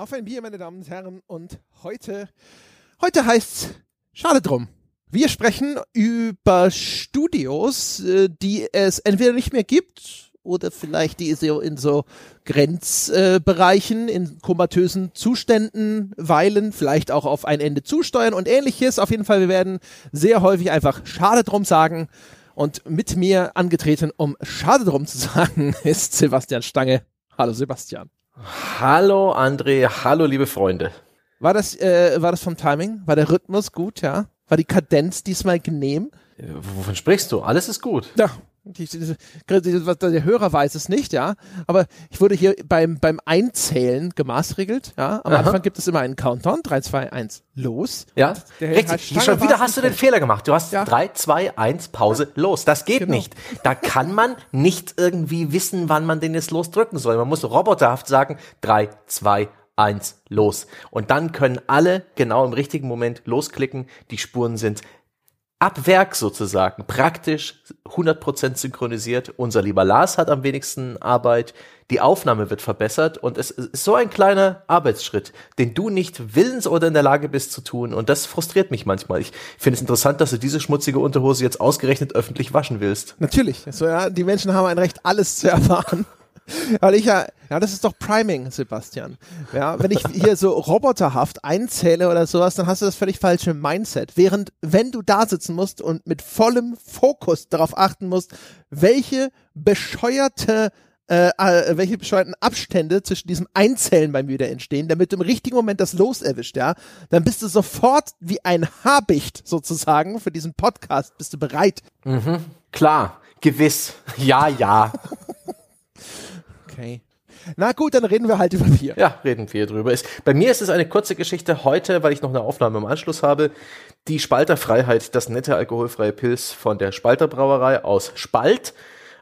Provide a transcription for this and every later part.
Auf ein Bier, meine Damen und Herren, und heute heißt's schade drum. Wir sprechen über Studios, die es entweder nicht mehr gibt oder vielleicht die so in so Grenzbereichen, in komatösen Zuständen weilen, vielleicht auch auf ein Ende zusteuern und ähnliches. Auf jeden Fall, wir werden sehr häufig einfach schade drum sagen. Und mit mir angetreten, um schade drum zu sagen, ist Sebastian Stange. Hallo Sebastian. Hallo André, hallo liebe Freunde. War das vom Timing? War der Rhythmus gut, ja? War die Kadenz diesmal genehm? Wovon sprichst du? Alles ist gut. Ja, der Hörer weiß es nicht, ja. Aber ich wurde hier beim Einzählen gemaßregelt, ja. Am Anfang gibt es immer einen Countdown, 3, 2, 1, los. Ja, richtig. Schon wieder hast du den Fehler gemacht. Du hast 3, 2, 1, Pause, los. Das geht nicht. Da kann man nicht irgendwie wissen, wann man den jetzt losdrücken soll. Man muss roboterhaft sagen, 3, 2, 1, los. Und dann können alle genau im richtigen Moment losklicken. Die Spuren sind ab Werk sozusagen, praktisch 100% synchronisiert. Unser lieber Lars hat am wenigsten Arbeit, die Aufnahme wird verbessert und es ist so ein kleiner Arbeitsschritt, den du nicht willens oder in der Lage bist zu tun und das frustriert mich manchmal. Ich finde es interessant, dass du diese schmutzige Unterhose jetzt ausgerechnet öffentlich waschen willst. Natürlich, so, ja, die Menschen haben ein Recht, alles zu erfahren. Weil das ist doch Priming, Sebastian. Ja, wenn ich hier so roboterhaft einzähle oder sowas, dann hast du das völlig falsche Mindset. Während, wenn du da sitzen musst und mit vollem Fokus darauf achten musst, welche bescheuerten Abstände zwischen diesem Einzählen beim wieder entstehen, damit du im richtigen Moment das Los erwischt, ja, dann bist du sofort wie ein Habicht sozusagen für diesen Podcast, bist du bereit. Mhm, klar, gewiss, ja. Okay. Na gut, dann reden wir halt über Bier. Ja, reden wir drüber. Bei mir ist es eine kurze Geschichte heute, weil ich noch eine Aufnahme im Anschluss habe. Die Spalter Freiheit, das nette alkoholfreie Pils von der Spalter Brauerei aus Spalt,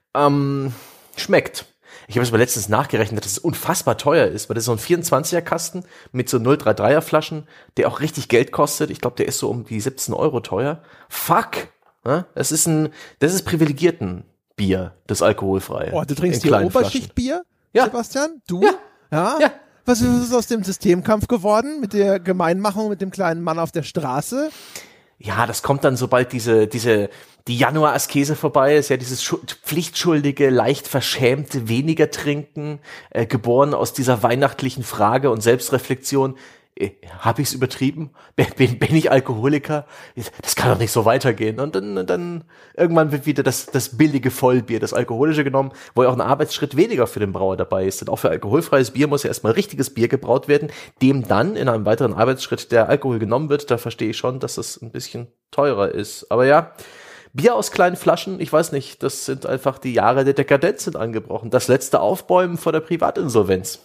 schmeckt. Ich habe es aber letztens nachgerechnet, dass es unfassbar teuer ist, weil das ist so ein 24er Kasten mit so 033er Flaschen, der auch richtig Geld kostet. Ich glaube, der ist so um die 17 € teuer. Fuck! Ja, das ist privilegierten Bier, das alkoholfrei. Oh, du trinkst hier Oberschichtbier, ja. Sebastian? Du? Ja. Was ist aus dem Systemkampf geworden mit der Gemeinmachung mit dem kleinen Mann auf der Straße? Ja, das kommt dann, sobald die Januar-Askese vorbei ist, ja, dieses pflichtschuldige, leicht verschämte weniger trinken, geboren aus dieser weihnachtlichen Frage und Selbstreflexion. Habe ich's übertrieben? Bin ich Alkoholiker? Das kann doch nicht so weitergehen. Und dann irgendwann wird wieder das billige Vollbier, das alkoholische genommen, wo ja auch ein Arbeitsschritt weniger für den Brauer dabei ist. Denn auch für alkoholfreies Bier muss ja erstmal richtiges Bier gebraut werden, dem dann in einem weiteren Arbeitsschritt der Alkohol genommen wird. Da verstehe ich schon, dass das ein bisschen teurer ist. Aber ja, Bier aus kleinen Flaschen, ich weiß nicht, das sind einfach die Jahre der Dekadenz sind angebrochen. Das letzte Aufbäumen vor der Privatinsolvenz.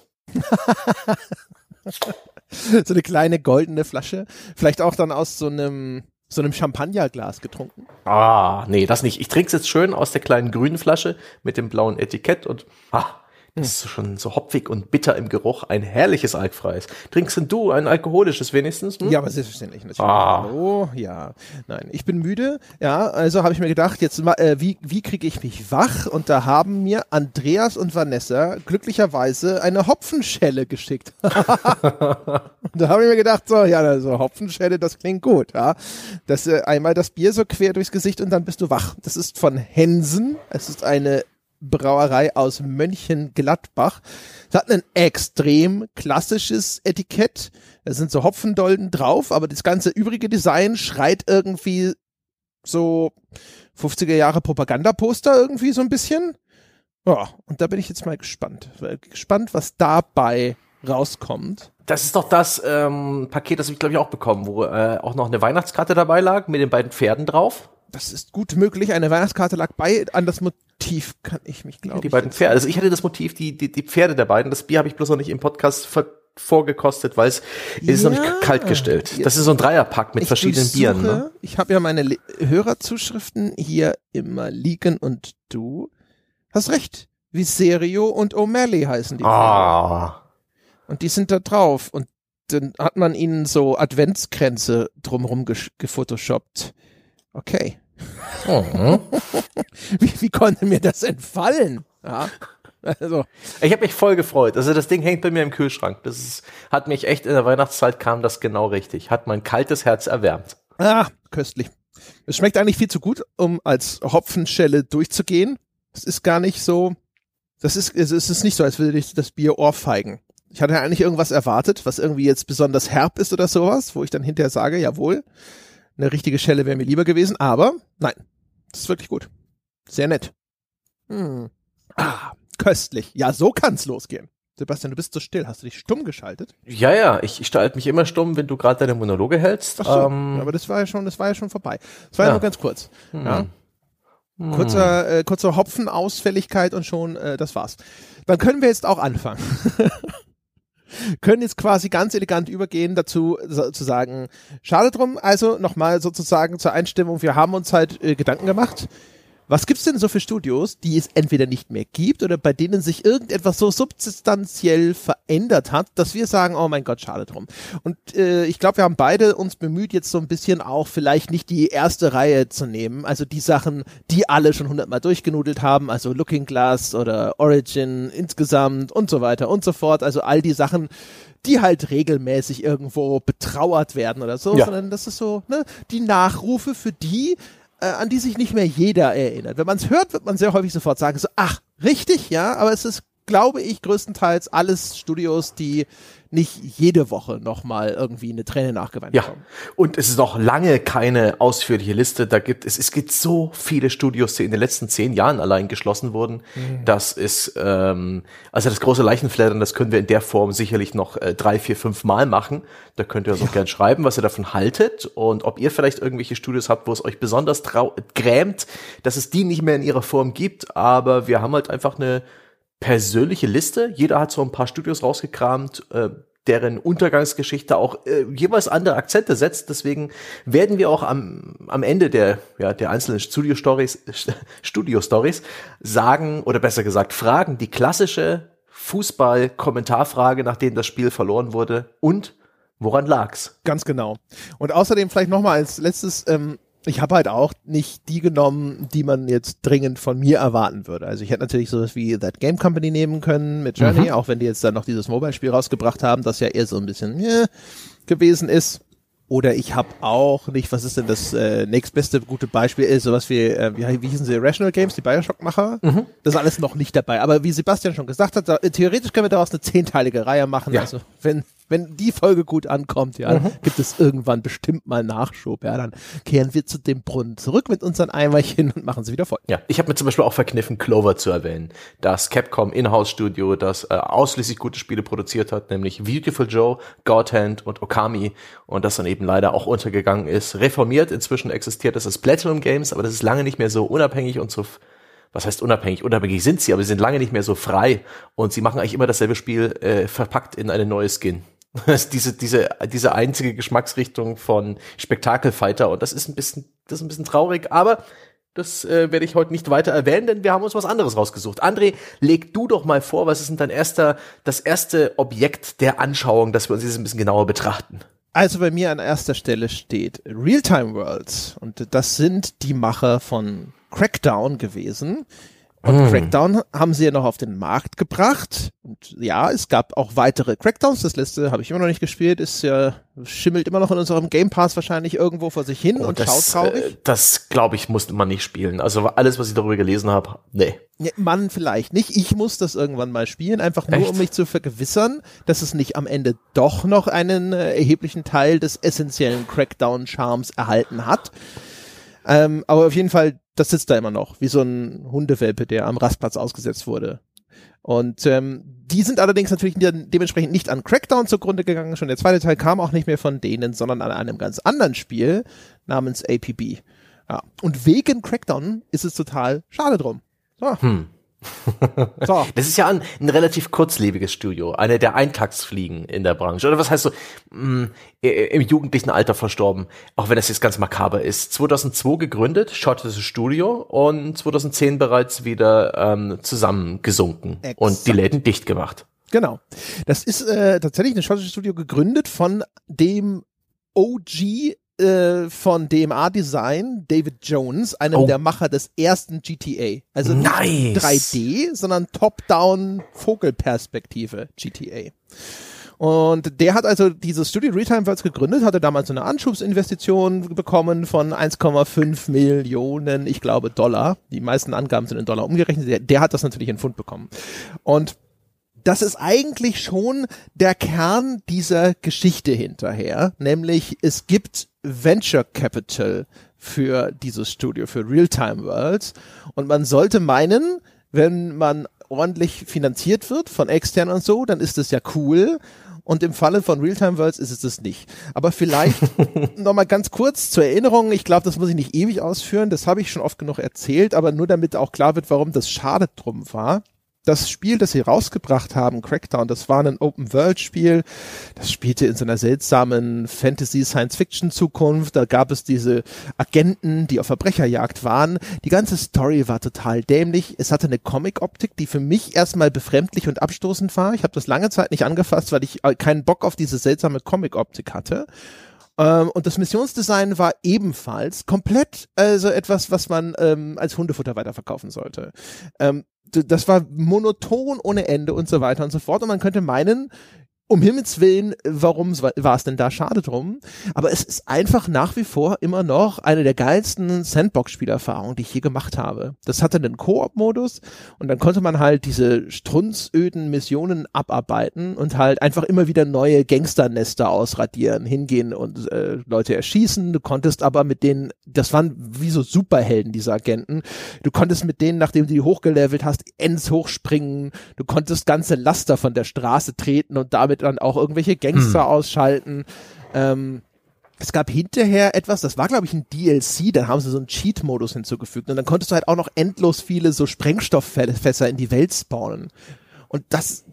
So eine kleine goldene Flasche. Vielleicht auch dann aus so einem Champagnerglas getrunken. Nee, das nicht. Ich trinke es jetzt schön aus der kleinen grünen Flasche mit dem blauen Etikett und das ist schon so hopfig und bitter im Geruch. Ein herrliches alkfreies. Trinkst denn du ein alkoholisches wenigstens? Ja, aber selbstverständlich. Natürlich. Hallo, ja. Nein, ich bin müde. Ja, also habe ich mir gedacht, jetzt wie kriege ich mich wach? Und da haben mir Andreas und Vanessa glücklicherweise eine Hopfenschelle geschickt. Da habe ich mir gedacht, so Hopfenschelle, das klingt gut. Ja, das einmal das Bier so quer durchs Gesicht und dann bist du wach. Das ist von Hensen. Es ist eine Brauerei aus Mönchengladbach. Es hat ein extrem klassisches Etikett. Da sind so Hopfendolden drauf, aber das ganze übrige Design schreit irgendwie so 50er Jahre Propagandaposter irgendwie so ein bisschen. Ja, und da bin ich jetzt mal gespannt. Was dabei rauskommt. Das ist doch das Paket, das ich glaube ich auch bekommen, wo auch noch eine Weihnachtskarte dabei lag mit den beiden Pferden drauf. Das ist gut möglich. Eine Weihnachtskarte lag bei. An das Motiv kann ich mich, glaube ich. Die beiden Pferde. Also ich hatte das Motiv, die Pferde der beiden. Das Bier habe ich bloß noch nicht im Podcast vorgekostet, weil es ist noch nicht kalt gestellt. Das ist so ein Dreierpack mit verschiedenen Bieren. Ne? Ich habe ja meine Hörerzuschriften hier immer liegen und du hast recht. Viserio und O'Malley heißen die. Und die sind da drauf. Und dann hat man ihnen so Adventskränze drumherum gefotoshoppt. Okay. Wie konnte mir das entfallen? Ja. Also. Ich habe mich voll gefreut. Also das Ding hängt bei mir im Kühlschrank. Hat mich echt in der Weihnachtszeit kam das genau richtig. Hat mein kaltes Herz erwärmt. Ah, köstlich. Es schmeckt eigentlich viel zu gut, um als Hopfenschelle durchzugehen. Es ist gar nicht so, es ist nicht so, als würde ich das Bier ohrfeigen. Ich hatte ja eigentlich irgendwas erwartet, was irgendwie jetzt besonders herb ist oder sowas, wo ich dann hinterher sage, jawohl, eine richtige Schelle wäre mir lieber gewesen, aber nein, das ist wirklich gut. Sehr nett. Köstlich. Ja, so kann's losgehen. Sebastian, du bist so still. Hast du dich stumm geschaltet? Ja, ich schalte mich immer stumm, wenn du gerade deine Monologe hältst. Ach so, aber das war ja schon vorbei. Das war ja nur ganz kurz. Ja. Kurze Hopfenausfälligkeit und schon, das war's. Dann können wir jetzt auch anfangen. Können jetzt quasi ganz elegant übergehen dazu, zu sagen, schade drum, also nochmal sozusagen zur Einstimmung, wir haben uns halt Gedanken gemacht. Was gibt's denn so für Studios, die es entweder nicht mehr gibt oder bei denen sich irgendetwas so substanziell verändert hat, dass wir sagen, oh mein Gott, schade drum. Und ich glaube, wir haben beide uns bemüht, jetzt so ein bisschen auch vielleicht nicht die erste Reihe zu nehmen, also die Sachen, die alle schon 100-mal durchgenudelt haben, also Looking Glass oder Origin insgesamt und so weiter und so fort, also all die Sachen, die halt regelmäßig irgendwo betrauert werden oder so, sondern das ist so, ne, die Nachrufe für die, an die sich nicht mehr jeder erinnert. Wenn man es hört, wird man sehr häufig sofort sagen, so, ach, richtig, ja, aber es ist, glaube ich, größtenteils alles Studios, die nicht jede Woche nochmal irgendwie eine Träne nachgeweint bekommen. Und es ist noch lange keine ausführliche Liste. Es gibt so viele Studios, die in den letzten 10 Jahren allein geschlossen wurden. Das ist, also das große Leichenflattern, das können wir in der Form sicherlich noch 3, 4, 5 Mal machen. Da könnt ihr uns auch gern schreiben, was ihr davon haltet und ob ihr vielleicht irgendwelche Studios habt, wo es euch besonders grämt, dass es die nicht mehr in ihrer Form gibt. Aber wir haben halt einfach eine persönliche Liste. Jeder hat so ein paar Studios rausgekramt, deren Untergangsgeschichte auch jeweils andere Akzente setzt. Deswegen werden wir auch am Ende der einzelnen Studio-Stories sagen, oder besser gesagt fragen, die klassische Fußball-Kommentarfrage, nachdem das Spiel verloren wurde. Und woran lag's? Ganz genau. Und außerdem vielleicht nochmal als letztes, ich habe halt auch nicht die genommen, die man jetzt dringend von mir erwarten würde. Also ich hätte natürlich sowas wie That Game Company nehmen können mit Journey, auch wenn die jetzt dann noch dieses Mobile-Spiel rausgebracht haben, das ja eher so ein bisschen gewesen ist. Oder ich habe auch nicht, was ist denn das nächstbeste gute Beispiel, ist sowas wie hießen sie, Irrational Games, die Bioshock-Macher? Das ist alles noch nicht dabei. Aber wie Sebastian schon gesagt hat, theoretisch können wir daraus eine 10-teilige Reihe machen. Ja. Also wenn die Folge gut ankommt, gibt es irgendwann bestimmt mal Nachschub. Ja, dann kehren wir zu dem Brunnen zurück mit unseren Eimerchen und machen sie wieder voll. Ja, ich habe mir zum Beispiel auch verkniffen, Clover zu erwähnen. Das Capcom Inhouse-Studio, das ausschließlich gute Spiele produziert hat, nämlich Beautiful Joe, God Hand und Okami. Und das dann eben leider auch untergegangen ist. Reformiert, inzwischen existiert das als Platinum Games, aber das ist lange nicht mehr so unabhängig und so, was heißt unabhängig? Unabhängig sind sie, aber sie sind lange nicht mehr so frei. Und sie machen eigentlich immer dasselbe Spiel, verpackt in eine neue Skin. Diese einzige Geschmacksrichtung von Spektakelfighter, und das ist ein bisschen traurig, aber das werde ich heute nicht weiter erwähnen, denn wir haben uns was anderes rausgesucht. André, leg du doch mal vor, was ist denn das erste Objekt der Anschauung, dass wir uns dieses ein bisschen genauer betrachten? Also bei mir an erster Stelle steht Realtime Worlds und das sind die Macher von Crackdown gewesen. Und Crackdown haben sie ja noch auf den Markt gebracht. Und ja, es gab auch weitere Crackdowns. Das letzte habe ich immer noch nicht gespielt. Schimmelt immer noch in unserem Game Pass wahrscheinlich irgendwo vor sich hin und schaut traurig. Das, glaube ich, musste man nicht spielen. Also alles, was ich darüber gelesen habe, nee. Ja, Mann, vielleicht nicht. Ich muss das irgendwann mal spielen, einfach nur, um mich zu vergewissern, dass es nicht am Ende doch noch einen erheblichen Teil des essentiellen Crackdown-Charmes erhalten hat. Aber auf jeden Fall, das sitzt da immer noch, wie so ein Hundewelpe, der am Rastplatz ausgesetzt wurde. Und die sind allerdings natürlich dementsprechend nicht an Crackdown zugrunde gegangen. Schon der zweite Teil kam auch nicht mehr von denen, sondern an einem ganz anderen Spiel namens APB. Ja. Und wegen Crackdown ist es total schade drum. So. So. Das ist ja ein relativ kurzlebiges Studio, eine der Eintagsfliegen in der Branche. Oder was heißt so, im jugendlichen Alter verstorben, auch wenn das jetzt ganz makaber ist. 2002 gegründet, schottisches Studio, und 2010 bereits wieder zusammengesunken. Exakt. Und die Läden dicht gemacht. Genau. Das ist tatsächlich ein schottisches Studio, gegründet von dem OG von DMA Design, David Jones, einem der Macher des ersten GTA. Also nicht 3D, sondern Top-Down Vogelperspektive GTA. Und der hat also dieses Studio Realtime Worlds gegründet, hatte damals so eine Anschubsinvestition bekommen von 1,5 Millionen, ich glaube, $. Die meisten Angaben sind in Dollar umgerechnet. Der hat das natürlich in Pfund bekommen. Und das ist eigentlich schon der Kern dieser Geschichte hinterher, nämlich es gibt Venture Capital für dieses Studio, für Realtime Worlds, und man sollte meinen, wenn man ordentlich finanziert wird von extern und so, dann ist das ja cool, und im Falle von Realtime Worlds ist es das nicht. Aber vielleicht nochmal ganz kurz zur Erinnerung, ich glaube, das muss ich nicht ewig ausführen, das habe ich schon oft genug erzählt, aber nur damit auch klar wird, warum das schade drum war. Das Spiel, das sie rausgebracht haben, Crackdown, das war ein Open-World-Spiel. Das spielte in so einer seltsamen Fantasy-Science-Fiction-Zukunft. Da gab es diese Agenten, die auf Verbrecherjagd waren. Die ganze Story war total dämlich. Es hatte eine Comic-Optik, die für mich erstmal befremdlich und abstoßend war. Ich habe das lange Zeit nicht angefasst, weil ich keinen Bock auf diese seltsame Comic-Optik hatte. Und das Missionsdesign war ebenfalls komplett so etwas, was man als Hundefutter weiterverkaufen sollte. Das war monoton ohne Ende und so weiter und so fort. Und man könnte meinen, um Himmels Willen, warum war es denn da schade drum? Aber es ist einfach nach wie vor immer noch eine der geilsten Sandbox-Spielerfahrungen, die ich je gemacht habe. Das hatte einen Koop-Modus und dann konnte man halt diese strunzöden Missionen abarbeiten und halt einfach immer wieder neue Gangsternester ausradieren, hingehen und Leute erschießen. Du konntest aber mit denen, das waren wie so Superhelden, diese Agenten, du konntest mit denen, nachdem du die hochgelevelt hast, ends hochspringen, du konntest ganze Laster von der Straße treten und damit dann auch irgendwelche Gangster ausschalten. Es gab hinterher etwas, das war glaube ich ein DLC, dann haben sie so einen Cheat-Modus hinzugefügt und dann konntest du halt auch noch endlos viele so Sprengstofffässer in die Welt spawnen. Und das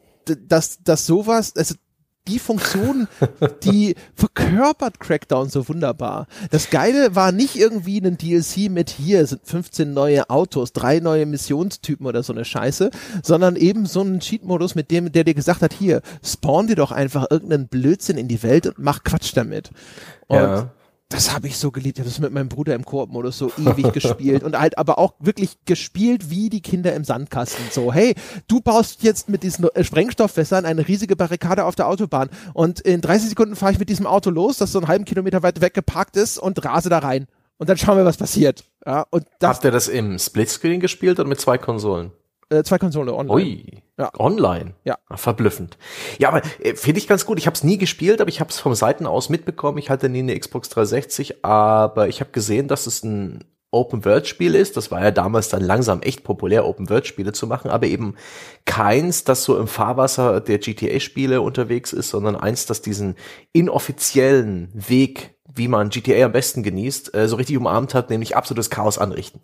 sowas, also die Funktion, die verkörpert Crackdown so wunderbar. Das Geile war nicht irgendwie ein DLC mit hier sind 15 neue Autos, 3 neue Missionstypen oder so eine Scheiße, sondern eben so ein Cheat-Modus, mit dem, der dir gesagt hat, hier, spawn dir doch einfach irgendeinen Blödsinn in die Welt und mach Quatsch damit. Und das habe ich so geliebt. Ich habe das mit meinem Bruder im Koop-Modus so ewig gespielt und halt aber auch wirklich gespielt wie die Kinder im Sandkasten. So, hey, du baust jetzt mit diesen Sprengstofffässern eine riesige Barrikade auf der Autobahn und in 30 Sekunden fahre ich mit diesem Auto los, das so einen halben Kilometer weit weg geparkt ist und rase da rein. Und dann schauen wir, was passiert. Ja, und habt ihr das im Splitscreen gespielt oder mit 2 Konsolen? 2 Konsolen online. Ui, ja. Online? Ja. Verblüffend. Ja, aber finde ich ganz gut. Ich habe es nie gespielt, aber ich habe es vom Seiten aus mitbekommen. Ich hatte nie eine Xbox 360, aber ich habe gesehen, dass es ein Open-World-Spiel ist. Das war ja damals dann langsam echt populär, Open-World-Spiele zu machen, aber eben keins, das so im Fahrwasser der GTA-Spiele unterwegs ist, sondern eins, das diesen inoffiziellen Weg, wie man GTA am besten genießt, so richtig umarmt hat, nämlich absolutes Chaos anrichten.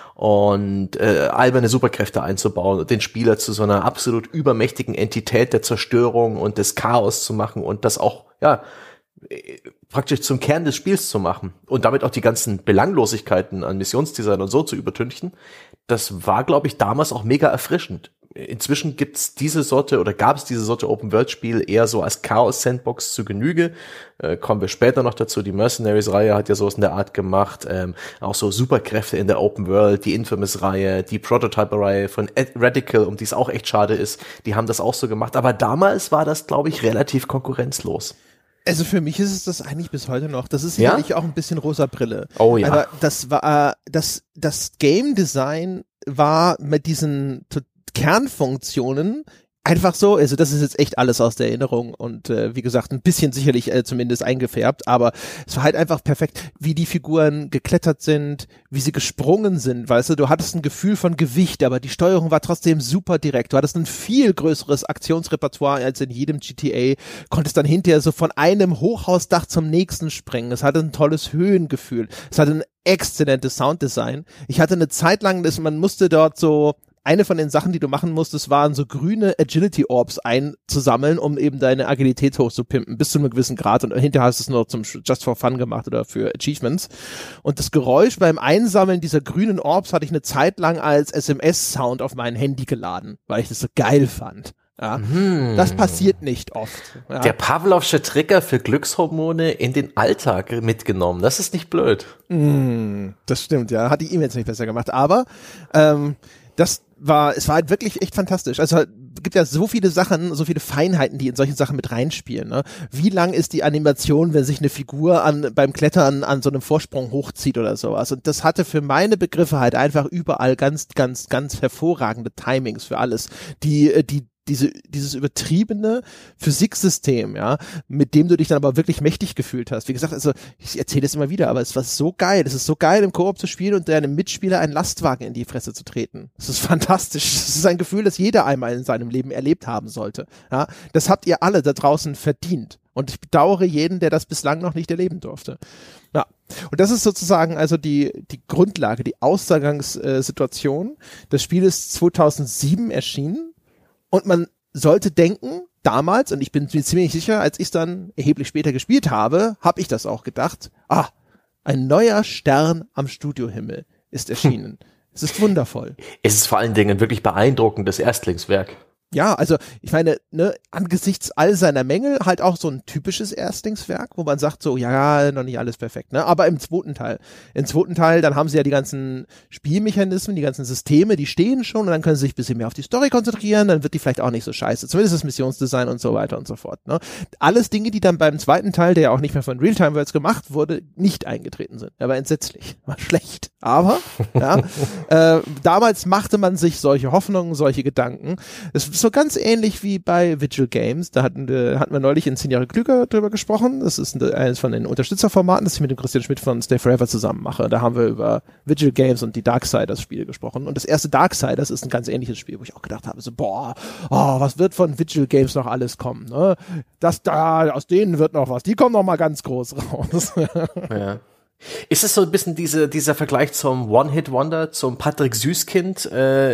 Und alberne Superkräfte einzubauen und den Spieler zu so einer absolut übermächtigen Entität der Zerstörung und des Chaos zu machen und das auch, ja, praktisch zum Kern des Spiels zu machen und damit auch die ganzen Belanglosigkeiten an Missionsdesign und so zu übertünchen, das war, glaube ich, damals auch mega erfrischend. Inzwischen gibt's diese Sorte oder gab es diese Sorte Open-World-Spiel eher so als Chaos-Sandbox zu Genüge. Kommen wir später noch dazu. Die Mercenaries-Reihe hat ja sowas in der Art gemacht. Auch so Superkräfte in der Open-World, die Infamous-Reihe, die Prototype-Reihe von Radical, um die es auch echt schade ist. Die haben das auch so gemacht. Aber damals war das, glaube ich, relativ konkurrenzlos. Also für mich ist es das eigentlich bis heute noch. Das ist sicherlich auch ein bisschen rosa Brille. Oh ja. Aber das war, das Game Design war mit diesen Kernfunktionen einfach so, also das ist jetzt echt alles aus der Erinnerung und wie gesagt, ein bisschen sicherlich zumindest eingefärbt, aber es war halt einfach perfekt, wie die Figuren geklettert sind, wie sie gesprungen sind, weißt du, du hattest ein Gefühl von Gewicht, aber die Steuerung war trotzdem super direkt, du hattest ein viel größeres Aktionsrepertoire als in jedem GTA, konntest dann hinterher so von einem Hochhausdach zum nächsten springen, es hatte ein tolles Höhengefühl, es hatte ein exzellentes Sounddesign, ich hatte eine Zeit lang, man musste dort so eine von den Sachen, die du machen musstest, waren so grüne Agility Orbs einzusammeln, um eben deine Agilität hochzupimpen, bis zu einem gewissen Grad. Und hinterher hast du es nur zum Just for Fun gemacht oder für Achievements. Und das Geräusch beim Einsammeln dieser grünen Orbs hatte ich eine Zeit lang als SMS-Sound auf mein Handy geladen, weil ich das so geil fand. Ja, das passiert nicht oft. Ja. Der Pavlovsche Trigger für Glückshormone in den Alltag mitgenommen. Das ist nicht blöd. Das stimmt, ja. Hat die E-Mails nicht besser gemacht. Aber es war halt wirklich echt fantastisch. Also es gibt ja so viele Sachen, so viele Feinheiten, die in solchen Sachen mit reinspielen. Ne? Wie lang ist die Animation, wenn sich eine Figur beim Klettern an so einem Vorsprung hochzieht oder sowas? Und das hatte für meine Begriffe halt einfach überall ganz, ganz, ganz hervorragende Timings für alles. Dieses übertriebene Physiksystem, ja, mit dem du dich dann aber wirklich mächtig gefühlt hast. Wie gesagt, also ich erzähle es immer wieder, aber es war so geil. Es ist so geil, im Koop zu spielen und deinem Mitspieler einen Lastwagen in die Fresse zu treten. Das ist fantastisch. Das ist ein Gefühl, das jeder einmal in seinem Leben erlebt haben sollte. Ja, das habt ihr alle da draußen verdient. Und ich bedauere jeden, der das bislang noch nicht erleben durfte. Ja, und das ist sozusagen also die Grundlage, die Ausgangssituation. Das Spiel ist 2007 erschienen. Und man sollte denken, damals, und ich bin mir ziemlich sicher, als ich es dann erheblich später gespielt habe, habe ich das auch gedacht, ein neuer Stern am Studiohimmel ist erschienen. Es ist wundervoll. Es ist vor allen Dingen ein wirklich beeindruckendes Erstlingswerk. Ja, also ich meine, ne, angesichts all seiner Mängel halt auch so ein typisches Erstlingswerk, wo man sagt so, ja, noch nicht alles perfekt, ne? Aber im zweiten Teil, dann haben sie ja die ganzen Spielmechanismen, die ganzen Systeme, die stehen schon und dann können sie sich ein bisschen mehr auf die Story konzentrieren, dann wird die vielleicht auch nicht so scheiße, zumindest das Missionsdesign und so weiter und so fort, ne? Alles Dinge, die dann beim zweiten Teil, der ja auch nicht mehr von Realtime Worlds gemacht wurde, nicht eingetreten sind. Er war entsetzlich, war schlecht. Aber, ja, damals machte man sich solche Hoffnungen, solche Gedanken. Es ist so ganz ähnlich wie bei Vigil Games. Da hatten wir neulich in 10 Jahre klüger drüber gesprochen. Das ist eines von den Unterstützerformaten, das ich mit dem Christian Schmidt von Stay Forever zusammen mache. Da haben wir über Vigil Games und die Darksiders-Spiele gesprochen. Und das erste Darksiders ist ein ganz ähnliches Spiel, wo ich auch gedacht habe, so, was wird von Vigil Games noch alles kommen? Ne? Aus denen wird noch was. Die kommen noch mal ganz groß raus. Ja. Ist es so ein bisschen dieser Vergleich zum One-Hit-Wonder, zum Patrick Süßkind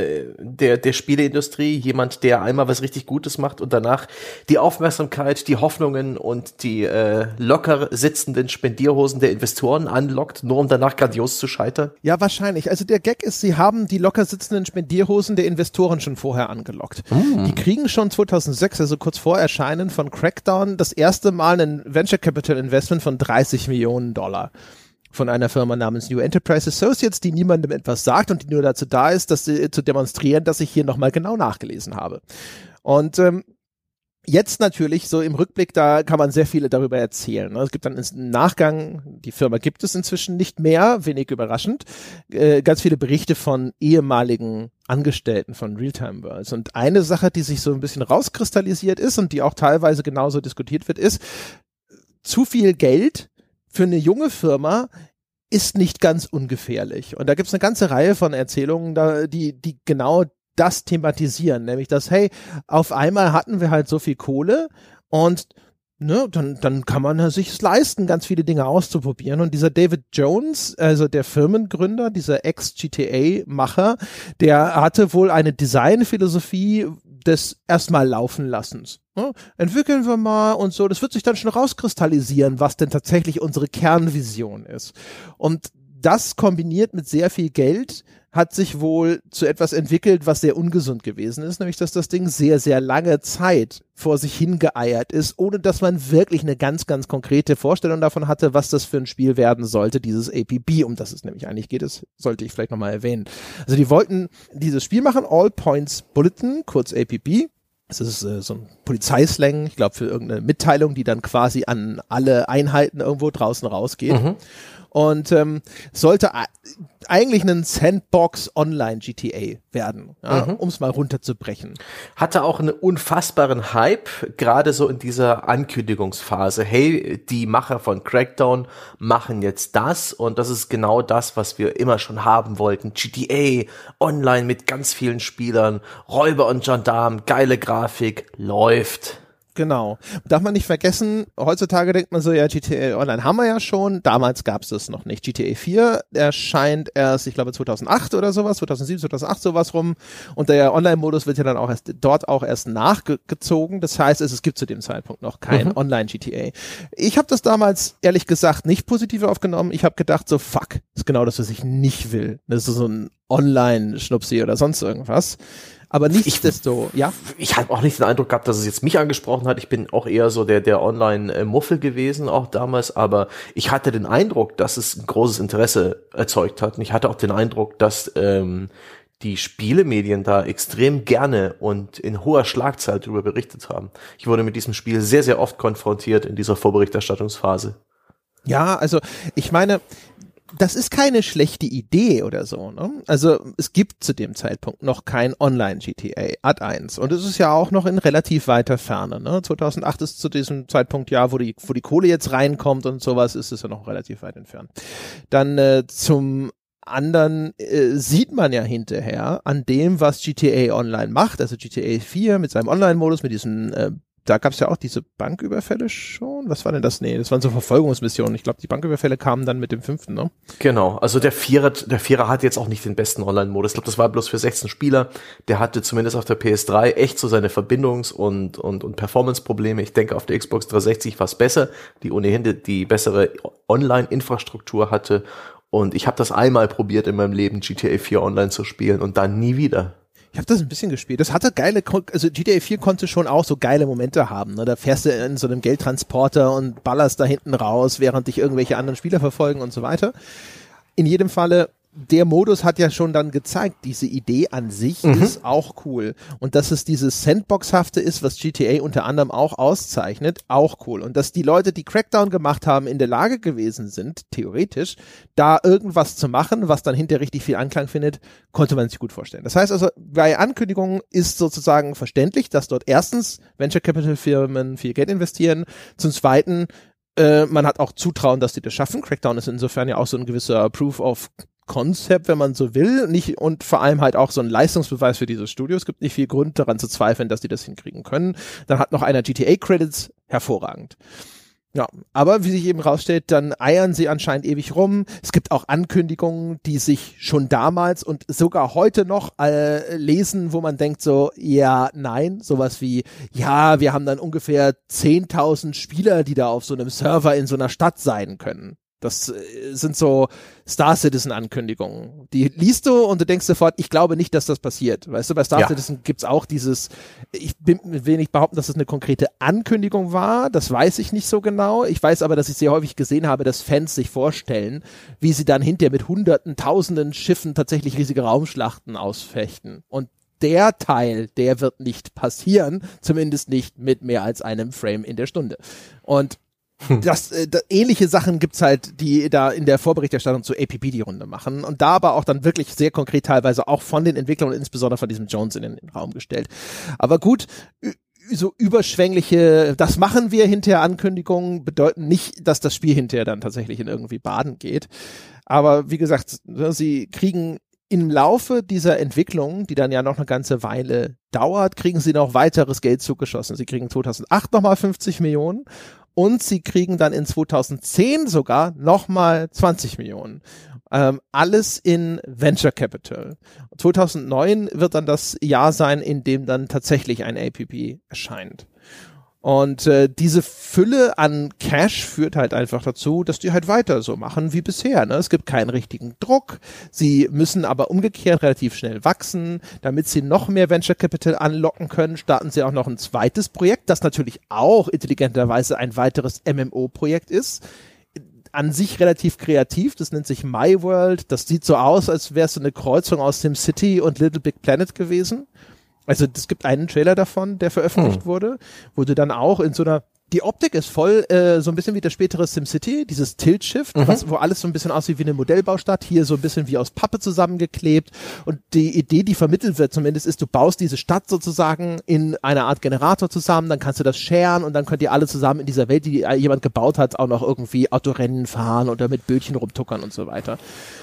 der Spieleindustrie? Jemand, der einmal was richtig Gutes macht und danach die Aufmerksamkeit, die Hoffnungen und die locker sitzenden Spendierhosen der Investoren anlockt, nur um danach grandios zu scheitern? Ja, wahrscheinlich. Also der Gag ist, sie haben die locker sitzenden Spendierhosen der Investoren schon vorher angelockt. Die kriegen schon 2006, also kurz vor Erscheinen von Crackdown, das erste Mal ein Venture Capital Investment von $30 Millionen. Von einer Firma namens New Enterprise Associates, die niemandem etwas sagt und die nur dazu da ist, zu demonstrieren, dass ich hier nochmal genau nachgelesen habe. Und jetzt natürlich, so im Rückblick, da kann man sehr viele darüber erzählen. Es gibt dann im Nachgang, die Firma gibt es inzwischen nicht mehr, wenig überraschend, ganz viele Berichte von ehemaligen Angestellten von Realtime Worlds. Und eine Sache, die sich so ein bisschen rauskristallisiert ist und die auch teilweise genauso diskutiert wird, ist, zu viel Geld für eine junge Firma ist nicht ganz ungefährlich. Und da gibt es eine ganze Reihe von Erzählungen, die genau das thematisieren, nämlich dass, hey, auf einmal hatten wir halt so viel Kohle und ne, dann kann man sich es leisten, ganz viele Dinge auszuprobieren. Und dieser David Jones, also der Firmengründer, dieser Ex-GTA-Macher, der hatte wohl eine Designphilosophie des erstmal laufen lassens. Ne? Entwickeln wir mal und so, das wird sich dann schon rauskristallisieren, was denn tatsächlich unsere Kernvision ist. Und das kombiniert mit sehr viel Geld hat sich wohl zu etwas entwickelt, was sehr ungesund gewesen ist, nämlich dass das Ding sehr, sehr lange Zeit vor sich hingeeiert ist, ohne dass man wirklich eine ganz, ganz konkrete Vorstellung davon hatte, was das für ein Spiel werden sollte, dieses APB, um das es nämlich eigentlich geht, das sollte ich vielleicht nochmal erwähnen. Also die wollten dieses Spiel machen, All Points Bulletin, kurz APB. Das ist so ein Polizeislang, ich glaube für irgendeine Mitteilung, die dann quasi an alle Einheiten irgendwo draußen rausgeht. Und sollte eigentlich ein Sandbox-Online-GTA werden, ja, um es mal runterzubrechen. Hatte auch einen unfassbaren Hype, gerade so in dieser Ankündigungsphase. Hey, die Macher von Crackdown machen jetzt das und das ist genau das, was wir immer schon haben wollten. GTA, online mit ganz vielen Spielern, Räuber und Gendarm, geile Grafik, läuft. Genau. Darf man nicht vergessen, heutzutage denkt man so, ja, GTA Online haben wir ja schon, damals gab es das noch nicht. GTA 4 erscheint erst, ich glaube 2008 oder sowas, 2007, 2008 sowas rum und der Online-Modus wird ja dann auch dort erst nachgezogen, das heißt, es gibt zu dem Zeitpunkt noch kein Online-GTA. Ich habe das damals, ehrlich gesagt, nicht positiv aufgenommen, ich habe gedacht so, fuck, ist genau das, was ich nicht will. Das ist so ein Online-Schnupsi oder sonst irgendwas. Aber nichtsdestotrotz, ja? Ich habe auch nicht den Eindruck gehabt, dass es jetzt mich angesprochen hat. Ich bin auch eher so der Online-Muffel gewesen, auch damals. Aber ich hatte den Eindruck, dass es ein großes Interesse erzeugt hat. Und ich hatte auch den Eindruck, dass die Spielemedien da extrem gerne und in hoher Schlagzahl darüber berichtet haben. Ich wurde mit diesem Spiel sehr, sehr oft konfrontiert in dieser Vorberichterstattungsphase. Ja, also ich meine, das ist keine schlechte Idee oder so, ne? Also es gibt zu dem Zeitpunkt noch kein Online-GTA Ad 1 und es ist ja auch noch in relativ weiter Ferne, ne? 2008 ist zu diesem Zeitpunkt ja, wo die Kohle jetzt reinkommt und sowas, ist es ja noch relativ weit entfernt. Dann zum anderen sieht man ja hinterher an dem, was GTA Online macht, also GTA 4 mit seinem Online-Modus, mit diesen da gab es ja auch diese Banküberfälle schon. Was war denn das? Nee, das waren so Verfolgungsmissionen. Ich glaube, die Banküberfälle kamen dann mit dem 5., ne? Genau, also der Vierer hat jetzt auch nicht den besten Online-Modus. Ich glaube, das war bloß für 16 Spieler. Der hatte zumindest auf der PS3 echt so seine Verbindungs- und Performance-Probleme. Ich denke, auf der Xbox 360 war es besser, die ohnehin die bessere Online-Infrastruktur hatte. Und ich habe das einmal probiert in meinem Leben, GTA 4 online zu spielen und dann nie wieder. Ich habe das ein bisschen gespielt. Das hatte also GTA 4 konnte schon auch so geile Momente haben. Ne? Da fährst du in so einem Geldtransporter und ballerst da hinten raus, während dich irgendwelche anderen Spieler verfolgen und so weiter. In jedem Falle, der Modus hat ja schon dann gezeigt, diese Idee an sich ist auch cool. Und dass es dieses Sandbox-hafte ist, was GTA unter anderem auch auszeichnet, auch cool. Und dass die Leute, die Crackdown gemacht haben, in der Lage gewesen sind, theoretisch, da irgendwas zu machen, was dann hinterher richtig viel Anklang findet, konnte man sich gut vorstellen. Das heißt also, bei Ankündigungen ist sozusagen verständlich, dass dort erstens Venture Capital Firmen viel Geld investieren, zum Zweiten man hat auch Zutrauen, dass die das schaffen. Crackdown ist insofern ja auch so ein gewisser Proof of Concept, wenn man so will, nicht, und vor allem halt auch so ein Leistungsbeweis für dieses Studio. Es gibt nicht viel Grund daran zu zweifeln, dass die das hinkriegen können. Dann hat noch einer GTA-Credits, hervorragend. Ja, aber wie sich eben rausstellt, dann eiern sie anscheinend ewig rum. Es gibt auch Ankündigungen, die sich schon damals und sogar heute noch lesen, wo man denkt so, ja, nein, sowas wie, ja, wir haben dann ungefähr 10.000 Spieler, die da auf so einem Server in so einer Stadt sein können. Das sind so Star Citizen-Ankündigungen. Die liest du und du denkst sofort, ich glaube nicht, dass das passiert. Weißt du, bei Star Citizen gibt's auch dieses, will nicht behaupten, dass es eine konkrete Ankündigung war, das weiß ich nicht so genau. Ich weiß aber, dass ich sehr häufig gesehen habe, dass Fans sich vorstellen, wie sie dann hinterher mit Hunderten, Tausenden Schiffen tatsächlich riesige Raumschlachten ausfechten. Und der Teil, der wird nicht passieren, zumindest nicht mit mehr als einem Frame in der Stunde. Und das ähnliche Sachen gibt's halt, die da in der Vorberichterstattung zu APP die Runde machen und da aber auch dann wirklich sehr konkret teilweise auch von den Entwicklern und insbesondere von diesem Jones in den Raum gestellt. Aber gut, so überschwängliche, das machen wir hinterher Ankündigungen, bedeuten nicht, dass das Spiel hinterher dann tatsächlich in irgendwie baden geht. Aber wie gesagt, sie kriegen im Laufe dieser Entwicklung, die dann ja noch eine ganze Weile dauert, kriegen sie noch weiteres Geld zugeschossen. Sie kriegen 2008 nochmal 50 Millionen. Und sie kriegen dann in 2010 sogar nochmal 20 Millionen. Alles in Venture Capital. 2009 wird dann das Jahr sein, in dem dann tatsächlich ein APP erscheint. Und diese Fülle an Cash führt halt einfach dazu, dass die halt weiter so machen wie bisher. Ne? Es gibt keinen richtigen Druck. Sie müssen aber umgekehrt relativ schnell wachsen. Damit sie noch mehr Venture Capital anlocken können, starten sie auch noch ein zweites Projekt, das natürlich auch intelligenterweise ein weiteres MMO-Projekt ist. An sich relativ kreativ, das nennt sich My World. Das sieht so aus, als wäre es so eine Kreuzung aus SimCity und Little Big Planet gewesen. Also es gibt einen Trailer davon, der veröffentlicht wurde, wo du dann auch in so einer, die Optik ist voll so ein bisschen wie das spätere SimCity, dieses Tilt-Shift, wo alles so ein bisschen aussieht wie eine Modellbaustadt, hier so ein bisschen wie aus Pappe zusammengeklebt und die Idee, die vermittelt wird zumindest, ist, du baust diese Stadt sozusagen in einer Art Generator zusammen, dann kannst du das sharen und dann könnt ihr alle zusammen in dieser Welt, die jemand gebaut hat, auch noch irgendwie Autorennen fahren oder mit Bötchen rumtuckern und so weiter.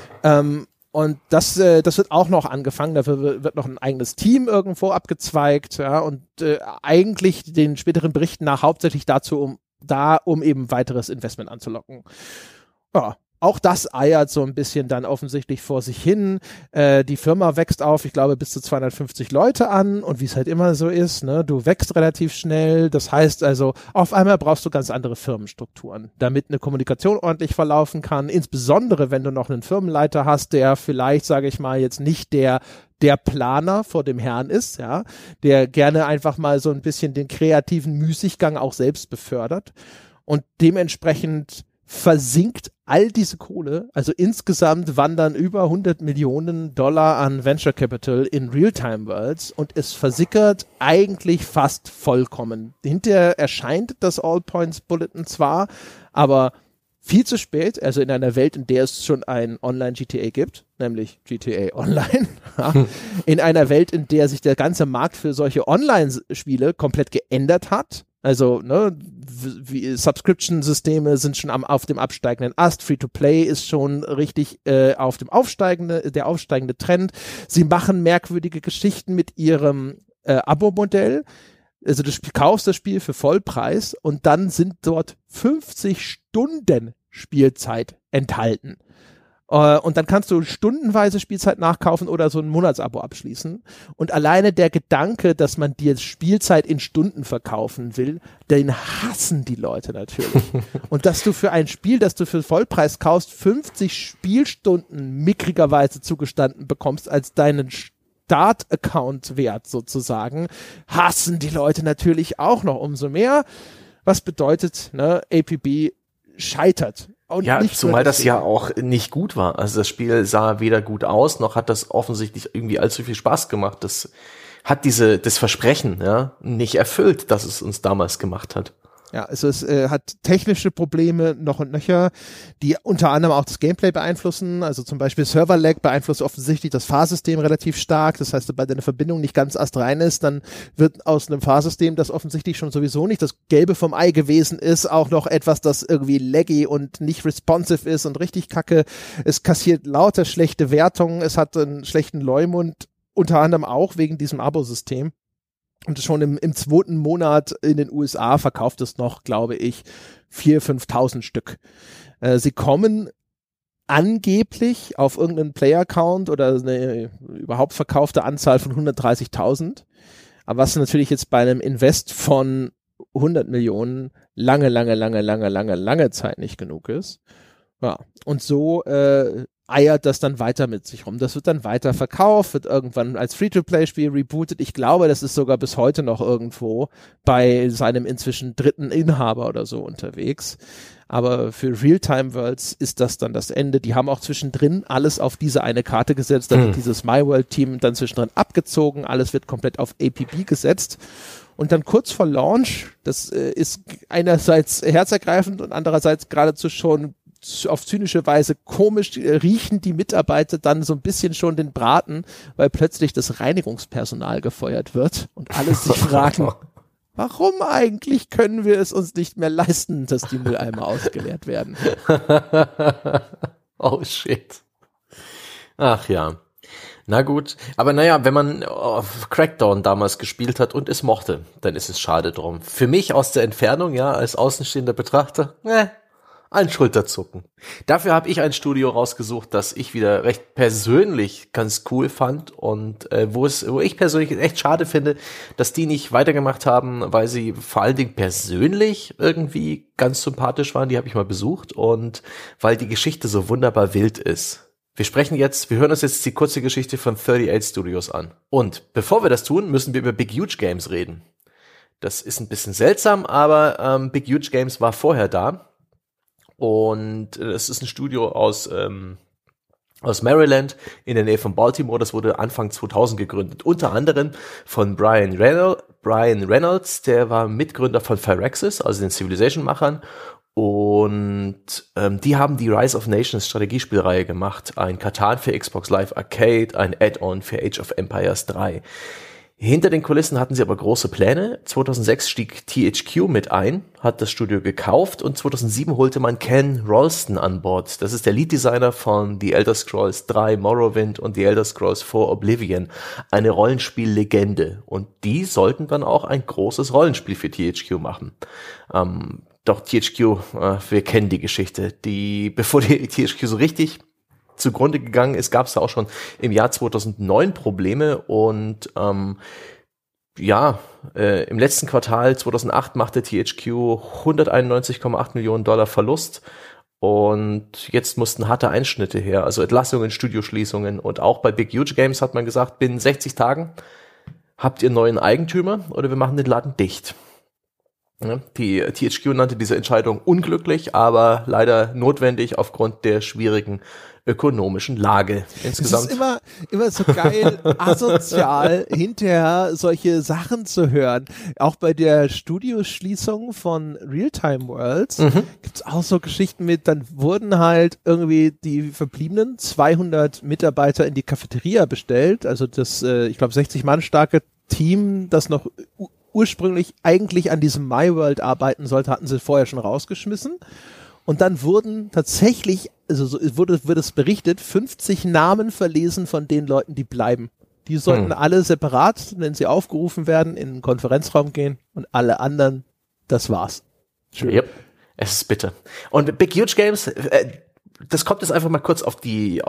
Und das wird auch noch angefangen, dafür wird noch ein eigenes Team irgendwo abgezweigt, ja, und eigentlich den späteren Berichten nach hauptsächlich dazu, um eben weiteres Investment anzulocken. Ja, auch das eiert so ein bisschen dann offensichtlich vor sich hin. Die Firma wächst auf, ich glaube, bis zu 250 Leute an und wie es halt immer so ist, ne, du wächst relativ schnell. Das heißt also, auf einmal brauchst du ganz andere Firmenstrukturen, damit eine Kommunikation ordentlich verlaufen kann. Insbesondere, wenn du noch einen Firmenleiter hast, der vielleicht, sage ich mal, jetzt nicht der Planer vor dem Herrn ist, ja, der gerne einfach mal so ein bisschen den kreativen Müßiggang auch selbst befördert und dementsprechend versinkt all diese Kohle, also insgesamt wandern über 100 Millionen Dollar an Venture Capital in Real-Time Worlds und es versickert eigentlich fast vollkommen. Hinterher erscheint das All Points Bulletin zwar, aber viel zu spät, also in einer Welt, in der es schon ein Online-GTA gibt, nämlich GTA Online, in einer Welt, in der sich der ganze Markt für solche Online-Spiele komplett geändert hat. Also, ne, Subscription-Systeme sind schon auf dem absteigenden Ast, Free-to-Play ist schon richtig der aufsteigende Trend. Sie machen merkwürdige Geschichten mit ihrem Abo-Modell. Also du kaufst das Spiel für Vollpreis und dann sind dort 50 Stunden Spielzeit enthalten. Und dann kannst du stundenweise Spielzeit nachkaufen oder so ein Monatsabo abschließen. Und alleine der Gedanke, dass man dir Spielzeit in Stunden verkaufen will, den hassen die Leute natürlich. Und dass du für ein Spiel, das du für Vollpreis kaufst, 50 Spielstunden mickrigerweise zugestanden bekommst als deinen Start-Account-Wert sozusagen, hassen die Leute natürlich auch noch umso mehr. Was bedeutet, ne, APB scheitert. Und ja, zumal das ja auch nicht gut war. Also das Spiel sah weder gut aus, noch hat das offensichtlich irgendwie allzu viel Spaß gemacht. Das hat das Versprechen, ja, nicht erfüllt, das es uns damals gemacht hat. Ja, also es hat technische Probleme noch und nöcher, die unter anderem auch das Gameplay beeinflussen. Also zum Beispiel Server-Lag beeinflusst offensichtlich das Fahrsystem relativ stark. Das heißt, sobald deine Verbindung nicht ganz astrein ist, dann wird aus einem Fahrsystem, das offensichtlich schon sowieso nicht das Gelbe vom Ei gewesen ist, auch noch etwas, das irgendwie laggy und nicht responsive ist und richtig kacke. Es kassiert lauter schlechte Wertungen. Es hat einen schlechten Leumund, unter anderem auch wegen diesem Abo-System. Und schon im 2. Monat in den USA verkauft es noch, glaube ich, 4.000, 5.000 Stück. Sie kommen angeblich auf irgendeinen Player-Count oder eine überhaupt verkaufte Anzahl von 130.000. Aber was natürlich jetzt bei einem Invest von 100 Millionen lange Zeit nicht genug ist. Ja, und so eiert das dann weiter mit sich rum. Das wird dann weiter verkauft, wird irgendwann als Free-to-Play-Spiel rebootet. Ich glaube, das ist sogar bis heute noch irgendwo bei seinem inzwischen 3. Inhaber oder so unterwegs. Aber für Real-Time Worlds ist das dann das Ende. Die haben auch zwischendrin alles auf diese eine Karte gesetzt. Dann wird dieses MyWorld-Team dann zwischendrin abgezogen. Alles wird komplett auf APB gesetzt. Und dann kurz vor Launch, das ist einerseits herzergreifend und andererseits geradezu schon auf zynische Weise komisch, riechen die Mitarbeiter dann so ein bisschen schon den Braten, weil plötzlich das Reinigungspersonal gefeuert wird und alle sich fragen, warum eigentlich können wir es uns nicht mehr leisten, dass die Mülleimer ausgeleert werden? Oh shit. Ach ja. Na gut, aber naja, wenn man auf Crackdown damals gespielt hat und es mochte, dann ist es schade drum. Für mich aus der Entfernung, ja, als außenstehender Betrachter, ein Schulterzucken. Dafür habe ich ein Studio rausgesucht, das ich wieder recht persönlich ganz cool fand und wo ich persönlich echt schade finde, dass die nicht weitergemacht haben, weil sie vor allen Dingen persönlich irgendwie ganz sympathisch waren. Die habe ich mal besucht und weil die Geschichte so wunderbar wild ist. Wir hören uns jetzt die kurze Geschichte von 38 Studios an. Und bevor wir das tun, müssen wir über Big Huge Games reden. Das ist ein bisschen seltsam, aber Big Huge Games war vorher da. Und es ist ein Studio aus Maryland in der Nähe von Baltimore. Das wurde Anfang 2000 gegründet. Unter anderem von Brian Reynolds, der war Mitgründer von Firaxis, also den Civilization-Machern. Und die haben die Rise of Nations Strategiespielreihe gemacht. Ein Catan für Xbox Live Arcade, ein Add-on für Age of Empires 3. Hinter den Kulissen hatten sie aber große Pläne. 2006 stieg THQ mit ein, hat das Studio gekauft und 2007 holte man Ken Rolston an Bord. Das ist der Lead-Designer von The Elder Scrolls 3 Morrowind und The Elder Scrolls 4 Oblivion. Eine Rollenspiellegende. Und die sollten dann auch ein großes Rollenspiel für THQ machen. Doch THQ, wir kennen die Geschichte. Bevor die THQ so richtig zugrunde gegangen ist, gab es da auch schon im Jahr 2009 Probleme und im letzten Quartal 2008 machte THQ 191,8 Millionen $191,8 Millionen Verlust und jetzt mussten harte Einschnitte her, also Entlassungen, Studioschließungen und auch bei Big Huge Games hat man gesagt, binnen 60 Tagen habt ihr neuen Eigentümer oder wir machen den Laden dicht. Ja, die THQ nannte diese Entscheidung unglücklich, aber leider notwendig aufgrund der schwierigen ökonomischen Lage insgesamt. Es ist immer so geil, asozial, hinterher solche Sachen zu hören. Auch bei der Studioschließung von Realtime Worlds gibt's auch so Geschichten mit, dann wurden halt irgendwie die verbliebenen 200 Mitarbeiter in die Cafeteria bestellt, also das, ich glaube 60 Mann starke Team, das noch ursprünglich eigentlich an diesem MyWorld arbeiten sollte, hatten sie vorher schon rausgeschmissen. Und dann wurden tatsächlich, also wird es berichtet, 50 Namen verlesen von den Leuten, die bleiben. Die sollten alle separat, wenn sie aufgerufen werden, in den Konferenzraum gehen und alle anderen, das war's. Schön. Yep. Es ist bitter. Und Big Huge Games, das kommt jetzt einfach mal kurz auf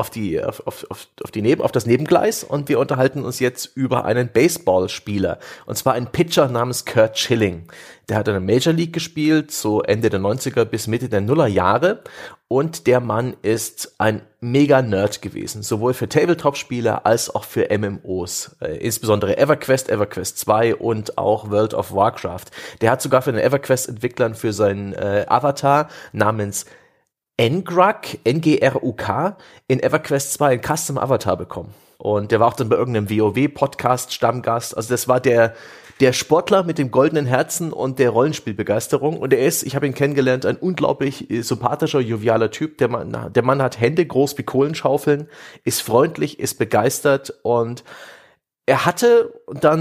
das Nebengleis und wir unterhalten uns jetzt über einen Baseballspieler und zwar einen Pitcher namens Curt Schilling. Der hat in der Major League gespielt, so Ende der 90er bis Mitte der Nullerjahre und der Mann ist ein Mega-Nerd gewesen, sowohl für Tabletop-Spiele als auch für MMOs, insbesondere EverQuest, EverQuest 2 und auch World of Warcraft. Der hat sogar für den EverQuest-Entwicklern für seinen Avatar namens Ngruk, N-G-R-U-K, in EverQuest 2 einen Custom Avatar bekommen. Und der war auch dann bei irgendeinem WoW-Podcast Stammgast. Also das war der Sportler mit dem goldenen Herzen und der Rollenspielbegeisterung. Und er ist, ich habe ihn kennengelernt, ein unglaublich sympathischer, jovialer Typ. Der Mann hat Hände groß wie Kohlenschaufeln, ist freundlich, ist begeistert und er hatte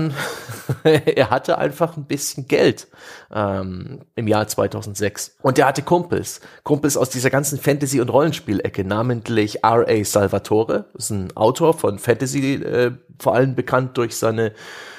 einfach ein bisschen Geld im Jahr 2006. Und er hatte Kumpels aus dieser ganzen Fantasy- und Rollenspielecke, namentlich R.A. Salvatore, das ist ein Autor von Fantasy, vor allem bekannt durch seine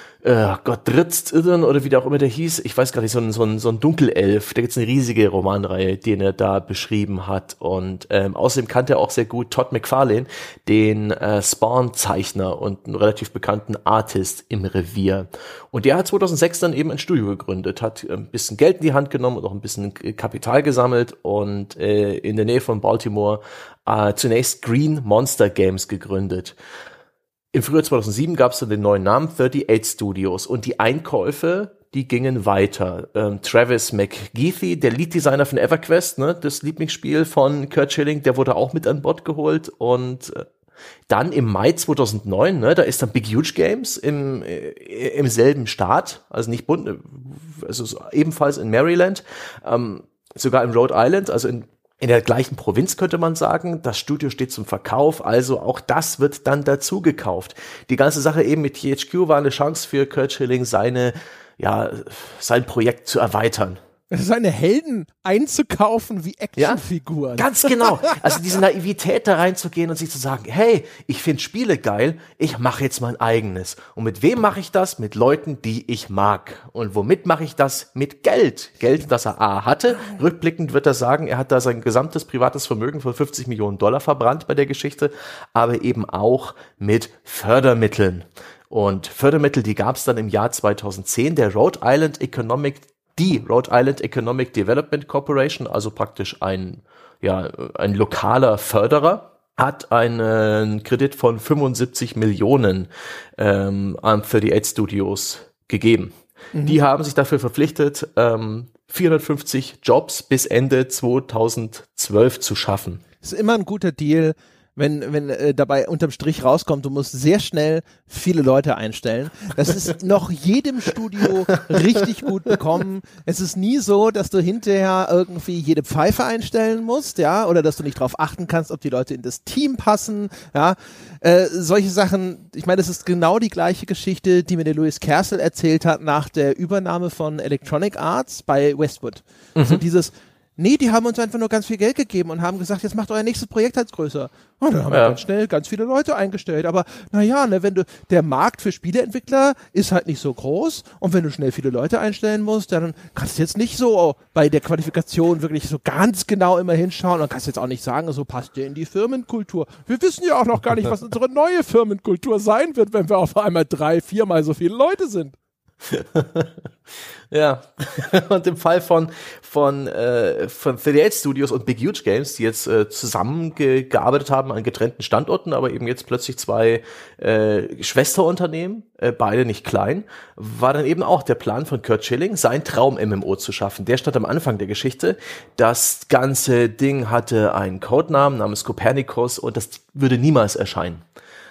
Dritzt oder wie der auch immer der hieß, ich weiß gar nicht, so ein Dunkelelf, da gibt's eine riesige Romanreihe, den er da beschrieben hat und außerdem kannte er auch sehr gut Todd McFarlane, den Spawn-Zeichner und einen relativ bekannten Artist im Revier und der hat 2006 dann eben ein Studio gegründet, hat ein bisschen Geld in die Hand genommen und auch ein bisschen Kapital gesammelt und in der Nähe von Baltimore zunächst Green Monster Games gegründet. Im Frühjahr 2007 gab es dann den neuen Namen 38 Studios und die Einkäufe, die gingen weiter. Travis McGeethy, der Lead-Designer von EverQuest, ne, das Lieblingsspiel von Curt Schilling, der wurde auch mit an Bord geholt und dann im Mai 2009, ne, da ist dann Big Huge Games im selben Staat, also nicht also ebenfalls in Maryland, sogar in Rhode Island, also in der gleichen Provinz könnte man sagen, das Studio steht zum Verkauf, also auch das wird dann dazu gekauft. Die ganze Sache eben mit THQ war eine Chance für Curt Schilling, sein Projekt zu erweitern. Seine Helden einzukaufen wie Actionfiguren. Ja, ganz genau. Also diese Naivität da reinzugehen und sich zu sagen, hey, ich finde Spiele geil, ich mache jetzt mein eigenes. Und mit wem mache ich das? Mit Leuten, die ich mag. Und womit mache ich das? Mit Geld. Geld, das er hatte. Rückblickend wird er sagen, er hat da sein gesamtes privates Vermögen von $50 Millionen verbrannt bei der Geschichte, aber eben auch mit Fördermitteln. Und Fördermittel, die gab es dann im Jahr 2010, der Rhode Island Economic Development Corporation, also praktisch ein lokaler Förderer, hat einen Kredit von 75 Millionen an 38 Studios gegeben. Die haben sich dafür verpflichtet, 450 Jobs bis Ende 2012 zu schaffen. Das ist immer ein guter Deal, wenn dabei unterm Strich rauskommt, du musst sehr schnell viele Leute einstellen. Das ist noch jedem Studio richtig gut bekommen. Es ist nie so, dass du hinterher irgendwie jede Pfeife einstellen musst, ja, oder dass du nicht darauf achten kannst, ob die Leute in das Team passen, ja. Solche Sachen, ich meine, das ist genau die gleiche Geschichte, die mir der Louis Kersel erzählt hat nach der Übernahme von Electronic Arts bei Westwood. So dieses Nee, die haben uns einfach nur ganz viel Geld gegeben und haben gesagt, jetzt macht euer nächstes Projekt halt größer. Und dann haben wir ganz schnell ganz viele Leute eingestellt. Aber naja, ne, der Markt für Spieleentwickler ist halt nicht so groß und wenn du schnell viele Leute einstellen musst, dann kannst du jetzt nicht so bei der Qualifikation wirklich so ganz genau immer hinschauen und kannst jetzt auch nicht sagen, so passt ihr in die Firmenkultur. Wir wissen ja auch noch gar nicht, was unsere neue Firmenkultur sein wird, wenn wir auf einmal 3-4 Mal so viele Leute sind. Ja, und im Fall von 38 Studios und Big Huge Games, die jetzt zusammengearbeitet haben an getrennten Standorten, aber eben jetzt plötzlich zwei Schwesterunternehmen, beide nicht klein, war dann eben auch der Plan von Curt Schilling, sein Traum-MMO zu schaffen. Der stand am Anfang der Geschichte. Das ganze Ding hatte einen Codenamen namens Copernicus und das würde niemals erscheinen.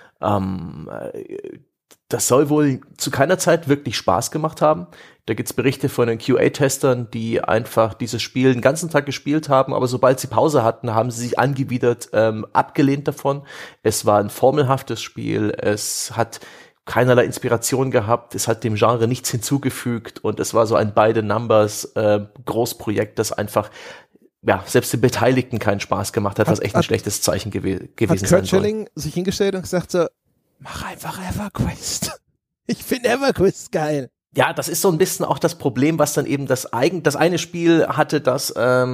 Das soll wohl zu keiner Zeit wirklich Spaß gemacht haben. Da gibt's Berichte von den QA-Testern, die einfach dieses Spiel den ganzen Tag gespielt haben, aber sobald sie Pause hatten, haben sie sich angewidert abgelehnt davon. Es war ein formelhaftes Spiel, es hat keinerlei Inspiration gehabt, es hat dem Genre nichts hinzugefügt und es war so ein By-the-Numbers Großprojekt, das einfach selbst den Beteiligten keinen Spaß gemacht hat, was echt ein schlechtes Zeichen gewesen sein soll. Hat Curt Schilling sich hingestellt und gesagt so, mach einfach EverQuest. Ich finde EverQuest geil. Ja, das ist so ein bisschen auch das Problem, was dann eben das eine Spiel hatte, das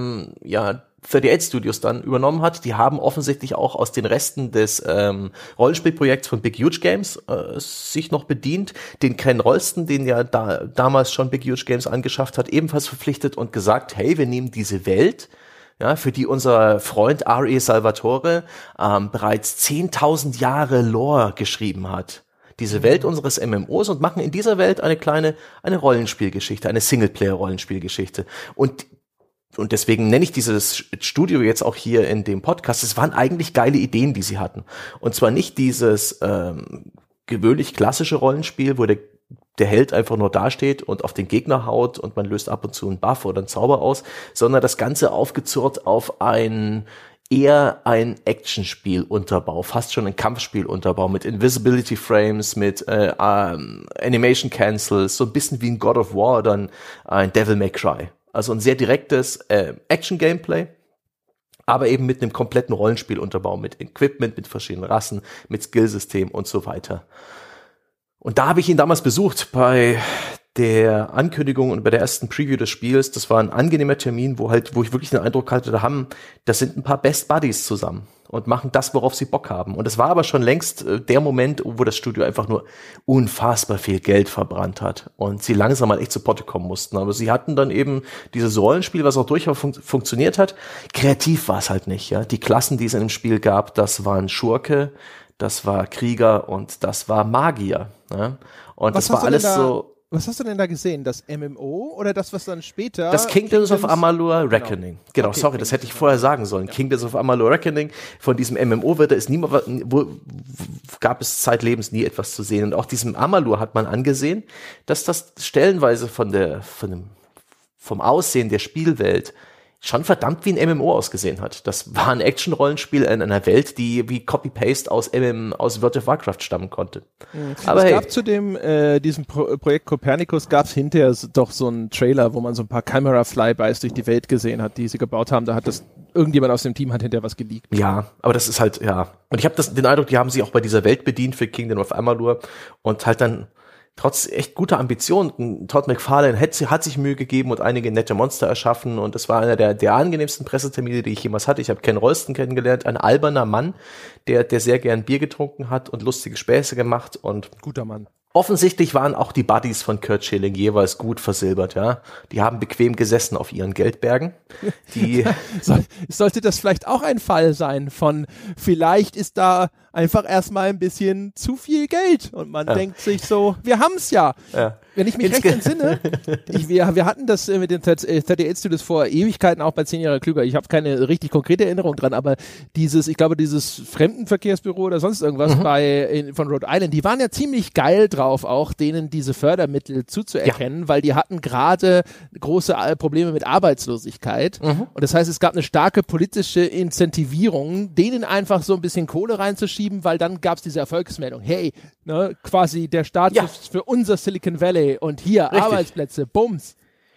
38 Studios dann übernommen hat. Die haben offensichtlich auch aus den Resten des Rollenspielprojekts von Big Huge Games sich noch bedient. Den Ken Rolston, den ja damals schon Big Huge Games angeschafft hat, ebenfalls verpflichtet und gesagt, hey, wir nehmen diese Welt, für die unser Freund R.E. Salvatore bereits 10.000 Jahre Lore geschrieben hat. Diese Welt unseres MMOs und machen in dieser Welt eine Rollenspielgeschichte, eine Singleplayer-Rollenspielgeschichte. Und deswegen nenne ich dieses Studio jetzt auch hier in dem Podcast. Es waren eigentlich geile Ideen, die sie hatten. Und zwar nicht dieses gewöhnlich klassische Rollenspiel, wo der Held einfach nur dasteht und auf den Gegner haut und man löst ab und zu einen Buff oder einen Zauber aus, sondern das Ganze aufgezurrt auf eher ein Actionspiel-Unterbau, fast schon ein Kampfspiel-Unterbau mit Invisibility Frames, mit Animation Cancels, so ein bisschen wie ein God of War oder ein Devil May Cry. Also ein sehr direktes Action-Gameplay, aber eben mit einem kompletten Rollenspiel-Unterbau, mit Equipment, mit verschiedenen Rassen, mit Skillsystem und so weiter. Und da habe ich ihn damals besucht bei der Ankündigung und bei der ersten Preview des Spiels. Das war ein angenehmer Termin, wo ich wirklich den Eindruck hatte, das sind ein paar Best Buddies zusammen und machen das, worauf sie Bock haben. Und es war aber schon längst der Moment, wo das Studio einfach nur unfassbar viel Geld verbrannt hat und sie langsam mal echt zu Potte kommen mussten. Aber sie hatten dann eben dieses Rollenspiel, was auch durchaus funktioniert hat. Kreativ war es halt nicht, ja. Die Klassen, die es in dem Spiel gab, das waren Schurke, das war Krieger und das war Magier. Ja? Und das war alles so. Was hast du denn da gesehen? Das MMO oder das, was dann später... Das Kingdoms of Amalur Reckoning. Genau, okay, sorry, das hätte ich vorher sagen sollen. Ja. Kingdoms of Amalur Reckoning. Von diesem MMO gab es zeitlebens nie etwas zu sehen. Und auch diesem Amalur hat man angesehen, dass das stellenweise vom Aussehen der Spielwelt schon verdammt wie ein MMO ausgesehen hat. Das war ein Action-Rollenspiel in einer Welt, die wie Copy-Paste aus World of Warcraft stammen konnte. Aber es gab zu diesem Projekt Copernicus gab es hinterher doch so einen Trailer, wo man so ein paar Camera-Flybys durch die Welt gesehen hat, die sie gebaut haben. Da hat irgendjemand aus dem Team hat hinterher was geleakt. Ja, aber das ist halt, ja. Und ich habe den Eindruck, die haben sich auch bei dieser Welt bedient für Kingdom of Amalur und halt dann trotz echt guter Ambitionen, Todd McFarlane hat sich Mühe gegeben und einige nette Monster erschaffen und das war einer der angenehmsten Pressetermine, die ich jemals hatte. Ich habe Ken Rolston kennengelernt, ein alberner Mann, der sehr gern Bier getrunken hat und lustige Späße gemacht und guter Mann. Offensichtlich waren auch die Buddies von Curt Schilling jeweils gut versilbert, ja. Die haben bequem gesessen auf ihren Geldbergen. Sollte das vielleicht auch ein Fall sein von, vielleicht ist da einfach erstmal ein bisschen zu viel Geld und man denkt sich so, wir haben's ja. Wenn ich mich recht entsinne, wir hatten das mit den 38 Studios vor Ewigkeiten auch bei 10 Jahre klüger. Ich habe keine richtig konkrete Erinnerung dran, aber dieses Fremdenverkehrsbüro oder sonst irgendwas von Rhode Island, die waren ja ziemlich geil drauf, auch denen diese Fördermittel zuzuerkennen, weil die hatten gerade große Probleme mit Arbeitslosigkeit. Und das heißt, es gab eine starke politische Incentivierung, denen einfach so ein bisschen Kohle reinzuschieben, weil dann gab es diese Erfolgsmeldung. Hey, quasi der Start für unser Silicon Valley und hier richtig. Arbeitsplätze, Bums.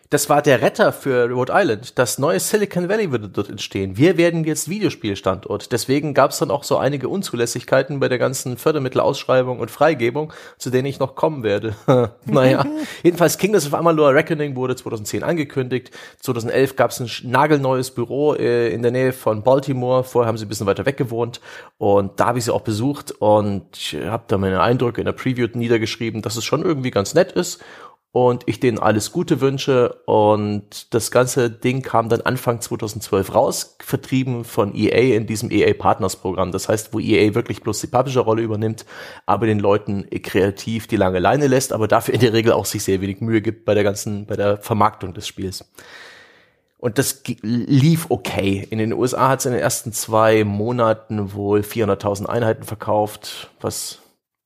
Das war der Retter für Rhode Island. Das neue Silicon Valley würde dort entstehen. Wir werden jetzt Videospielstandort. Deswegen gab es dann auch so einige Unzulässigkeiten bei der ganzen Fördermittelausschreibung und Freigebung, zu denen ich noch kommen werde. Naja, jedenfalls Kingdoms of Amalur Reckoning wurde 2010 angekündigt. 2011 gab es ein nagelneues Büro in der Nähe von Baltimore. Vorher haben sie ein bisschen weiter weg gewohnt und da habe ich sie auch besucht und habe da meine Eindrücke in der Preview niedergeschrieben, dass es schon irgendwie ganz nett ist. Und ich denen alles Gute wünsche und das ganze Ding kam dann Anfang 2012 raus, vertrieben von EA in diesem EA Partners Programm. Das heißt, wo EA wirklich bloß die Publisher-Rolle übernimmt, aber den Leuten kreativ die lange Leine lässt, aber dafür in der Regel auch sich sehr wenig Mühe gibt bei der Vermarktung des Spiels. Und das lief okay. In den USA hat es in den ersten 2 Monaten wohl 400.000 Einheiten verkauft, was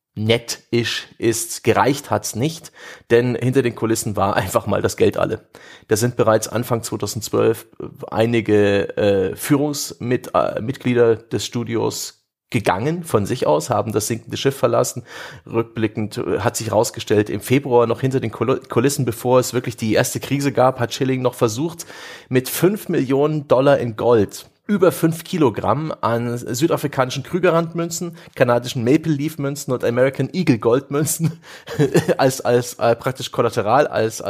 ist, gereicht hat's nicht, denn hinter den Kulissen war einfach mal das Geld alle. Da sind bereits Anfang 2012 einige Führungsmitglieder des Studios gegangen von sich aus, haben das sinkende Schiff verlassen. Rückblickend hat sich herausgestellt, im Februar noch hinter den Kulissen, bevor es wirklich die erste Krise gab, hat Schilling noch versucht, mit $5 Millionen in Gold über 5 Kilogramm an südafrikanischen Krügerrand-Münzen, kanadischen Maple Leaf-Münzen und American Eagle Gold-Münzen als praktisch Kollateral, als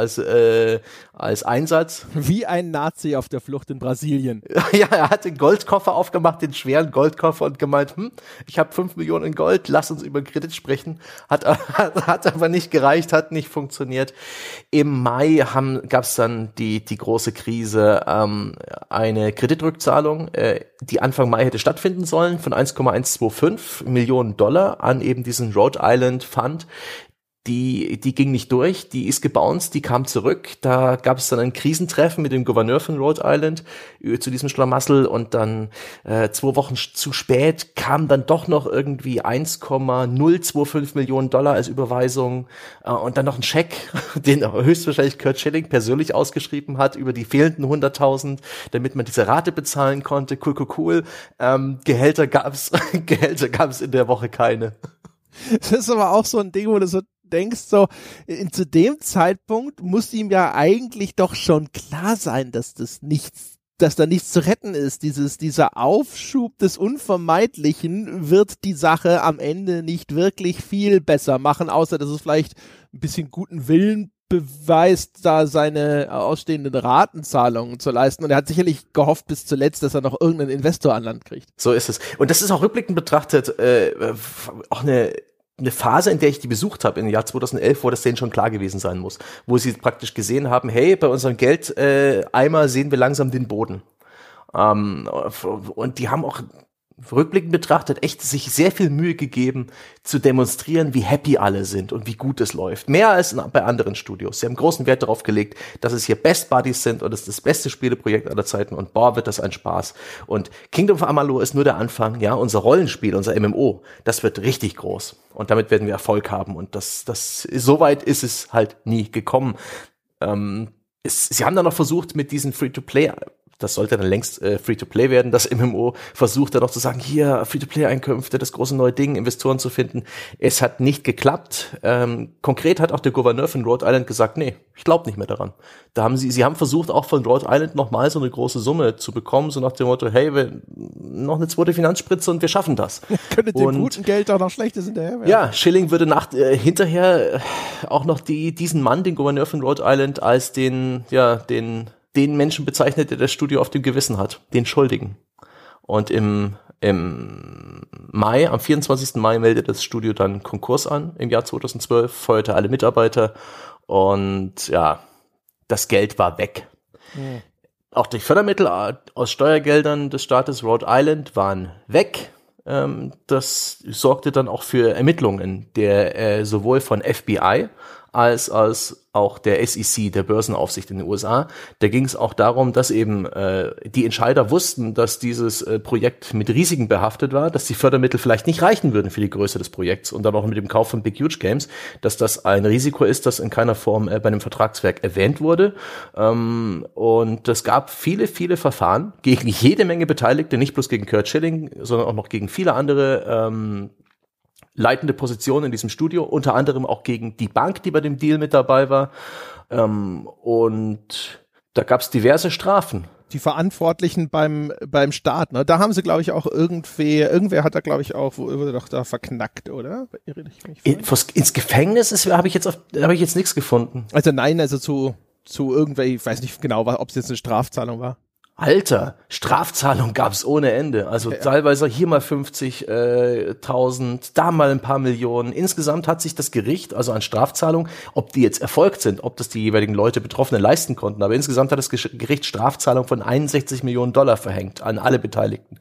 Einsatz. Wie ein Nazi auf der Flucht in Brasilien. Ja, er hat den Goldkoffer aufgemacht, den schweren Goldkoffer und gemeint, ich habe 5 Millionen in Gold, lass uns über Kredit sprechen. Hat aber nicht gereicht, hat nicht funktioniert. Im Mai gab es dann die große Krise, eine Kreditrückzahlung, die Anfang Mai hätte stattfinden sollen, von 1,125 Millionen Dollar an eben diesen Rhode Island Fund. Die ging nicht durch, die ist gebounced, die kam zurück. Da gab es dann ein Krisentreffen mit dem Gouverneur von Rhode Island zu diesem Schlamassel und dann 2 Wochen zu spät kam dann doch noch irgendwie 1,025 Millionen Dollar als Überweisung und dann noch ein Scheck, den höchstwahrscheinlich Curt Schilling persönlich ausgeschrieben hat über die fehlenden 100.000, damit man diese Rate bezahlen konnte. Cool. Gehälter gab's in der Woche keine. Das ist aber auch so ein Ding, wo du so denkst, so zu dem Zeitpunkt muss ihm ja eigentlich doch schon klar sein, dass da nichts zu retten ist. Dieser Aufschub des Unvermeidlichen wird die Sache am Ende nicht wirklich viel besser machen, außer dass es vielleicht ein bisschen guten Willen beweist, da seine ausstehenden Ratenzahlungen zu leisten. Und er hat sicherlich gehofft bis zuletzt, dass er noch irgendeinen Investor an Land kriegt. So ist es. Und das ist auch rückblickend betrachtet auch eine Phase, in der ich die besucht habe, im Jahr 2011, wo das denen schon klar gewesen sein muss. Wo sie praktisch gesehen haben, hey, bei unserem Geldeimer sehen wir langsam den Boden. Und die haben auch rückblickend betrachtet echt sich sehr viel Mühe gegeben, zu demonstrieren, wie happy alle sind und wie gut es läuft. Mehr als bei anderen Studios. Sie haben großen Wert darauf gelegt, dass es hier Best Buddies sind und es ist das beste Spieleprojekt aller Zeiten und wird das ein Spaß. Und Kingdom of Amalur ist nur der Anfang, ja, unser Rollenspiel, unser MMO, das wird richtig groß. Und damit werden wir Erfolg haben und so weit ist es halt nie gekommen. Sie haben dann noch versucht, mit diesen Free-to-Play, das sollte dann längst Free-to-Play werden, das MMO, versucht dann noch zu sagen, hier, Free-to-Play-Einkünfte, das große neue Ding, Investoren zu finden. Es hat nicht geklappt. Konkret hat auch der Gouverneur von Rhode Island gesagt, nee, ich glaube nicht mehr daran. Sie haben versucht, auch von Rhode Island nochmal so eine große Summe zu bekommen, so nach dem Motto, hey, noch eine zweite Finanzspritze und wir schaffen das. Könnte dem guten Geld auch noch Schlechtes hinterher werden. Ja, Schilling würde hinterher auch noch diesen Mann, den Gouverneur von Rhode Island, als den Menschen bezeichnet, der das Studio auf dem Gewissen hat, den Schuldigen. Und im Mai, am 24. Mai meldet das Studio dann Konkurs an, im Jahr 2012, feuerte alle Mitarbeiter und ja, das Geld war weg. Mhm. Auch die Fördermittel aus Steuergeldern des Staates Rhode Island waren weg. Das sorgte dann auch für Ermittlungen der sowohl von FBI als auch der SEC, der Börsenaufsicht in den USA. Da ging es auch darum, dass eben die Entscheider wussten, dass dieses Projekt mit Risiken behaftet war, dass die Fördermittel vielleicht nicht reichen würden für die Größe des Projekts und dann auch mit dem Kauf von Big Huge Games, dass das ein Risiko ist, das in keiner Form bei einem Vertragswerk erwähnt wurde. Und es gab viele, viele Verfahren gegen jede Menge Beteiligte, nicht bloß gegen Curt Schilling, sondern auch noch gegen viele andere leitende Position in diesem Studio, unter anderem auch gegen die Bank, die bei dem Deal mit dabei war. Und da gab es diverse Strafen. Die Verantwortlichen beim Staat, ne? Da haben sie, glaube ich, auch irgendwer hat da, glaube ich, auch, wurde doch da verknackt, oder? Ins Gefängnis habe ich jetzt nichts gefunden. Also nein, also zu irgendwer, ich weiß nicht genau, ob es jetzt eine Strafzahlung war. Alter, Strafzahlung gab's ohne Ende. Also teilweise hier mal 50.000, da mal ein paar Millionen. Insgesamt hat sich das Gericht, also an Strafzahlung, ob die jetzt erfolgt sind, ob das die jeweiligen Leute Betroffenen leisten konnten, aber insgesamt hat das Gericht Strafzahlung von 61 Millionen Dollar verhängt an alle Beteiligten.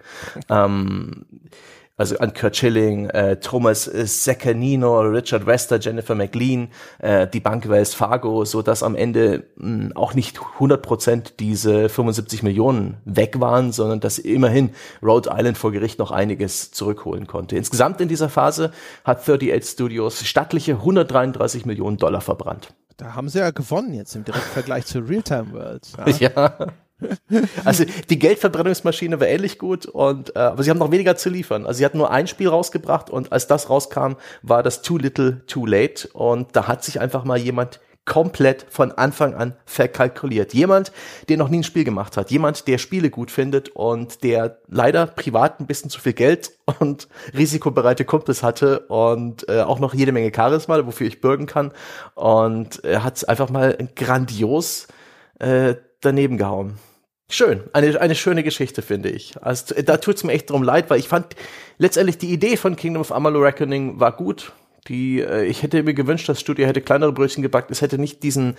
Also an Curt Schilling, Thomas Zaccagnino, Richard Wester, Jennifer McLean, die Bank Wells Fargo, so dass am Ende auch nicht 100% diese 75 Millionen weg waren, sondern dass immerhin Rhode Island vor Gericht noch einiges zurückholen konnte. Insgesamt in dieser Phase hat 38 Studios stattliche 133 Millionen Dollar verbrannt. Da haben sie ja gewonnen jetzt im Direktvergleich zu Realtime Worlds. Ja. Also die Geldverbrennungsmaschine war ähnlich gut aber sie haben noch weniger zu liefern. Also sie hatten nur ein Spiel rausgebracht und als das rauskam, war das Too Little, Too Late und da hat sich einfach mal jemand komplett von Anfang an verkalkuliert. Jemand, der noch nie ein Spiel gemacht hat. Jemand, der Spiele gut findet und der leider privat ein bisschen zu viel Geld und risikobereite Kumpels hatte und auch noch jede Menge Charisma, wofür ich bürgen kann. Und er hat einfach mal grandios daneben gehauen. Schön, eine schöne Geschichte, finde ich. Also da tut's mir echt drum leid, weil ich fand letztendlich die Idee von Kingdom of Amalur Reckoning war gut. Ich hätte mir gewünscht, das Studio hätte kleinere Brötchen gebackt. Es hätte nicht diesen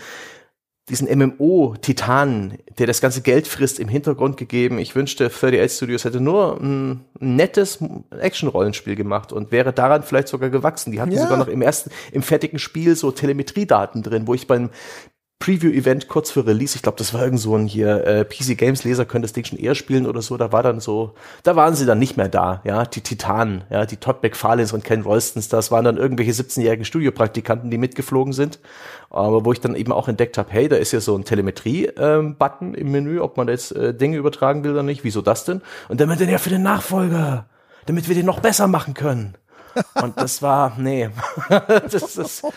MMO-Titan, der das ganze Geld frisst, im Hintergrund gegeben. Ich wünschte, 38 Studios hätte nur ein nettes Action-Rollenspiel gemacht und wäre daran vielleicht sogar gewachsen. Die hatten sogar noch im fertigen Spiel so Telemetriedaten drin, wo ich beim Preview-Event kurz vor Release, ich glaube, das war irgend so ein hier, PC Games Leser können das Ding schon eher spielen oder so, da waren sie dann nicht mehr da, ja, die Titanen, ja, die Todd McFarlanes und Ken Rolstons, das waren dann irgendwelche 17-jährigen Studiopraktikanten, die mitgeflogen sind, aber wo ich dann eben auch entdeckt habe, hey, da ist ja so ein Telemetrie-Button im Menü, ob man da jetzt Dinge übertragen will oder nicht, wieso das denn? Und damit dann ja für den Nachfolger, damit wir den noch besser machen können. Und das war, nee, das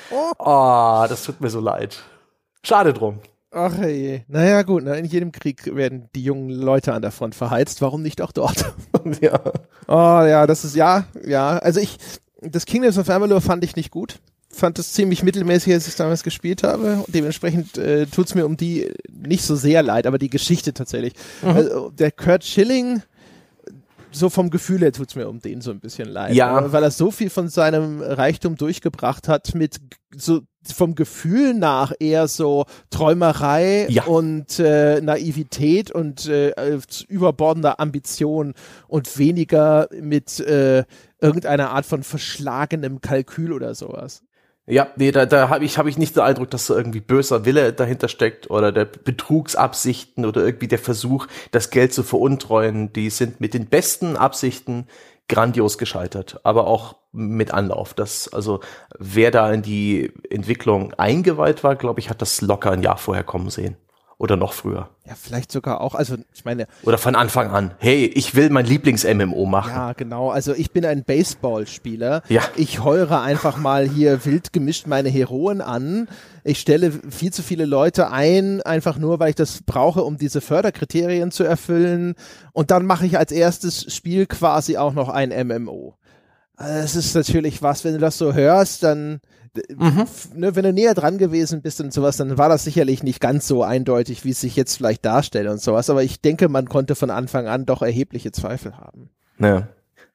tut mir so leid. Schade drum. Ach hey. Naja gut, in jedem Krieg werden die jungen Leute an der Front verheizt. Warum nicht auch dort? Ja. Oh ja, das ist, ja. Also das Kingdoms of Amalur fand ich nicht gut. Fand es ziemlich mittelmäßig, als ich damals gespielt habe. Dementsprechend tut's mir um die nicht so sehr leid, aber die Geschichte tatsächlich. Also, der Curt Schilling, so vom Gefühl her tut's mir um den so ein bisschen leid. Ja. Weil er so viel von seinem Reichtum durchgebracht hat mit so vom Gefühl nach eher so Träumerei und Naivität und überbordender Ambition und weniger mit irgendeiner Art von verschlagenem Kalkül oder sowas. Ja, nee, da habe ich nicht den Eindruck, dass so irgendwie böser Wille dahinter steckt oder der Betrugsabsichten oder irgendwie der Versuch, das Geld zu veruntreuen. Die sind mit den besten Absichten grandios gescheitert, aber auch mit Anlauf. Also wer da in die Entwicklung eingeweiht war, glaube ich, hat das locker ein Jahr vorher kommen sehen. Oder noch früher. Ja, vielleicht sogar auch, also ich meine... Oder von Anfang an, hey, ich will mein Lieblings-MMO machen. Ja, genau, also ich bin ein Baseballspieler. Ja. Ich heure einfach mal hier wild gemischt meine Heroen an. Ich stelle viel zu viele Leute ein, einfach nur, weil ich das brauche, um diese Förderkriterien zu erfüllen. Und dann mache ich als erstes Spiel quasi auch noch ein MMO. Also das ist natürlich was, wenn du das so hörst, dann... Ne, wenn du näher dran gewesen bist und sowas, dann war das sicherlich nicht ganz so eindeutig, wie es sich jetzt vielleicht darstellt und sowas, aber ich denke, man konnte von Anfang an doch erhebliche Zweifel haben. Ja.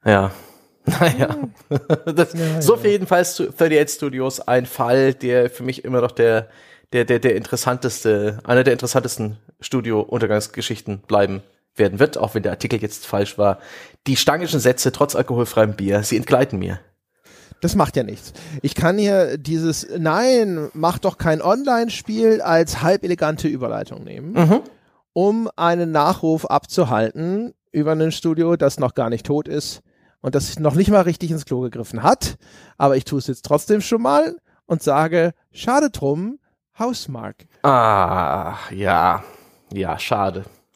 Naja. So für jedenfalls 38 Studios ein Fall, der für mich immer noch einer der interessantesten Studio-Untergangsgeschichten bleiben werden wird, auch wenn der Artikel jetzt falsch war. Die stangischen Sätze trotz alkoholfreiem Bier, sie entgleiten mir. Das macht ja nichts. Ich kann hier nein, mach doch kein Online-Spiel als halb elegante Überleitung nehmen, um einen Nachruf abzuhalten über ein Studio, das noch gar nicht tot ist und das noch nicht mal richtig ins Klo gegriffen hat. Aber ich tue es jetzt trotzdem schon mal und sage, schade drum, Housemarque. Ah, ja, schade.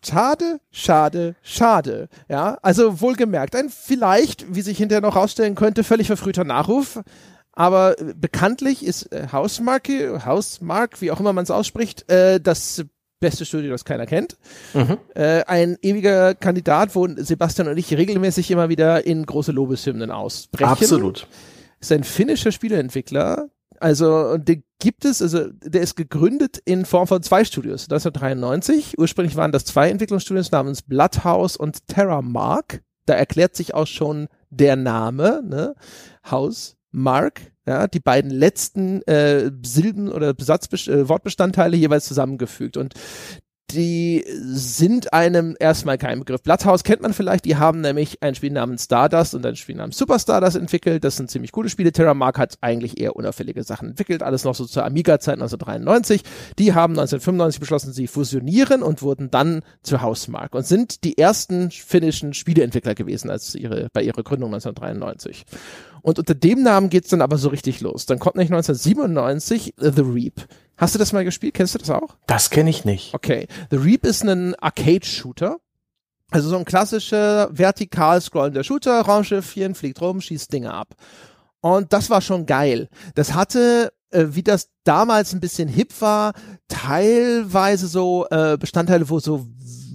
Schade. Ja, also wohlgemerkt, ein vielleicht, wie sich hinterher noch rausstellen könnte, völlig verfrühter Nachruf. Aber bekanntlich ist Housemarque, wie auch immer man es ausspricht, das beste Studio, das keiner kennt. Ein ewiger Kandidat, wo Sebastian und ich regelmäßig immer wieder in große Lobeshymnen ausbrechen. Absolut. Ist ein finnischer Spieleentwickler. Also, und der ist gegründet in Form von 2 Studios. 1993. Ursprünglich waren das 2 Entwicklungsstudios namens Bloodhouse und Terramark. Da erklärt sich auch schon der Name, ne? Housemarque. Ja, die beiden letzten Silben oder Wortbestandteile jeweils zusammengefügt. Und die sind einem erstmal kein Begriff. Bloodhouse kennt man vielleicht, die haben nämlich ein Spiel namens Stardust und ein Spiel namens Super Stardust entwickelt. Das sind ziemlich gute Spiele. Terramark hat eigentlich eher unauffällige Sachen entwickelt, alles noch so zur Amiga-Zeit 1993. Die haben 1995 beschlossen, sie fusionieren und wurden dann zu Housemarque und sind die ersten finnischen Spieleentwickler gewesen bei ihrer Gründung 1993. Und unter dem Namen geht's dann aber so richtig los. Dann kommt nämlich 1997 The Reap. Hast du das mal gespielt? Kennst du das auch? Das kenne ich nicht. Okay. The Reap ist ein Arcade-Shooter. Also so ein klassischer vertikal scrollender Shooter. Raumschiffchen, fliegt rum, schießt Dinge ab. Und das war schon geil. Das hatte, wie das damals ein bisschen hip war, teilweise so Bestandteile, wo so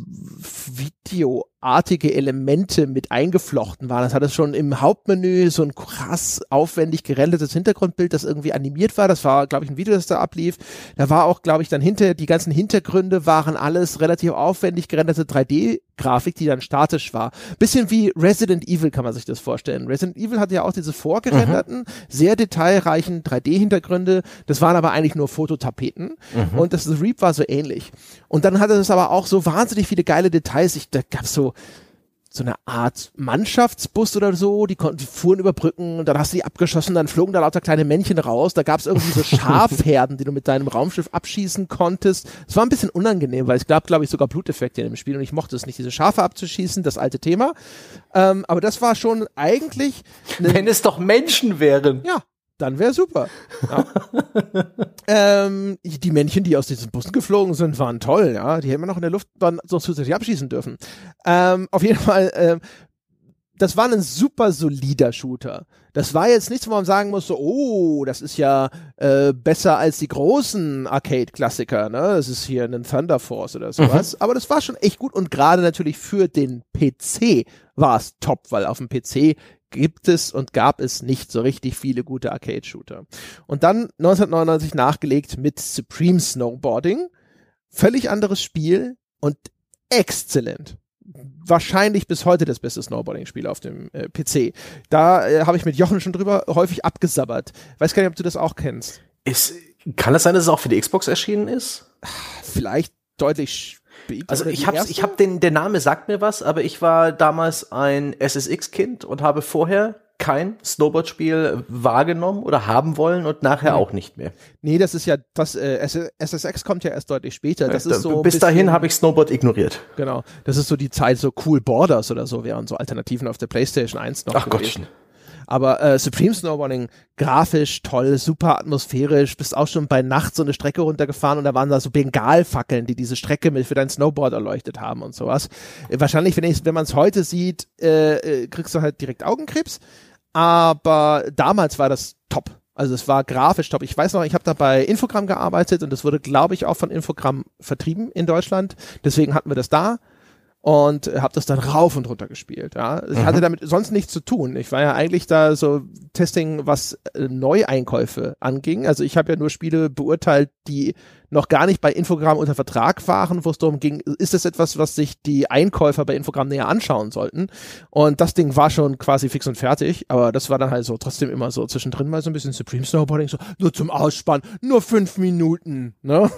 videoartige Elemente mit eingeflochten waren. Das hatte schon im Hauptmenü so ein krass aufwendig gerendertes Hintergrundbild, das irgendwie animiert war. Das war, glaube ich, ein Video, das da ablief. Da war auch, glaube ich, dann die ganzen Hintergründe waren alles relativ aufwendig gerenderte 3D-Grafik, die dann statisch war. Bisschen wie Resident Evil kann man sich das vorstellen. Resident Evil hatte ja auch diese vorgerenderten, sehr detailreichen 3D-Hintergründe. Das waren aber eigentlich nur Fototapeten. Und das The Reap war so ähnlich. Und dann hatte es aber auch so wahnsinnig viele geile Details. Da gab es so eine Art Mannschaftsbus oder so, die fuhren über Brücken und dann hast du die abgeschossen, dann flogen da lauter kleine Männchen raus, da gab es irgendwie so Schafherden, die du mit deinem Raumschiff abschießen konntest. Es war ein bisschen unangenehm, weil es gab, glaube ich, sogar Bluteffekte in dem Spiel und ich mochte es nicht, diese Schafe abzuschießen, das alte Thema. Aber das war schon eigentlich... Wenn es doch Menschen wären. Ja. Dann wäre super. Ja. Die Männchen, die aus diesen Bussen geflogen sind, waren toll, ja. Die hätten wir noch in der Luft dann so zusätzlich abschießen dürfen. Auf jeden Fall, das war ein super solider Shooter. Das war jetzt nichts, wo man sagen muss, so, oh, das ist ja besser als die großen Arcade-Klassiker, ne? Das ist hier ein Thunder Force oder sowas. Aber das war schon echt gut und gerade natürlich für den PC war es top, weil auf dem PC gab es nicht so richtig viele gute Arcade-Shooter. Und dann 1999 nachgelegt mit Supreme Snowboarding. Völlig anderes Spiel und exzellent. Wahrscheinlich bis heute das beste Snowboarding-Spiel auf dem PC. Da habe ich mit Jochen schon drüber häufig abgesabbert. Weiß gar nicht, ob du das auch kennst. Kann es sein, dass es auch für die Xbox erschienen ist? Vielleicht deutlich. Also der Name sagt mir was, aber ich war damals ein SSX-Kind und habe vorher kein Snowboard-Spiel wahrgenommen oder haben wollen und nachher auch nicht mehr. Nee, das ist ja, SSX kommt ja erst deutlich später. Das ist so bis dahin habe ich Snowboard ignoriert. Genau, das ist so die Zeit, so Cool Borders oder so wären so Alternativen auf der PlayStation 1 noch gewesen. Gottchen. Aber Supreme Snowboarding, grafisch toll, super atmosphärisch, bist auch schon bei Nacht so eine Strecke runtergefahren und da waren da so Bengalfackeln, die diese Strecke für dein Snowboard erleuchtet haben und sowas. Wahrscheinlich, wenn man es heute sieht, kriegst du halt direkt Augenkrebs, aber damals war das top. Also es war grafisch top. Ich weiß noch, ich habe da bei Infogramm gearbeitet und das wurde, glaube ich, auch von Infogramm vertrieben in Deutschland. Deswegen hatten wir das da. Und habe das dann rauf und runter gespielt. Ja, ich hatte damit sonst nichts zu tun. Ich war ja eigentlich da so Testing, was Neueinkäufe anging. Also ich habe ja nur Spiele beurteilt, die noch gar nicht bei Infogramm unter Vertrag waren, wo es darum ging, ist das etwas, was sich die Einkäufer bei Infogramm näher anschauen sollten. Und das Ding war schon quasi fix und fertig, aber das war dann halt so trotzdem immer so zwischendrin mal so ein bisschen Supreme Snowboarding, so nur zum Ausspannen, nur 5 Minuten, ne?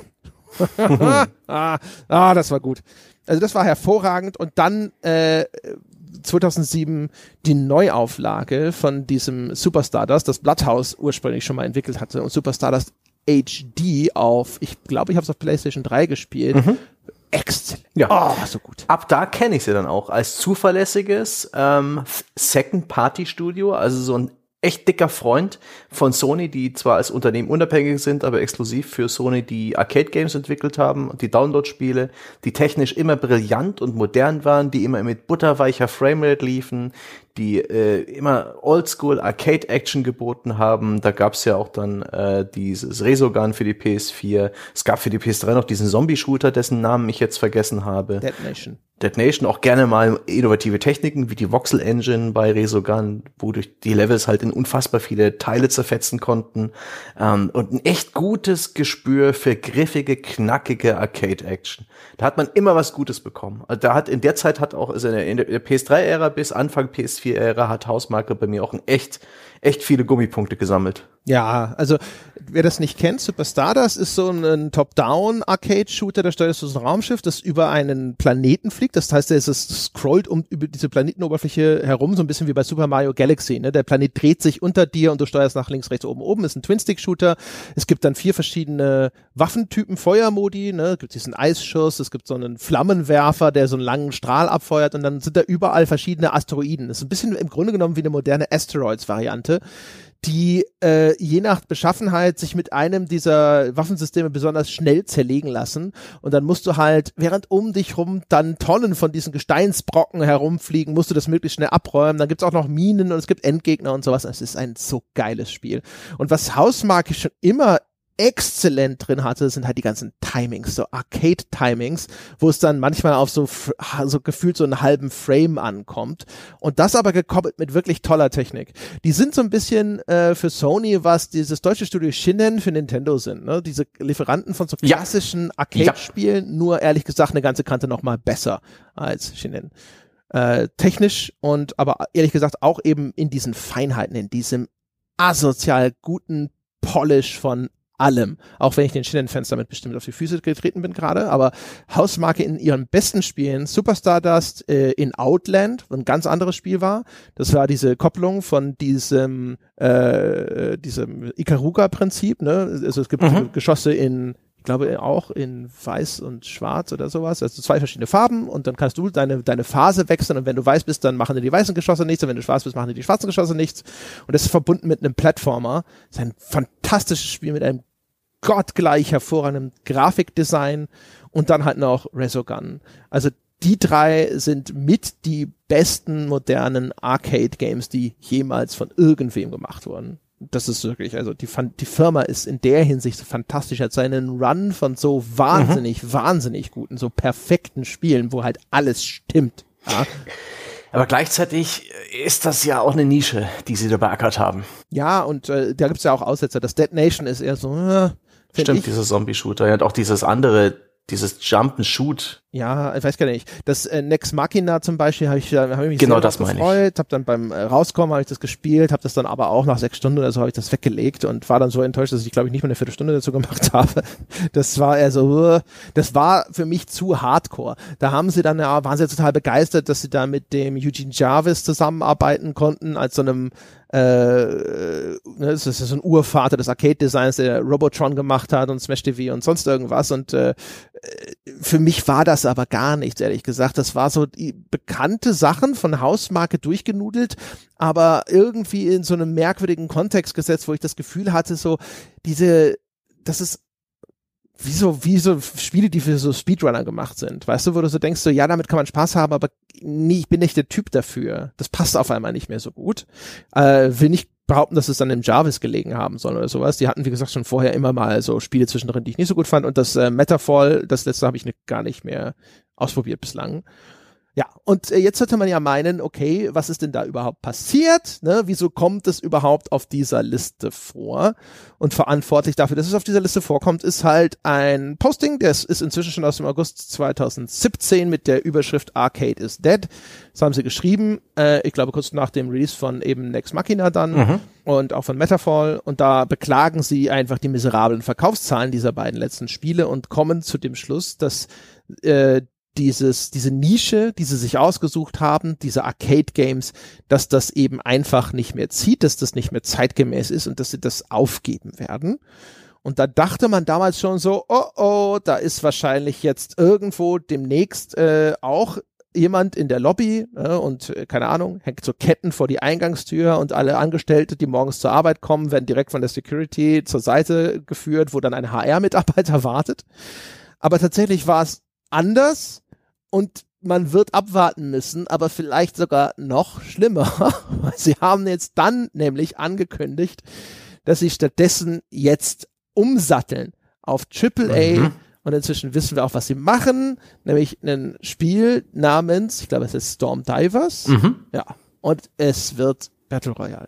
Das war gut. Also das war hervorragend und dann 2007 die Neuauflage von diesem Super Stardust, das Bloodhouse ursprünglich schon mal entwickelt hatte und Super Stardust HD ich glaube, ich habe es auf PlayStation 3 gespielt. Exzellent. Ja. So gut. Ab da kenne ich sie dann auch als zuverlässiges Second-Party-Studio, also so ein echt dicker Freund von Sony, die zwar als Unternehmen unabhängig sind, aber exklusiv für Sony die Arcade-Games entwickelt haben und die Download-Spiele, die technisch immer brillant und modern waren, die immer mit butterweicher Framerate liefen, die immer Oldschool-Arcade-Action geboten haben. Da gab's ja auch dann dieses Resogun für die PS4. Es gab für die PS3 noch diesen Zombie-Shooter, dessen Namen ich jetzt vergessen habe. Dead Nation, auch gerne mal innovative Techniken wie die Voxel Engine bei Resogun, wodurch die Levels halt in unfassbar viele Teile zerfetzen konnten, und ein echt gutes Gespür für griffige, knackige Arcade-Action. Da hat man immer was Gutes bekommen. Also in der Zeit hat auch, also in der PS3-Ära bis Anfang PS4-Ära hat Hausmarke bei mir auch echt viele Gummipunkte gesammelt. Ja, also wer das nicht kennt, Super Stardust ist so ein Top-Down-Arcade-Shooter, da steuerst du so ein Raumschiff, das über einen Planeten fliegt. Das heißt, es scrollt über diese Planetenoberfläche herum, so ein bisschen wie bei Super Mario Galaxy. Ne? Der Planet dreht sich unter dir und du steuerst nach links, rechts, oben, oben. Ist ein Twin-Stick-Shooter. Es gibt dann 4 verschiedene Waffentypen, Feuermodi. Ne? Es gibt diesen Eisschuss, es gibt so einen Flammenwerfer, der so einen langen Strahl abfeuert, und dann sind da überall verschiedene Asteroiden. Das ist ein bisschen im Grunde genommen wie eine moderne Asteroids-Variante, die je nach Beschaffenheit sich mit einem dieser Waffensysteme besonders schnell zerlegen lassen. Und dann musst du halt, während um dich rum dann Tonnen von diesen Gesteinsbrocken herumfliegen, musst du das möglichst schnell abräumen. Dann gibt's auch noch Minen und es gibt Endgegner und sowas. Es ist ein so geiles Spiel. Und was Hausmarke schon immer exzellent drin hatte, sind halt die ganzen Timings, so Arcade-Timings, wo es dann manchmal auf so gefühlt so einen halben Frame ankommt. Und das aber gekoppelt mit wirklich toller Technik. Die sind so ein bisschen für Sony, was dieses deutsche Studio Shinen für Nintendo sind, ne? Diese Lieferanten von so klassischen Arcade-Spielen, nur ehrlich gesagt eine ganze Kante noch mal besser als Shinen. Technisch und aber ehrlich gesagt auch eben in diesen Feinheiten, in diesem asozial guten Polish von allem, auch wenn ich den Shinen-Fans damit bestimmt auf die Füße getreten bin gerade, aber Hausmarke in ihren besten Spielen, Super Stardust in Outland, ein ganz anderes Spiel war, das war diese Kopplung von diesem Ikaruga-Prinzip, ne? Also es gibt Geschosse in, ich glaube auch in weiß und schwarz oder sowas, also 2 verschiedene Farben, und dann kannst du deine Phase wechseln, und wenn du weiß bist, dann machen dir die weißen Geschosse nichts, und wenn du schwarz bist, machen dir die schwarzen Geschosse nichts, und das ist verbunden mit einem Plattformer. Das ist ein fantastisches Spiel mit einem gottgleich hervorragenden Grafikdesign und dann halt noch Resogun. Also die 3 sind mit die besten modernen Arcade-Games, die jemals von irgendwem gemacht wurden. Das ist wirklich, also die Firma ist in der Hinsicht so fantastisch, hat seinen Run von so wahnsinnig guten, so perfekten Spielen, wo halt alles stimmt. Ja. Aber gleichzeitig ist das ja auch eine Nische, die sie da beackert haben. Ja, und da gibt's ja auch Aussetzer. Das Dead Nation ist eher so, stimmt, dieser Zombie-Shooter. Ja, und auch dieses andere, dieses Jump-and-Shoot. Ja, ich weiß gar nicht. Das Nex Machina zum Beispiel hab ich mich genau sehr das gefreut, habe dann beim Rauskommen habe ich das gespielt, habe das dann aber auch nach 6 Stunden oder so habe ich das weggelegt und war dann so enttäuscht, dass ich glaube ich nicht mal eine Viertelstunde dazu gemacht habe. Das war eher so, das war für mich zu hardcore. Da haben sie dann waren sie total begeistert, dass sie da mit dem Eugene Jarvis zusammenarbeiten konnten als so einem das ist so ein Urvater des Arcade-Designs, der Robotron gemacht hat und Smash TV und sonst irgendwas, und für mich war das aber gar nichts, ehrlich gesagt. Das war so die bekannte Sachen von Hausmarke durchgenudelt, aber irgendwie in so einem merkwürdigen Kontext gesetzt, wo ich das Gefühl hatte, so das ist wie so Spiele, die für so Speedrunner gemacht sind, weißt du, wo du so denkst, so ja, damit kann man Spaß haben, aber nee, ich bin nicht der Typ dafür. Das passt auf einmal nicht mehr so gut. Will nicht behaupten, dass es dann im Jarvis gelegen haben soll oder sowas. Die hatten, wie gesagt, schon vorher immer mal so Spiele zwischendrin, die ich nicht so gut fand, und das Metafall, das letzte habe ich gar nicht mehr ausprobiert bislang. Ja, und jetzt sollte man ja meinen, okay, was ist denn da überhaupt passiert? Ne? Wieso kommt es überhaupt auf dieser Liste vor? Und verantwortlich dafür, dass es auf dieser Liste vorkommt, ist halt ein Posting, das ist inzwischen schon aus dem August 2017 mit der Überschrift Arcade is Dead. Das haben sie geschrieben, ich glaube kurz nach dem Release von eben Nex Machina dann und auch von Metafall, und da beklagen sie einfach die miserablen Verkaufszahlen dieser beiden letzten Spiele und kommen zu dem Schluss, dass diese Nische, die sie sich ausgesucht haben, diese Arcade-Games, dass das eben einfach nicht mehr zieht, dass das nicht mehr zeitgemäß ist und dass sie das aufgeben werden. Und da dachte man damals schon so, da ist wahrscheinlich jetzt irgendwo demnächst auch jemand in der Lobby und keine Ahnung, hängt so Ketten vor die Eingangstür und alle Angestellte, die morgens zur Arbeit kommen, werden direkt von der Security zur Seite geführt, wo dann ein HR-Mitarbeiter wartet. Aber tatsächlich war es anders und man wird abwarten müssen, aber vielleicht sogar noch schlimmer. Sie haben jetzt dann nämlich angekündigt, dass sie stattdessen jetzt umsatteln auf AAA. Und inzwischen wissen wir auch, was sie machen, nämlich ein Spiel namens, ich glaube, es ist Storm Divers. Ja. Und es wird Battle Royale.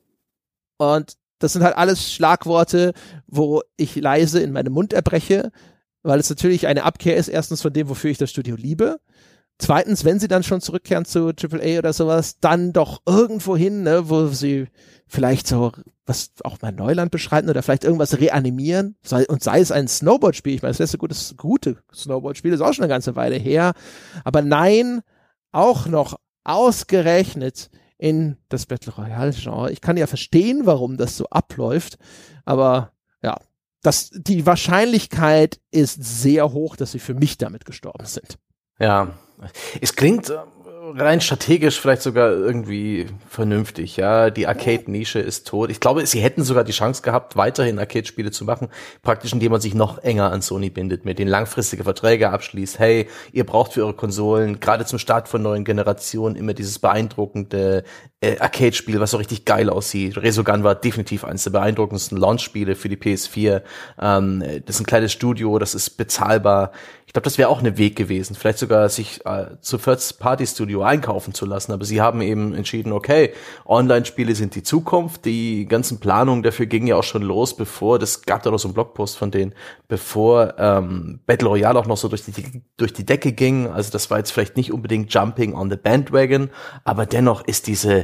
Und das sind halt alles Schlagworte, wo ich leise in meinem Mund erbreche, weil es natürlich eine Abkehr ist, erstens von dem, wofür ich das Studio liebe. Zweitens, wenn sie dann schon zurückkehren zu AAA oder sowas, dann doch irgendwo hin, ne, wo sie vielleicht so was auch mal Neuland beschreiten oder vielleicht irgendwas reanimieren. Sei es ein Snowboard-Spiel. Ich meine, das letzte gute Snowboard-Spiel ist auch schon eine ganze Weile her. Aber nein, auch noch ausgerechnet in das Battle Royale-Genre. Ich kann ja verstehen, warum das so abläuft, aber ja, die Wahrscheinlichkeit ist sehr hoch, dass sie für mich damit gestorben sind. Ja, es klingt rein strategisch vielleicht sogar irgendwie vernünftig, ja. Die Arcade-Nische ist tot. Ich glaube, sie hätten sogar die Chance gehabt, weiterhin Arcade-Spiele zu machen, praktisch indem man sich noch enger an Sony bindet, mit denen langfristige Verträge abschließt. Hey, ihr braucht für eure Konsolen, gerade zum Start von neuen Generationen, immer dieses beeindruckende Arcade-Spiel, was so richtig geil aussieht. Resogun war definitiv eines der beeindruckendsten Launch-Spiele für die PS4. Das ist ein kleines Studio, das ist bezahlbar. Ich glaube, das wäre auch ein Weg gewesen, vielleicht sogar sich zu First-Party-Studio einkaufen zu lassen. Aber sie haben eben entschieden, okay, Online-Spiele sind die Zukunft. Die ganzen Planungen dafür gingen ja auch schon los, das gab da noch so einen Blogpost von denen, bevor Battle Royale auch noch so durch die Decke ging. Also das war jetzt vielleicht nicht unbedingt Jumping on the Bandwagon, aber dennoch ist diese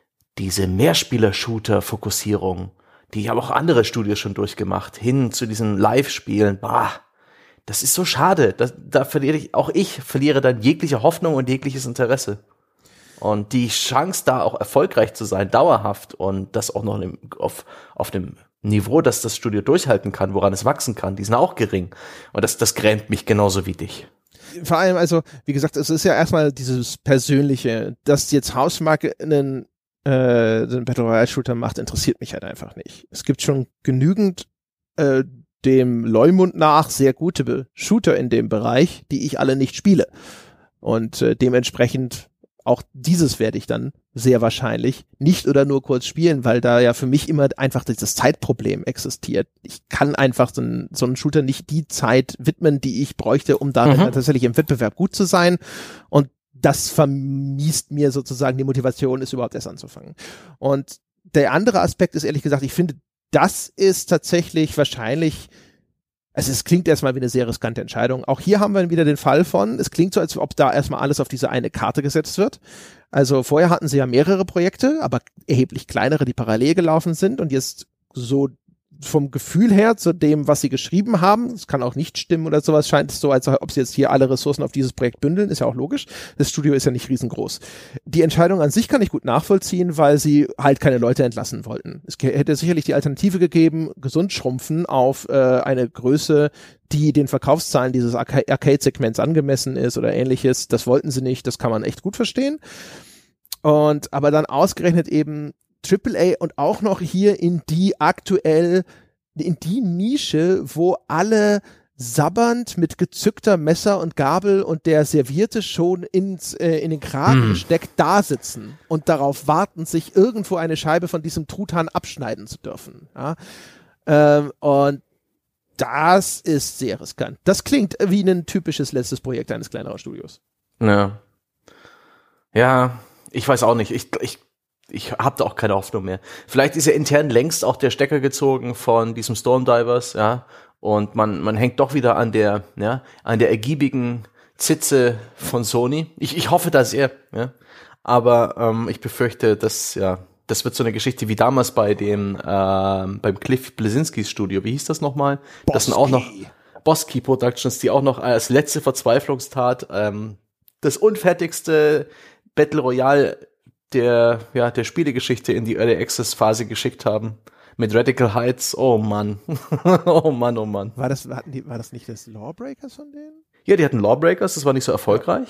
Mehrspieler-Shooter-Fokussierung, die haben auch andere Studios schon durchgemacht, hin zu diesen Live-Spielen, das ist so schade. Da verliere dann jegliche Hoffnung und jegliches Interesse. Und die Chance, da auch erfolgreich zu sein, dauerhaft und das auch noch auf dem Niveau, dass das Studio durchhalten kann, woran es wachsen kann, die sind auch gering. Und das grämt mich genauso wie dich. Vor allem, also, wie gesagt, es ist ja erstmal dieses Persönliche, dass jetzt Hausmarke einen Battle Royale Shooter macht, interessiert mich halt einfach nicht. Es gibt schon genügend dem Leumund nach sehr gute Shooter in dem Bereich, die ich alle nicht spiele. Und dementsprechend auch dieses werde ich dann sehr wahrscheinlich nicht oder nur kurz spielen, weil da ja für mich immer einfach dieses Zeitproblem existiert. Ich kann einfach so einen Shooter nicht die Zeit widmen, die ich bräuchte, um da tatsächlich im Wettbewerb gut zu sein. Und das vermiest mir sozusagen die Motivation, es überhaupt erst anzufangen. Und der andere Aspekt ist ehrlich gesagt, ich finde, das ist tatsächlich wahrscheinlich, also es klingt erstmal wie eine sehr riskante Entscheidung. Auch hier haben wir wieder den Fall von, es klingt so, als ob da erstmal alles auf diese eine Karte gesetzt wird. Also vorher hatten sie ja mehrere Projekte, aber erheblich kleinere, die parallel gelaufen sind und jetzt so vom Gefühl her zu dem, was sie geschrieben haben, es kann auch nicht stimmen oder sowas, scheint es so, als ob sie jetzt hier alle Ressourcen auf dieses Projekt bündeln, ist ja auch logisch. Das Studio ist ja nicht riesengroß. Die Entscheidung an sich kann ich gut nachvollziehen, weil sie halt keine Leute entlassen wollten. Es hätte sicherlich die Alternative gegeben, gesund schrumpfen auf eine Größe, die den Verkaufszahlen dieses Arcade-Segments angemessen ist oder ähnliches. Das wollten sie nicht, das kann man echt gut verstehen. Aber dann ausgerechnet eben AAA und auch noch hier in die Nische, wo alle sabbernd mit gezückter Messer und Gabel und der Serviette schon in den Kragen gesteckt da sitzen und darauf warten, sich irgendwo eine Scheibe von diesem Truthahn abschneiden zu dürfen. Ja? Und das ist sehr riskant. Das klingt wie ein typisches letztes Projekt eines kleineren Studios. Ja, ich weiß auch nicht. Ich habe da auch keine Hoffnung mehr. Vielleicht ist ja intern längst auch der Stecker gezogen von diesem Storm Divers, ja, und man hängt doch wieder an der ergiebigen Zitze von Sony. Ich hoffe da sehr, ja, aber ich befürchte, das wird so eine Geschichte wie damals beim Cliff Bleszinskis Studio. Wie hieß das nochmal? Das sind auch noch Bosky Productions, die auch noch als letzte Verzweiflungstat das unfertigste Battle Royale der Spielegeschichte in die Early Access Phase geschickt haben. Mit Radical Heights. Oh Mann. Oh Mann. War das nicht das Lawbreakers von denen? Ja, die hatten Lawbreakers, das war nicht so erfolgreich.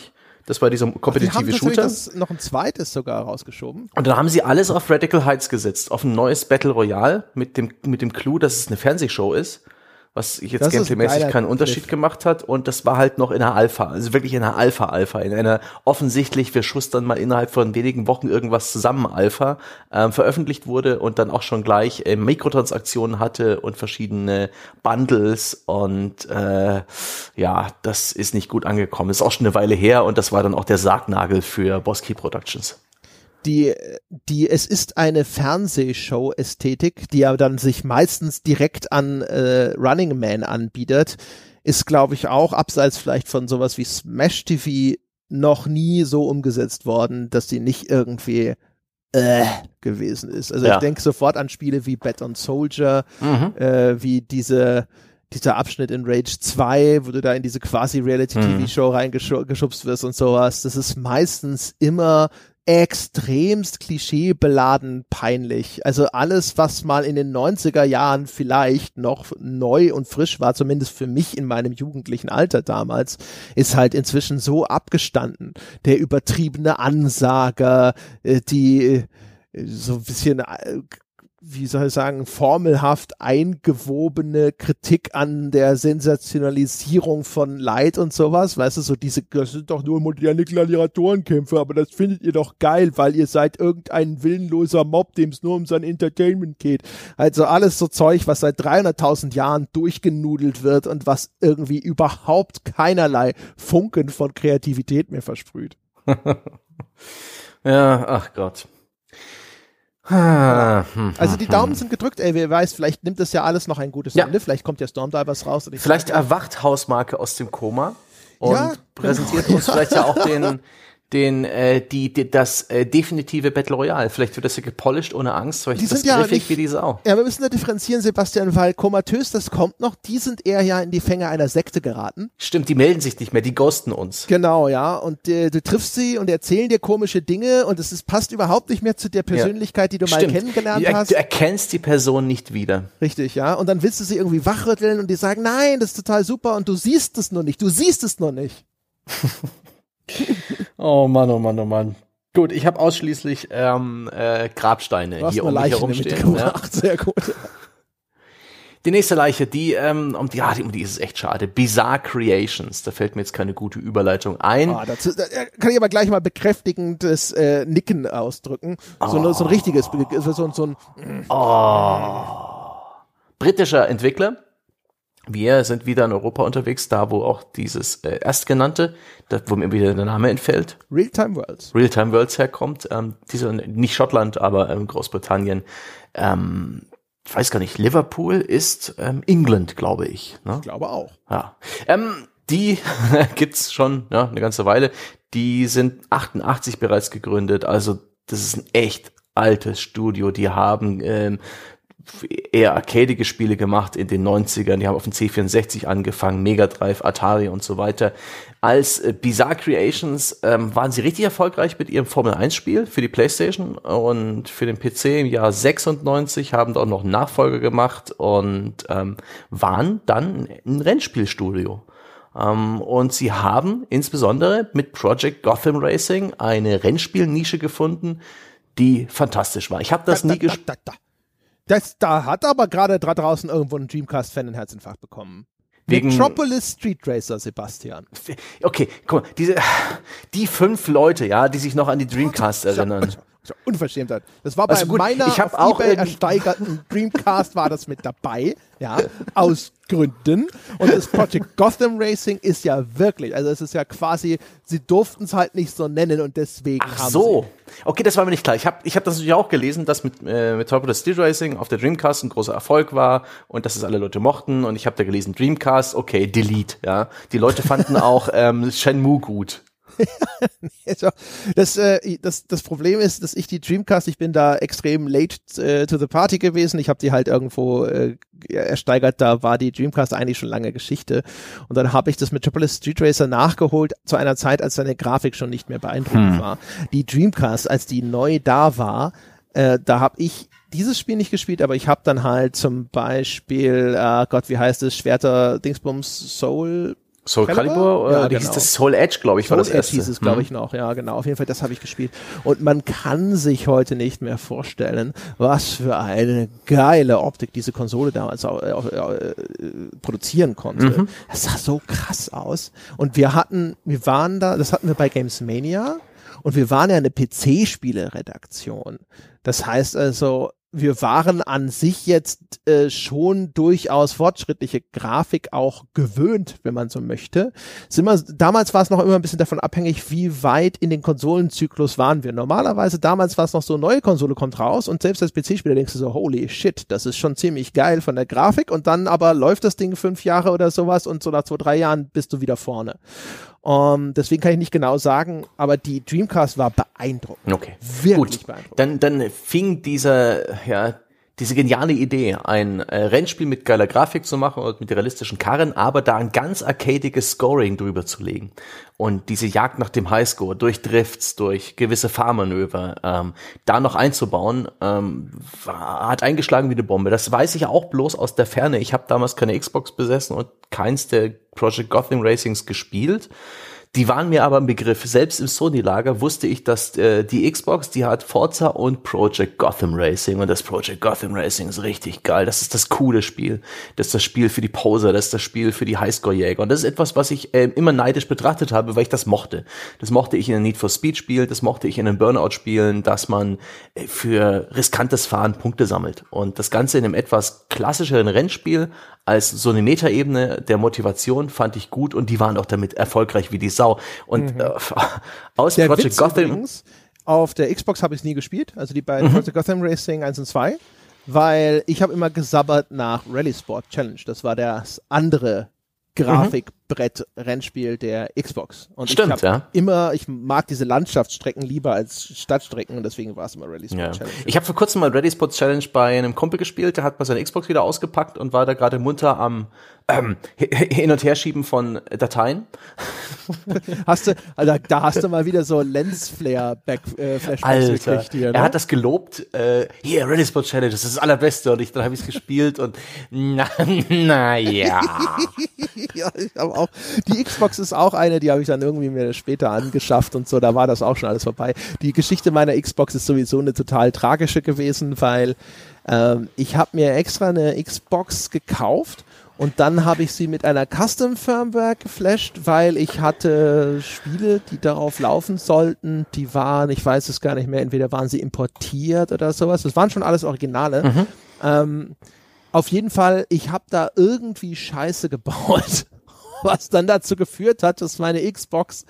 Das war dieser kompetitive Shooter. Das noch ein zweites sogar rausgeschoben. Und dann haben sie alles auf Radical Heights gesetzt, auf ein neues Battle Royale mit dem Clou, dass es eine Fernsehshow ist, was ich jetzt gameplaymäßig keinen Unterschied gemacht hat. Und das war halt noch in einer Alpha, also wirklich in einer Alpha, in einer offensichtlich, wir schustern mal innerhalb von wenigen Wochen irgendwas zusammen Alpha, veröffentlicht wurde und dann auch schon gleich Mikrotransaktionen hatte und verschiedene Bundles und ja, das ist nicht gut angekommen. Das ist auch schon eine Weile her und das war dann auch der Sargnagel für Boss Key Productions. Es ist eine Fernsehshow-Ästhetik, die ja dann sich meistens direkt an Running Man anbietet, ist, glaube ich, auch abseits vielleicht von sowas wie Smash TV noch nie so umgesetzt worden, dass die nicht irgendwie gewesen ist. Also ich denke sofort an Spiele wie Baton Soldier, wie dieser Abschnitt in Rage 2, wo du da in diese quasi Reality-TV-Show reingeschubst wirst und sowas. Das ist meistens immer extremst klischeebeladen peinlich. Also alles, was mal in den 90er Jahren vielleicht noch neu und frisch war, zumindest für mich in meinem jugendlichen Alter damals, ist halt inzwischen so abgestanden. Der übertriebene Ansager, die so ein bisschen wie soll ich sagen, formelhaft eingewobene Kritik an der Sensationalisierung von Leid und sowas, weißt du, so das sind doch nur moderne Gladiatorenkämpfe, aber das findet ihr doch geil, weil ihr seid irgendein willenloser Mob, dem es nur um sein Entertainment geht. Also alles so Zeug, was seit 300.000 Jahren durchgenudelt wird und was irgendwie überhaupt keinerlei Funken von Kreativität mehr versprüht. Ja, ach Gott. Also die Daumen sind gedrückt, ey, wer weiß, vielleicht nimmt das ja alles noch ein gutes Ende, vielleicht kommt ja Stormdivers raus. Vielleicht erwacht Hausmarque aus dem Koma und präsentiert uns vielleicht ja auch das definitive Battle Royale. Vielleicht wird das ja gepolished ohne Angst, vielleicht das griffig wie die Sau. Ja, wir müssen da differenzieren, Sebastian, weil komatös, das kommt noch, die sind eher ja in die Fänge einer Sekte geraten. Stimmt, die melden sich nicht mehr, die ghosten uns. Genau, ja, und du triffst sie und erzählen dir komische Dinge und es passt überhaupt nicht mehr zu der Persönlichkeit, die du mal kennengelernt hast. Du erkennst die Person nicht wieder. Richtig, ja, und dann willst du sie irgendwie wachrütteln und die sagen, nein, das ist total super und du siehst es nur nicht. Oh Mann, oh Mann, oh Mann. Gut, ich habe ausschließlich Grabsteine hier um mich herumstehen. Ja. Sehr gut. Die nächste Leiche, um die ist es echt schade. Bizarre Creations. Da fällt mir jetzt keine gute Überleitung ein. Da kann ich aber gleich mal bekräftigendes Nicken ausdrücken. So ein richtiges, britischer Entwickler. Wir sind wieder in Europa unterwegs, da wo auch dieses Erstgenannte, wo mir wieder der Name entfällt. Real-Time Worlds herkommt. Nicht Schottland, aber Großbritannien. Ich weiß gar nicht, Liverpool ist England, glaube ich. Ne? Ich glaube auch. Ja. Die gibt's schon eine ganze Weile. Die sind 88 bereits gegründet. Also das ist ein echt altes Studio. Die haben eher arcadige Spiele gemacht in den 90ern. Die haben auf dem C64 angefangen, Mega Drive, Atari und so weiter. Als Bizarre Creations waren sie richtig erfolgreich mit ihrem Formel-1-Spiel für die PlayStation und für den PC im Jahr 96, haben dort noch einen Nachfolger gemacht und waren dann ein Rennspielstudio. Und sie haben insbesondere mit Project Gotham Racing eine Rennspielnische gefunden, die fantastisch war. Ich habe das nie gespielt. Da hat aber gerade draußen irgendwo ein Dreamcast-Fan einen Herzinfarkt bekommen. Metropolis Street Racer, Sebastian. Okay, guck mal, die 5 Leute, ja, die sich noch an die Dreamcast erinnern. Unverschämtheit. Das war bei meiner auf eBay ersteigerten Dreamcast war das mit dabei, ja, aus Gründen. Und das Project Gotham Racing ist ja wirklich, also es ist ja quasi, sie durften es halt nicht so nennen und deswegen haben sie. Okay, das war mir nicht klar. Ich hab das natürlich auch gelesen, dass mit Metropolis Street Racing auf der Dreamcast ein großer Erfolg war und dass es alle Leute mochten und ich habe da gelesen, Dreamcast, okay, Delete, ja. Die Leute fanden auch Shenmue gut. Das Problem ist, dass ich die Dreamcast, ich bin da extrem late to the party gewesen. Ich habe die halt irgendwo ersteigert, da war die Dreamcast eigentlich schon lange Geschichte. Und dann habe ich das Metropolis Street Racer nachgeholt zu einer Zeit, als seine Grafik schon nicht mehr beeindruckend war. Die Dreamcast, als die neu da war, da habe ich dieses Spiel nicht gespielt, aber ich habe dann halt zum Beispiel, wie heißt es, Schwerter Dingsbums Soul Soul Calibur? Ja, hieß das Soul Edge, glaube ich, war das erste. Soul Edge hieß es, glaube ich, noch. Ja, genau. Auf jeden Fall, das habe ich gespielt. Und man kann sich heute nicht mehr vorstellen, was für eine geile Optik diese Konsole damals produzieren konnte. Das sah so krass aus. Und das hatten wir bei Gamesmania. Und wir waren ja eine PC-Spiele-Redaktion. Das heißt also, wir waren an sich jetzt schon durchaus fortschrittliche Grafik auch gewöhnt, wenn man so möchte. Damals war es noch immer ein bisschen davon abhängig, wie weit in den Konsolenzyklus waren wir. Normalerweise, damals war es noch so, neue Konsole kommt raus und selbst als PC-Spieler denkst du so, holy shit, das ist schon ziemlich geil von der Grafik und dann aber läuft das Ding 5 Jahre oder sowas und so nach 2-3 Jahren bist du wieder vorne. Deswegen kann ich nicht genau sagen, aber die Dreamcast war beeindruckend. Okay. Wirklich beeindruckend. Dann fing diese geniale Idee, ein Rennspiel mit geiler Grafik zu machen und mit realistischen Karren, aber da ein ganz arcadiges Scoring drüber zu legen. Und diese Jagd nach dem Highscore durch Drifts, durch gewisse Fahrmanöver, da noch einzubauen, hat eingeschlagen wie eine Bombe. Das weiß ich auch bloß aus der Ferne. Ich habe damals keine Xbox besessen und keins der Project Gotham Racings gespielt. Die waren mir aber im Begriff. Selbst im Sony-Lager wusste ich, dass die Xbox, die hat Forza und Project Gotham Racing. Und das Project Gotham Racing ist richtig geil. Das ist das coole Spiel. Das ist das Spiel für die Poser. Das ist das Spiel für die Highscore-Jäger. Und das ist etwas, was ich immer neidisch betrachtet habe, weil ich das mochte. Das mochte ich in einem Need for Speed Spiel. Das mochte ich in einem Burnout Spielen, dass man für riskantes Fahren Punkte sammelt. Und das Ganze in einem etwas klassischeren Rennspiel als so eine Metaebene der Motivation fand ich gut und die waren auch damit erfolgreich wie die Sau. Und aus der Project Witz Gotham übrigens, auf der Xbox habe ich es nie gespielt, also die beiden Project Gotham Racing 1 und 2, weil ich habe immer gesabbert nach Rally Sport Challenge. Das war das andere Grafikbrett-Rennspiel der Xbox. Und stimmt, ich mag diese Landschaftsstrecken lieber als Stadtstrecken und deswegen war es immer Rally Sport Challenge. Ich habe vor kurzem mal Rally Sport Challenge bei einem Kumpel gespielt, der hat mal seine Xbox wieder ausgepackt und war da gerade munter am Hin- und Herschieben von Dateien. Da hast du mal wieder so Lensflare-Flashbacks gekriegt hier, ne? Er hat das gelobt, hier, Rally Sport Challenge, das ist das Allerbeste und dann habe ich es gespielt und na ja. Ja, ich habe auch, die Xbox ist auch eine, die habe ich dann irgendwie mir später angeschafft und so, da war das auch schon alles vorbei. Die Geschichte meiner Xbox ist sowieso eine total tragische gewesen, weil ich habe mir extra eine Xbox gekauft und dann habe ich sie mit einer Custom-Firmware geflasht, weil ich hatte Spiele, die darauf laufen sollten, die waren, ich weiß es gar nicht mehr, entweder waren sie importiert oder sowas, das waren schon alles Originale. Auf jeden Fall, ich habe da irgendwie Scheiße gebaut, was dann dazu geführt hat, dass meine Xbox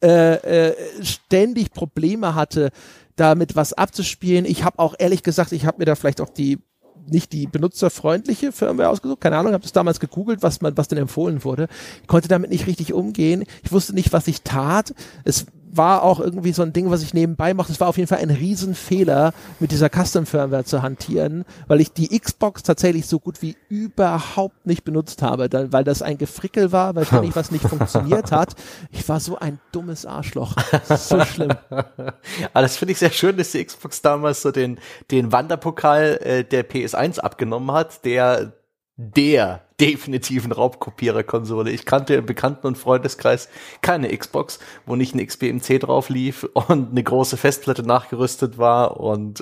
ständig Probleme hatte, damit was abzuspielen. Ich habe auch ehrlich gesagt, ich habe mir da vielleicht auch nicht die benutzerfreundliche Firmware ausgesucht, keine Ahnung, habe das damals gegoogelt, was denn empfohlen wurde. Ich konnte damit nicht richtig umgehen. Ich wusste nicht, was ich tat. Es war auch irgendwie so ein Ding, was ich nebenbei mache. Es war auf jeden Fall ein Riesenfehler, mit dieser Custom-Firmware zu hantieren, weil ich die Xbox tatsächlich so gut wie überhaupt nicht benutzt habe, weil das ein Gefrickel war, weil ständig was nicht funktioniert hat. Ich war so ein dummes Arschloch. Das ist so schlimm. Aber das finde ich sehr schön, dass die Xbox damals so den Wanderpokal der PS1 abgenommen hat, der definitiven Raubkopierer-Konsole. Ich kannte im Bekannten- und Freundeskreis keine Xbox, wo nicht ein XBMC drauf lief und eine große Festplatte nachgerüstet war und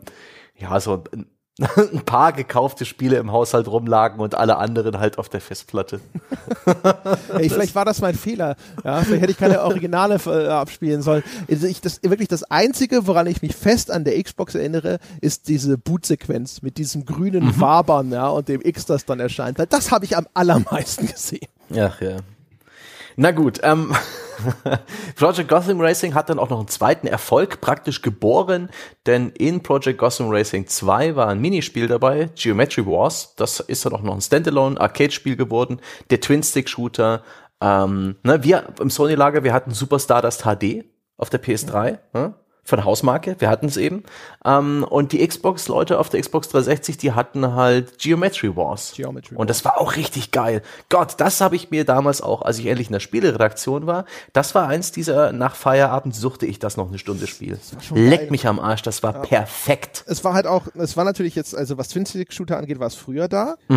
so ein paar gekaufte Spiele im Haushalt rumlagen und alle anderen halt auf der Festplatte. Hey, vielleicht war das mein Fehler. Ja, vielleicht hätte ich keine Originale abspielen sollen. Wirklich das Einzige, woran ich mich fest an der Xbox erinnere, ist diese Bootsequenz mit diesem grünen Wabern, ja, und dem X, das dann erscheint. Weil das habe ich am allermeisten gesehen. Ach ja. Na gut, Project Gotham Racing hat dann auch noch einen zweiten Erfolg praktisch geboren, denn in Project Gotham Racing 2 war ein Minispiel dabei, Geometry Wars, das ist dann auch noch ein Standalone-Arcade-Spiel geworden, der Twin-Stick-Shooter, wir im Sony-Lager, wir hatten Super Stardust HD auf der PS3, von Hausmarke, wir hatten es eben. Und die Xbox-Leute auf der Xbox 360, die hatten halt Geometry Wars. Und das war auch richtig geil. Gott, das habe ich mir damals auch, als ich endlich in der Spieleredaktion war, das war eins dieser, nach Feierabend suchte ich das noch eine Stunde Spiel. Leck mich am Arsch, das war perfekt. Es war natürlich jetzt, also was Twin-Stick-Shooter angeht, war es früher da.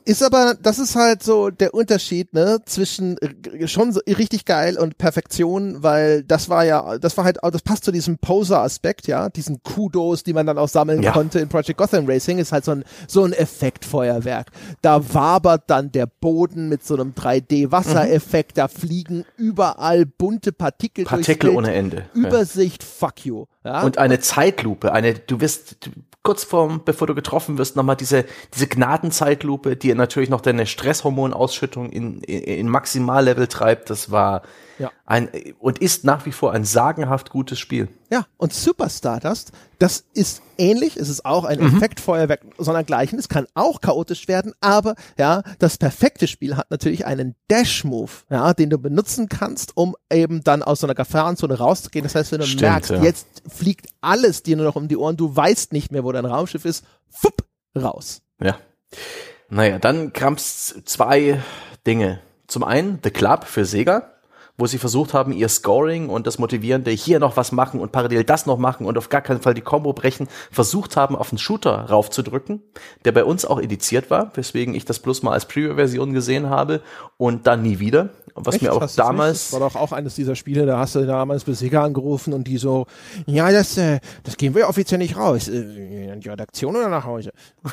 Ist aber, das ist halt so der Unterschied, ne, zwischen schon so richtig geil und Perfektion, weil das passt zu diesem Poser-Aspekt, ja, diesen Kudos, die man dann auch sammeln konnte in Project Gotham Racing, ist halt so ein Effektfeuerwerk. Da wabert dann der Boden mit so einem 3D-Wassereffekt, da fliegen überall bunte Partikel ohne Ende. Übersicht, fuck you. Ja? Und eine Zeitlupe, du wirst kurz bevor du getroffen wirst, nochmal diese Gnadenzeitlupe, die natürlich noch deine Stresshormonausschüttung in Maximallevel treibt, das war und ist nach wie vor ein sagenhaft gutes Spiel. Ja, und Super Stardust, das ist ähnlich, es ist auch ein Effektfeuerwerk sondergleichen, es kann auch chaotisch werden, aber ja, das perfekte Spiel hat natürlich einen Dash-Move, ja, den du benutzen kannst, um eben dann aus so einer Gefahrenzone rauszugehen. Das heißt, wenn du merkst, jetzt fliegt alles dir nur noch um die Ohren, du weißt nicht mehr, wo dein Raumschiff ist, fupp, raus. Ja. Naja, dann gab's 2 Dinge. Zum einen The Club für Sega, wo sie versucht haben, ihr Scoring und das Motivierende hier noch was machen und parallel das noch machen und auf gar keinen Fall die Combo brechen, versucht haben, auf den Shooter raufzudrücken, der bei uns auch indiziert war, weswegen ich das bloß mal als Preview-Version gesehen habe und dann nie wieder. Was Echt? mir auch damals... Das war doch auch eines dieser Spiele, da hast du damals bei Sega angerufen und die so, ja, das gehen wir offiziell nicht raus. In die Redaktion oder nach Hause?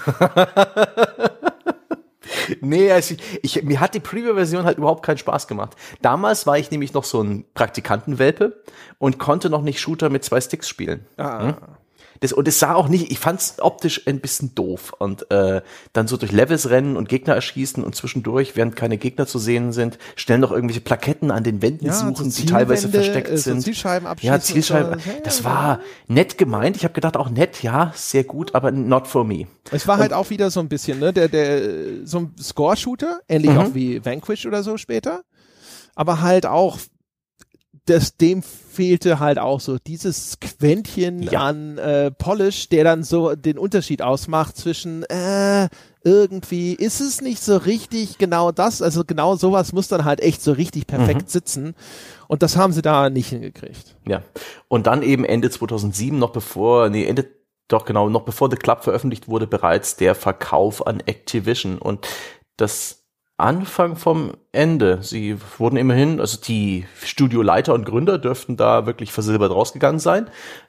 Nee, also mir hat die Preview-Version halt überhaupt keinen Spaß gemacht. Damals war ich nämlich noch so ein Praktikantenwelpe und konnte noch nicht Shooter mit 2 Sticks spielen. Und es sah auch nicht, ich fand's optisch ein bisschen doof. Und dann so durch Levels rennen und Gegner erschießen und zwischendurch, während keine Gegner zu sehen sind, schnell noch irgendwelche Plaketten an den Wänden suchen, die teilweise versteckt sind. Zielscheiben abschießen. Ja, Zielscheiben. Das war nett gemeint. Ich habe gedacht, auch nett, ja, sehr gut, aber not for me. Es war halt auch wieder so ein bisschen, ne, so ein Score-Shooter, ähnlich auch wie Vanquish oder so später. Aber halt auch, dem fehlte halt auch so dieses Quäntchen an Polish, der dann so den Unterschied ausmacht zwischen irgendwie ist es nicht so richtig genau das, also genau sowas muss dann halt echt so richtig perfekt sitzen und das haben sie da nicht hingekriegt. Ja, und dann eben Ende 2007, noch bevor The Club veröffentlicht wurde, bereits der Verkauf an Activision und das Anfang vom Ende. Sie wurden immerhin, also die Studioleiter und Gründer dürften da wirklich versilbert rausgegangen sein.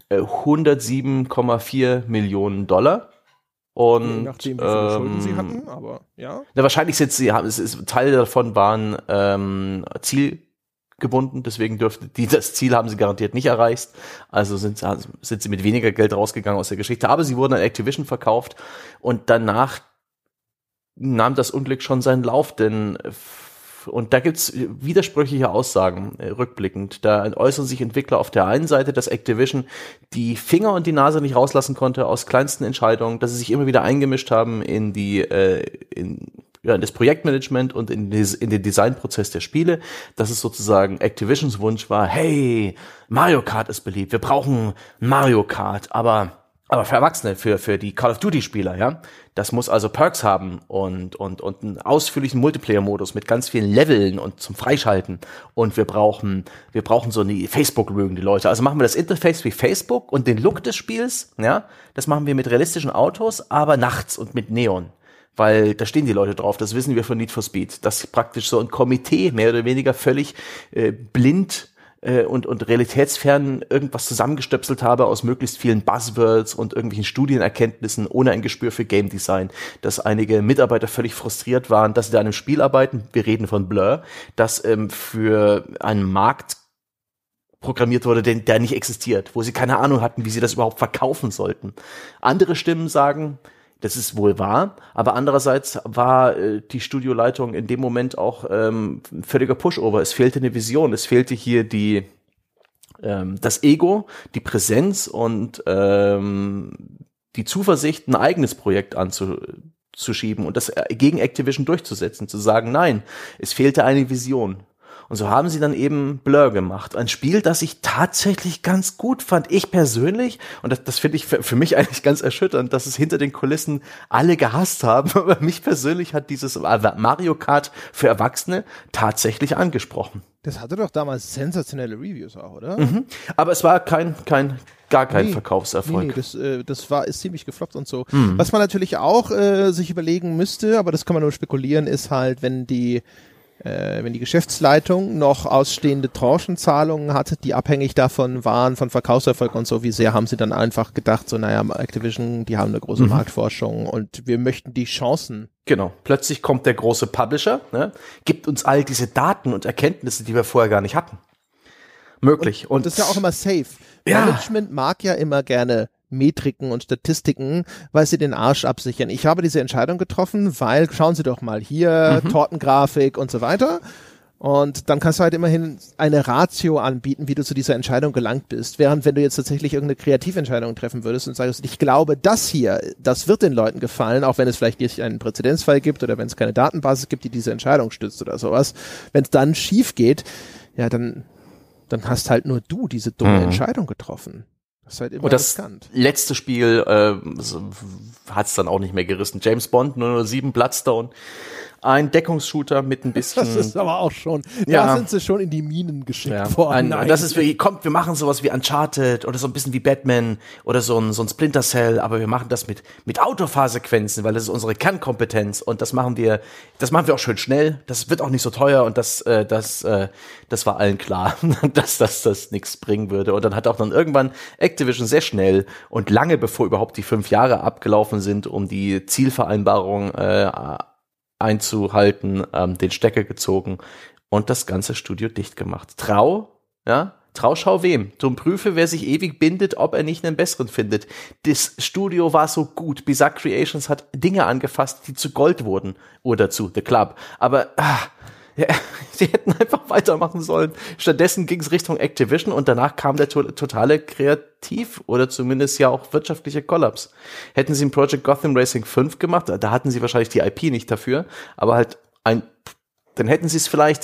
107,4 Millionen $. Und, je nachdem, wie viele Schulden sie hatten, aber ja. Wahrscheinlich Teile davon waren zielgebunden, deswegen das Ziel haben sie garantiert nicht erreicht. Also sind sie mit weniger Geld rausgegangen aus der Geschichte. Aber sie wurden an Activision verkauft und danach nahm das Unglück schon seinen Lauf, und da gibt's widersprüchliche Aussagen rückblickend. Da äußern sich Entwickler auf der einen Seite, dass Activision die Finger und die Nase nicht rauslassen konnte aus kleinsten Entscheidungen, dass sie sich immer wieder eingemischt haben in das Projektmanagement und in den Designprozess der Spiele, dass es sozusagen Activisions Wunsch war, hey, Mario Kart ist beliebt, wir brauchen Mario Kart, aber für Erwachsene, für die Call of Duty Spieler, ja. Das muss also Perks haben und einen ausführlichen Multiplayer-Modus mit ganz vielen Leveln und zum Freischalten. Und wir brauchen so eine Facebook mögen die Leute. Also machen wir das Interface wie Facebook und den Look des Spiels, ja. Das machen wir mit realistischen Autos, aber nachts und mit Neon. Weil da stehen die Leute drauf, das wissen wir von Need for Speed. Dass praktisch so ein Komitee mehr oder weniger völlig blind und realitätsfern irgendwas zusammengestöpselt habe aus möglichst vielen Buzzwords und irgendwelchen Studienerkenntnissen ohne ein Gespür für Game Design, dass einige Mitarbeiter völlig frustriert waren, dass sie da an einem Spiel arbeiten, wir reden von Blur, das für einen Markt programmiert wurde, der nicht existiert, wo sie keine Ahnung hatten, wie sie das überhaupt verkaufen sollten. Andere Stimmen sagen, das ist wohl wahr, aber andererseits war die Studioleitung in dem Moment auch völliger Pushover. Es fehlte eine Vision, es fehlte hier das Ego, die Präsenz und die Zuversicht, ein eigenes Projekt anzuschieben und das gegen Activision durchzusetzen, zu sagen, nein, es fehlte eine Vision. Und so haben sie dann eben Blur gemacht. Ein Spiel, das ich tatsächlich ganz gut fand. Ich persönlich, und das finde ich für mich eigentlich ganz erschütternd, dass es hinter den Kulissen alle gehasst haben. Aber mich persönlich hat dieses Mario Kart für Erwachsene tatsächlich angesprochen. Das hatte doch damals sensationelle Reviews auch, oder? Aber es war gar kein Verkaufserfolg. Nee, ist ziemlich gefloppt und so. Was man natürlich auch sich überlegen müsste, aber das kann man nur spekulieren, ist halt, wenn die Geschäftsleitung noch ausstehende Tranchenzahlungen hatte, die abhängig davon waren, von Verkaufserfolg und so, wie sehr haben sie dann einfach gedacht, so naja, Activision, die haben eine große Marktforschung und wir möchten die Chancen. Genau, plötzlich kommt der große Publisher, ne, gibt uns all diese Daten und Erkenntnisse, die wir vorher gar nicht hatten. Möglich. Und das ist ja auch immer safe. Ja. Management mag ja immer gerne Metriken und Statistiken, weil sie den Arsch absichern. Ich habe diese Entscheidung getroffen, weil, schauen Sie doch mal hier, Tortengrafik und so weiter. Und dann kannst du halt immerhin eine Ratio anbieten, wie du zu dieser Entscheidung gelangt bist. Während wenn du jetzt tatsächlich irgendeine Kreativentscheidung treffen würdest und sagst, ich glaube, das wird den Leuten gefallen, auch wenn es vielleicht nicht einen Präzedenzfall gibt oder wenn es keine Datenbasis gibt, die diese Entscheidung stützt oder sowas. Wenn es dann schief geht, ja, dann hast halt nur du diese dumme Entscheidung getroffen. Das ist halt immer riskant. Letzte Spiel hat es dann auch nicht mehr gerissen. James Bond 007 Bloodstone. Ein Deckungsshooter mit ein bisschen. Das ist aber auch schon. Da sind sie schon in die Minen geschickt worden. Das ist wir machen sowas wie Uncharted oder so ein bisschen wie Batman oder so ein Splinter Cell, aber wir machen das mit Autofahrsequenzen, weil das ist unsere Kernkompetenz und das machen wir auch schön schnell. Das wird auch nicht so teuer und das war allen klar, dass das nichts bringen würde. Und dann hat auch dann irgendwann Activision sehr schnell und lange bevor überhaupt die 5 Jahre abgelaufen sind, um die Zielvereinbarung einzuhalten, den Stecker gezogen und das ganze Studio dicht gemacht. Trauschau wem? Drum prüfe, wer sich ewig bindet, ob er nicht einen besseren findet. Das Studio war so gut. Bizarre Creations hat Dinge angefasst, die zu Gold wurden. Oder zu The Club. Aber sie hätten einfach weitermachen sollen. Stattdessen ging es Richtung Activision und danach kam der totale Kreativ- oder zumindest ja auch wirtschaftliche Kollaps. Hätten sie ein Project Gotham Racing 5 gemacht, da hatten sie wahrscheinlich die IP nicht dafür, aber halt dann hätten sie es vielleicht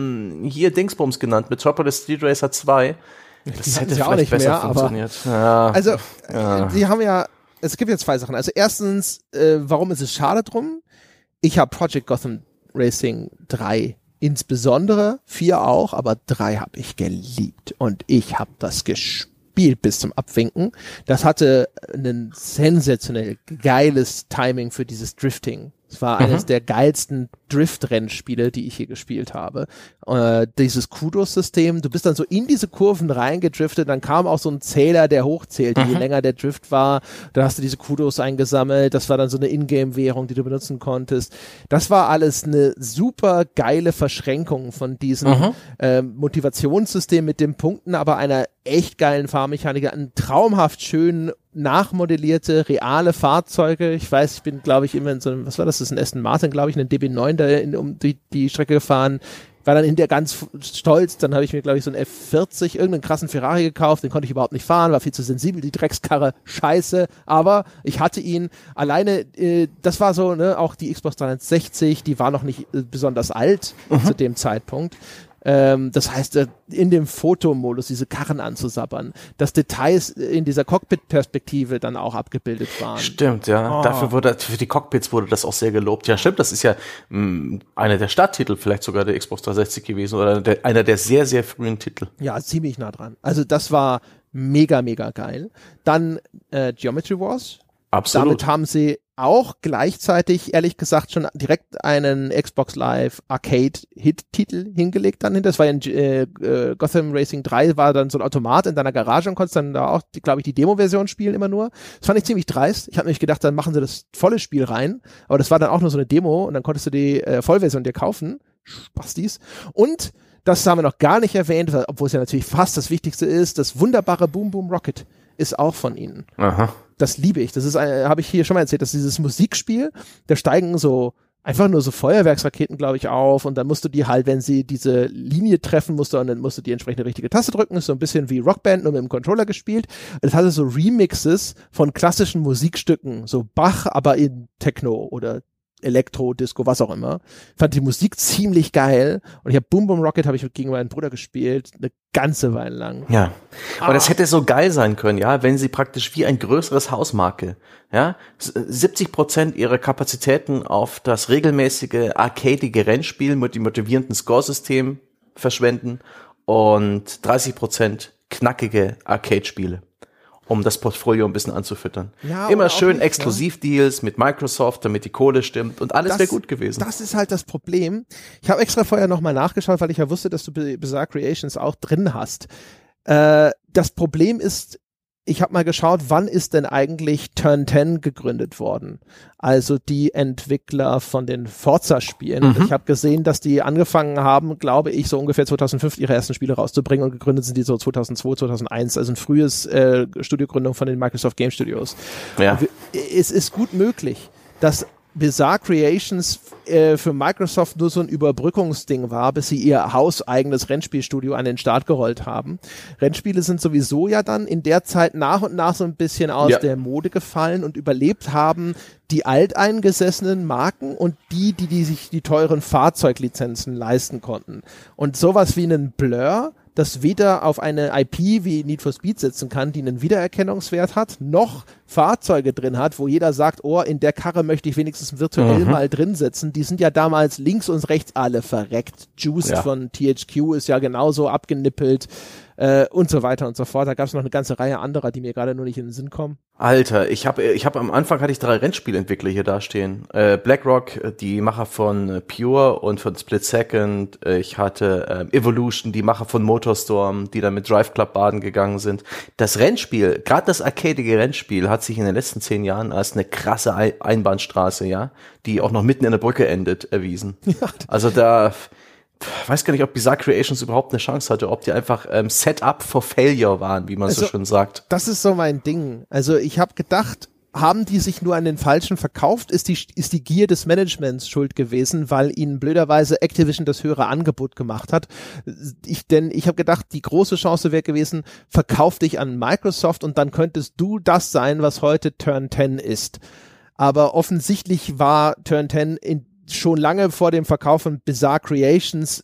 hier Dingsbums genannt, Metropolis Street Racer 2. Das hätte vielleicht auch nicht besser funktioniert. Also, sie haben es gibt ja 2 Sachen. Also erstens, warum ist es schade drum? Ich habe Project Gotham Racing 3 insbesondere, 4 auch, aber 3 habe ich geliebt und ich habe das gespielt bis zum Abwinken. Das hatte ein sensationell geiles Timing für dieses Drifting. Es war eines der geilsten Drift-Rennspiele, die ich hier gespielt habe. Dieses Kudos-System, du bist dann so in diese Kurven reingedriftet, dann kam auch so ein Zähler, der hochzählt, je länger der Drift war, dann hast du diese Kudos eingesammelt, das war dann so eine Ingame-Währung, die du benutzen konntest. Das war alles eine super geile Verschränkung von diesem Motivationssystem mit den Punkten, aber einer echt geilen Fahrmechanik, einen traumhaft schönen nachmodellierte, reale Fahrzeuge. Ich weiß, ich bin, glaube ich, immer in so einem, was war das ist ein Aston Martin, glaube ich, einen DB9 da um die Strecke gefahren. War dann hinterher ganz stolz, dann habe ich mir, glaube ich, so einen F40, irgendeinen krassen Ferrari gekauft, den konnte ich überhaupt nicht fahren, war viel zu sensibel, die Dreckskarre, scheiße, aber ich hatte ihn alleine, das war so, ne, auch die Xbox 360, die war noch nicht besonders alt zu dem Zeitpunkt. Das heißt, in dem Fotomodus diese Karren anzusabbern, dass Details in dieser Cockpit-Perspektive dann auch abgebildet waren. Stimmt, ja. Für die Cockpits wurde das auch sehr gelobt. Ja, stimmt, das ist ja einer der Starttitel vielleicht sogar der Xbox 360 gewesen oder einer der sehr, sehr frühen Titel. Ja, ziemlich nah dran. Also das war mega, mega geil. Dann Geometry Wars. Absolut. Damit haben sie auch gleichzeitig, ehrlich gesagt, schon direkt einen Xbox Live Arcade-Hit-Titel hingelegt dann hinter. Das war ja Gotham Racing 3 war dann so ein Automat in deiner Garage und konntest dann da auch, glaube ich, die Demo-Version spielen immer nur. Das fand ich ziemlich dreist. Ich habe nämlich gedacht, dann machen sie das volle Spiel rein. Aber das war dann auch nur so eine Demo und dann konntest du die Vollversion dir kaufen. Spastis. Und das haben wir noch gar nicht erwähnt, obwohl es ja natürlich fast das Wichtigste ist, das wunderbare Boom Boom Rocket ist auch von ihnen. Aha. Das liebe ich. Das ist, habe ich hier schon mal erzählt, dass dieses Musikspiel, da steigen so einfach nur so Feuerwerksraketen, glaube ich, auf und dann musst du die halt, wenn sie diese Linie treffen, dann musst du die entsprechende richtige Taste drücken. Ist so ein bisschen wie Rockband, nur mit dem Controller gespielt. Das hatte so Remixes von klassischen Musikstücken, so Bach, aber in Techno oder Elektro, Disco, was auch immer. Fand die Musik ziemlich geil und ich habe Boom Boom Rocket habe ich gegen meinen Bruder gespielt, eine ganze Weile lang. Ja, aber das hätte so geil sein können, ja, wenn sie praktisch wie ein größeres Hausmarke, ja, 70% ihrer Kapazitäten auf das regelmäßige, arcadige Rennspiel mit dem motivierenden Scoresystem verschwenden und 30% knackige Arcade-Spiele, um das Portfolio ein bisschen anzufüttern. Ja, immer schön Exklusivdeals mit Microsoft, damit die Kohle stimmt und alles wäre gut gewesen. Das ist halt das Problem. Ich habe extra vorher nochmal nachgeschaut, weil ich ja wusste, dass du Bizarre Creations auch drin hast. Das Problem ist, ich habe mal geschaut, wann ist denn eigentlich Turn 10 gegründet worden? Also die Entwickler von den Forza-Spielen. Ich habe gesehen, dass die angefangen haben, glaube ich, so ungefähr 2005 ihre ersten Spiele rauszubringen und gegründet sind die so 2002, 2001, also ein frühes Studiogründung von den Microsoft Game Studios. Ja. Es ist gut möglich, dass Bizarre Creations für Microsoft nur so ein Überbrückungsding war, bis sie ihr hauseigenes Rennspielstudio an den Start gerollt haben. Rennspiele sind sowieso ja dann in der Zeit nach und nach so ein bisschen aus der Mode gefallen und überlebt haben die alteingesessenen Marken und die sich die teuren Fahrzeuglizenzen leisten konnten. Und sowas wie einen Blur, das weder auf eine IP wie Need for Speed setzen kann, die einen Wiedererkennungswert hat, noch Fahrzeuge drin hat, wo jeder sagt, oh, in der Karre möchte ich wenigstens virtuell mal drin sitzen. Die sind ja damals links und rechts alle verreckt. Juiced von THQ ist ja genauso abgenippelt und so weiter und so fort. Da gab es noch eine ganze Reihe anderer, die mir gerade nur nicht in den Sinn kommen. Alter, ich hab am Anfang hatte ich 3 Rennspielentwickler hier dastehen. BlackRock, die Macher von Pure und von Split Second. Ich hatte Evolution, die Macher von Motorstorm, die dann mit Drive Club baden gegangen sind. Das Rennspiel, gerade das arcadige Rennspiel, hat sich in den letzten 10 Jahren als eine krasse Einbahnstraße, ja, die auch noch mitten in der Brücke endet, erwiesen. Ja. Also da weiß gar nicht, ob Bizarre Creations überhaupt eine Chance hatte, ob die einfach Set-up for Failure waren, wie man so schön sagt. Das ist so mein Ding. Also ich habe gedacht, haben die sich nur an den Falschen verkauft? Ist die Gier des Managements schuld gewesen, weil ihnen blöderweise Activision das höhere Angebot gemacht hat? Denn ich habe gedacht, die große Chance wäre gewesen, verkauf dich an Microsoft und dann könntest du das sein, was heute Turn 10 ist. Aber offensichtlich war Turn 10 schon lange vor dem Verkauf von Bizarre Creations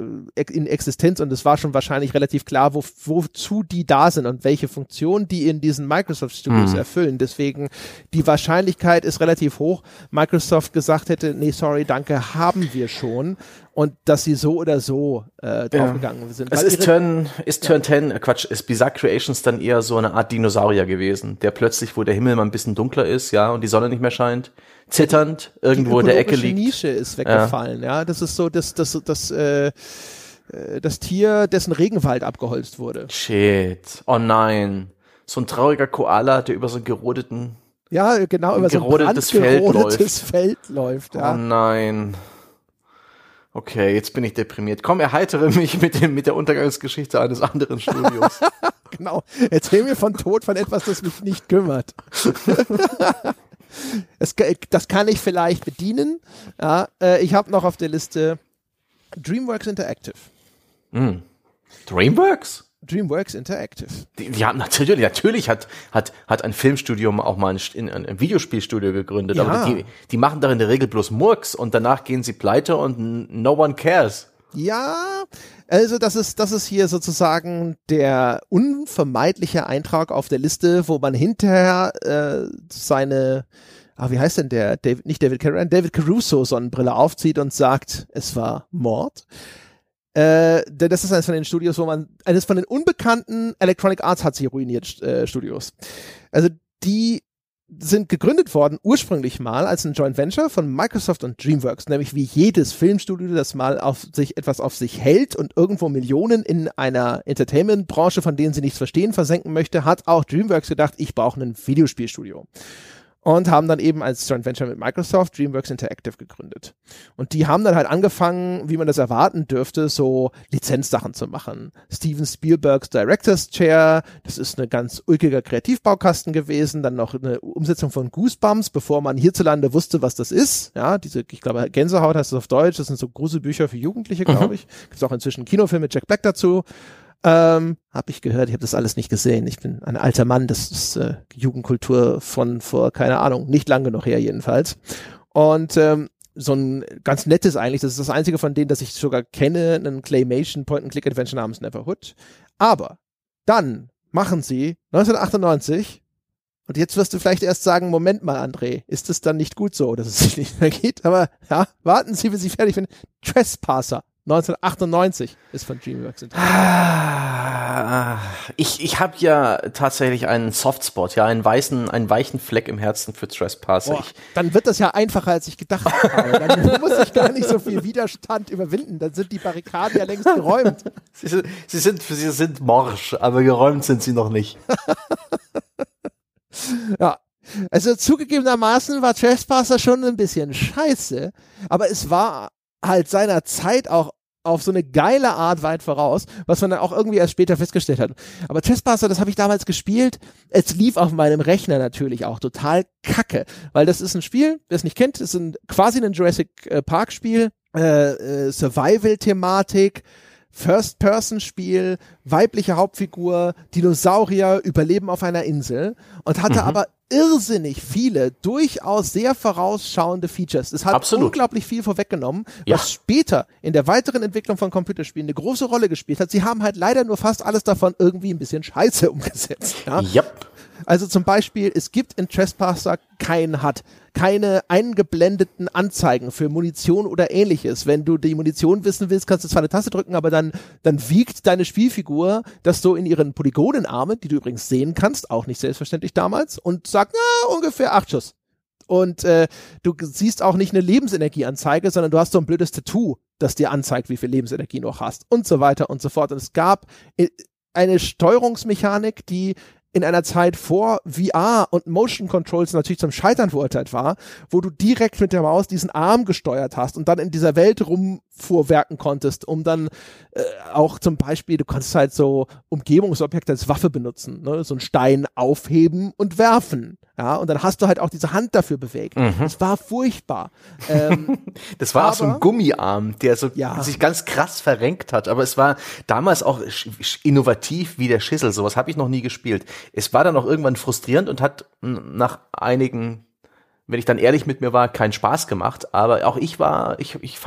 in Existenz und es war schon wahrscheinlich relativ klar, wozu die da sind und welche Funktion die in diesen Microsoft Studios erfüllen. Deswegen die Wahrscheinlichkeit ist relativ hoch, Microsoft gesagt hätte, nee, sorry, danke, haben wir schon. Und dass sie so oder so draufgegangen sind. Ist Bizarre Creations dann eher so eine Art Dinosaurier gewesen, der plötzlich, wo der Himmel mal ein bisschen dunkler ist, ja, und die Sonne nicht mehr scheint, zitternd irgendwo in der Ecke liegt. Die Nische ist weggefallen, ja. Das ist so das Tier, dessen Regenwald abgeholzt wurde. Shit. Oh nein. So ein trauriger Koala, der über so einen gerodeten über so ein Feld läuft. Ja. Oh nein. Okay, jetzt bin ich deprimiert. Komm, erheitere mich mit der Untergangsgeschichte eines anderen Studios. Genau. Erzähl mir von Tod von etwas, das mich nicht kümmert. Das kann ich vielleicht bedienen. Ja, ich habe noch auf der Liste DreamWorks Interactive. DreamWorks? DreamWorks Interactive. Die haben natürlich hat ein Filmstudium auch mal ein Videospielstudio gegründet, aber die machen doch in der Regel bloß Murks und danach gehen sie pleite und no one cares. Ja, also das ist hier sozusagen der unvermeidliche Eintrag auf der Liste, wo man hinterher wie heißt denn der? David Caruso Sonnenbrille aufzieht und sagt, es war Mord. Denn das ist eines von den Studios, eines von den unbekannten Electronic Arts hat sie ruiniert Studios. Also die sind gegründet worden ursprünglich mal als ein Joint Venture von Microsoft und DreamWorks, nämlich wie jedes Filmstudio, das mal etwas auf sich hält und irgendwo Millionen in einer Entertainment-Branche, von denen sie nichts verstehen, versenken möchte, hat auch DreamWorks gedacht, ich brauche ein Videospielstudio. Und haben dann eben als Joint Venture mit Microsoft DreamWorks Interactive gegründet. Und die haben dann halt angefangen, wie man das erwarten dürfte, so Lizenzsachen zu machen. Steven Spielbergs Director's Chair, das ist eine ganz ulkiger Kreativbaukasten gewesen. Dann noch eine Umsetzung von Goosebumps, bevor man hierzulande wusste, was das ist. Ja, ich glaube, Gänsehaut heißt das auf Deutsch. Das sind so Gruselbücher für Jugendliche, glaube ich. Gibt es auch inzwischen einen Kinofilm mit Jack Black dazu. Habe ich gehört, ich habe das alles nicht gesehen. Ich bin ein alter Mann, das ist Jugendkultur von vor, keine Ahnung, nicht lang genug her jedenfalls. Und so ein ganz nettes eigentlich, das ist das einzige von denen, das ich sogar kenne, einen Claymation Point-and-Click-Adventure namens Neverhood. Aber dann machen sie 1998, und jetzt wirst du vielleicht erst sagen, Moment mal, André, ist es dann nicht gut so, dass es sich nicht mehr geht? Aber ja, warten Sie, bis Sie fertig sind. Trespasser 1998 ist von DreamWorks. Ich habe ja tatsächlich einen Softspot, ja, einen weichen Fleck im Herzen für Trespasser. Dann wird das ja einfacher, als ich gedacht habe. Dann muss ich gar nicht so viel Widerstand überwinden. Dann sind die Barrikaden ja längst geräumt. Sie sind morsch, aber geräumt sind sie noch nicht. Ja, also zugegebenermaßen war Trespasser schon ein bisschen scheiße, aber es war halt seiner Zeit auch auf so eine geile Art weit voraus, was man dann auch irgendwie erst später festgestellt hat. Aber Trespasser, das habe ich damals gespielt, es lief auf meinem Rechner natürlich auch total kacke, weil das ist ein Spiel, wer es nicht kennt, ist quasi ein Jurassic Park Spiel, Survival-Thematik, First-Person-Spiel, weibliche Hauptfigur, Dinosaurier überleben auf einer Insel und hatte aber irrsinnig viele, durchaus sehr vorausschauende Features. Es hat unglaublich viel vorweggenommen, was später in der weiteren Entwicklung von Computerspielen eine große Rolle gespielt hat. Sie haben halt leider nur fast alles davon irgendwie ein bisschen scheiße umgesetzt. Ja? Yep. Also zum Beispiel, es gibt in Trespasser keine eingeblendeten Anzeigen für Munition oder ähnliches. Wenn du die Munition wissen willst, kannst du zwar eine Taste drücken, aber dann wiegt deine Spielfigur das so in ihren Polygonenarmen, die du übrigens sehen kannst, auch nicht selbstverständlich damals, und sagt, ungefähr 8 Schuss. Und du siehst auch nicht eine Lebensenergieanzeige, sondern du hast so ein blödes Tattoo, das dir anzeigt, wie viel Lebensenergie du noch hast und so weiter und so fort. Und es gab eine Steuerungsmechanik, die in einer Zeit vor VR und Motion Controls natürlich zum Scheitern verurteilt war, wo du direkt mit der Maus diesen Arm gesteuert hast und dann in dieser Welt rumfuhrwerken konntest, um dann auch zum Beispiel, du kannst halt so Umgebungsobjekte als Waffe benutzen, ne? So einen Stein aufheben und werfen. Ja, und dann hast du halt auch diese Hand dafür bewegt. Das war furchtbar. Das war auch so ein Gummiarm, der so sich ganz krass verrenkt hat. Aber es war damals auch innovativ wie der Schissel. Sowas habe ich noch nie gespielt. Es war dann auch irgendwann frustrierend und hat nach einigen, wenn ich dann ehrlich mit mir war, keinen Spaß gemacht. Aber auch ich war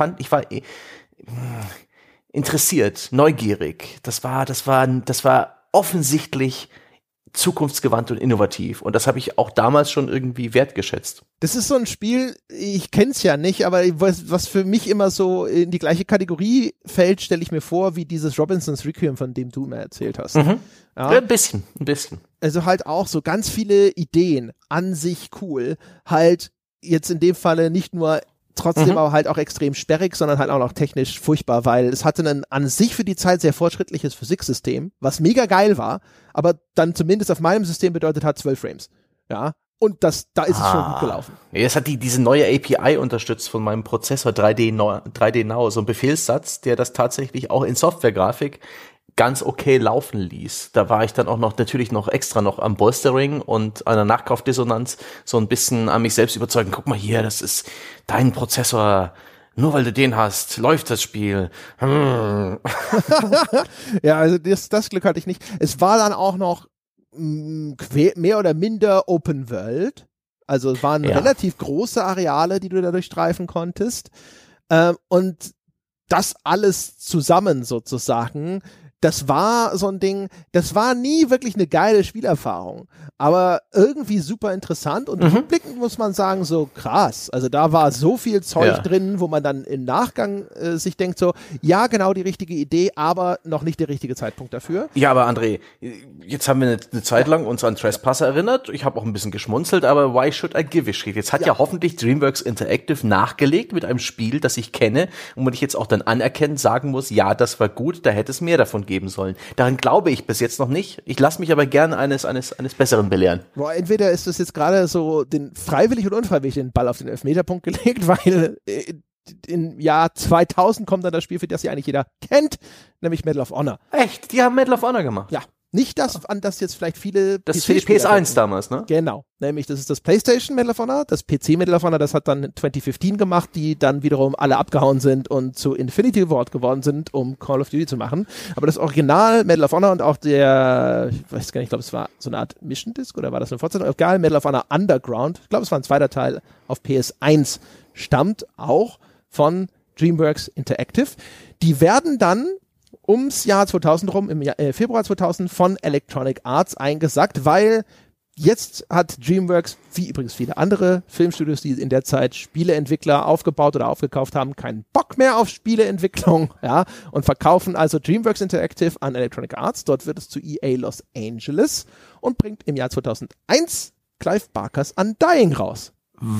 interessiert, neugierig. Das war offensichtlich zukunftsgewandt und innovativ. Und das habe ich auch damals schon irgendwie wertgeschätzt. Das ist so ein Spiel, ich kenn's ja nicht, aber was für mich immer so in die gleiche Kategorie fällt, stelle ich mir vor, wie dieses Robinson's Requiem, von dem du mir erzählt hast. Ja, ein bisschen. Also halt auch so ganz viele Ideen, an sich cool, halt jetzt in dem Falle nicht nur trotzdem aber halt auch extrem sperrig, sondern halt auch noch technisch furchtbar, weil es hatte ein an sich für die Zeit sehr fortschrittliches Physiksystem, was mega geil war, aber dann zumindest auf meinem System bedeutet hat 12 Frames. Ja. Und da ist es schon gut gelaufen. Ja, es hat diese neue API unterstützt von meinem Prozessor 3D Now, so ein Befehlssatz, der das tatsächlich auch in Softwaregrafik ganz okay laufen ließ. Da war ich dann auch natürlich noch extra am Bolstering und einer Nachkaufdissonanz so ein bisschen an mich selbst überzeugen. Guck mal hier, das ist dein Prozessor. Nur weil du den hast, läuft das Spiel. Ja, also das Glück hatte ich nicht. Es war dann auch noch mehr oder minder Open World. Also es waren relativ große Areale, die du da durchstreifen konntest. Und das alles zusammen sozusagen, das war so ein Ding, das war nie wirklich eine geile Spielerfahrung, aber irgendwie super interessant und rückblickend muss man sagen, so krass, also da war so viel Zeug drin, wo man dann im Nachgang sich denkt so, ja, genau die richtige Idee, aber noch nicht der richtige Zeitpunkt dafür. Ja, aber André, jetzt haben wir eine Zeit lang uns an Trespasser erinnert, ich habe auch ein bisschen geschmunzelt, aber why should I give a shit? Jetzt hat ja hoffentlich DreamWorks Interactive nachgelegt mit einem Spiel, das ich kenne und wo ich jetzt auch dann anerkennend sagen muss, ja, das war gut, da hätte es mehr davon geben sollen. Daran glaube ich bis jetzt noch nicht. Ich lasse mich aber gerne eines Besseren belehren. Boah, entweder ist das jetzt gerade so freiwillig oder unfreiwillig den Ball auf den Elfmeterpunkt gelegt, weil im Jahr 2000 kommt dann das Spiel, für das ja eigentlich jeder kennt, nämlich Medal of Honor. Echt? Die haben Medal of Honor gemacht? Ja. Nicht das, an das jetzt vielleicht viele Das ist für die PS1 damals, ne? Genau. Nämlich, das ist das PlayStation Medal of Honor, das PC Medal of Honor, das hat dann 2015 gemacht, die dann wiederum alle abgehauen sind und zu Infinity Ward geworden sind, um Call of Duty zu machen. Aber das Original Medal of Honor und auch der, ich weiß gar nicht, ich glaube, es war so eine Art Mission Disc oder war das eine Fortsetzung? Egal, Medal of Honor Underground, ich glaube, es war ein zweiter Teil auf PS1, stammt auch von DreamWorks Interactive. Die werden dann ums Jahr 2000 rum, im Februar 2000 von Electronic Arts eingesackt, weil jetzt hat DreamWorks, wie übrigens viele andere Filmstudios, die in der Zeit Spieleentwickler aufgebaut oder aufgekauft haben, keinen Bock mehr auf Spieleentwicklung, ja, und verkaufen also DreamWorks Interactive an Electronic Arts. Dort wird es zu EA Los Angeles und bringt im Jahr 2001 Clive Barkers Undying raus.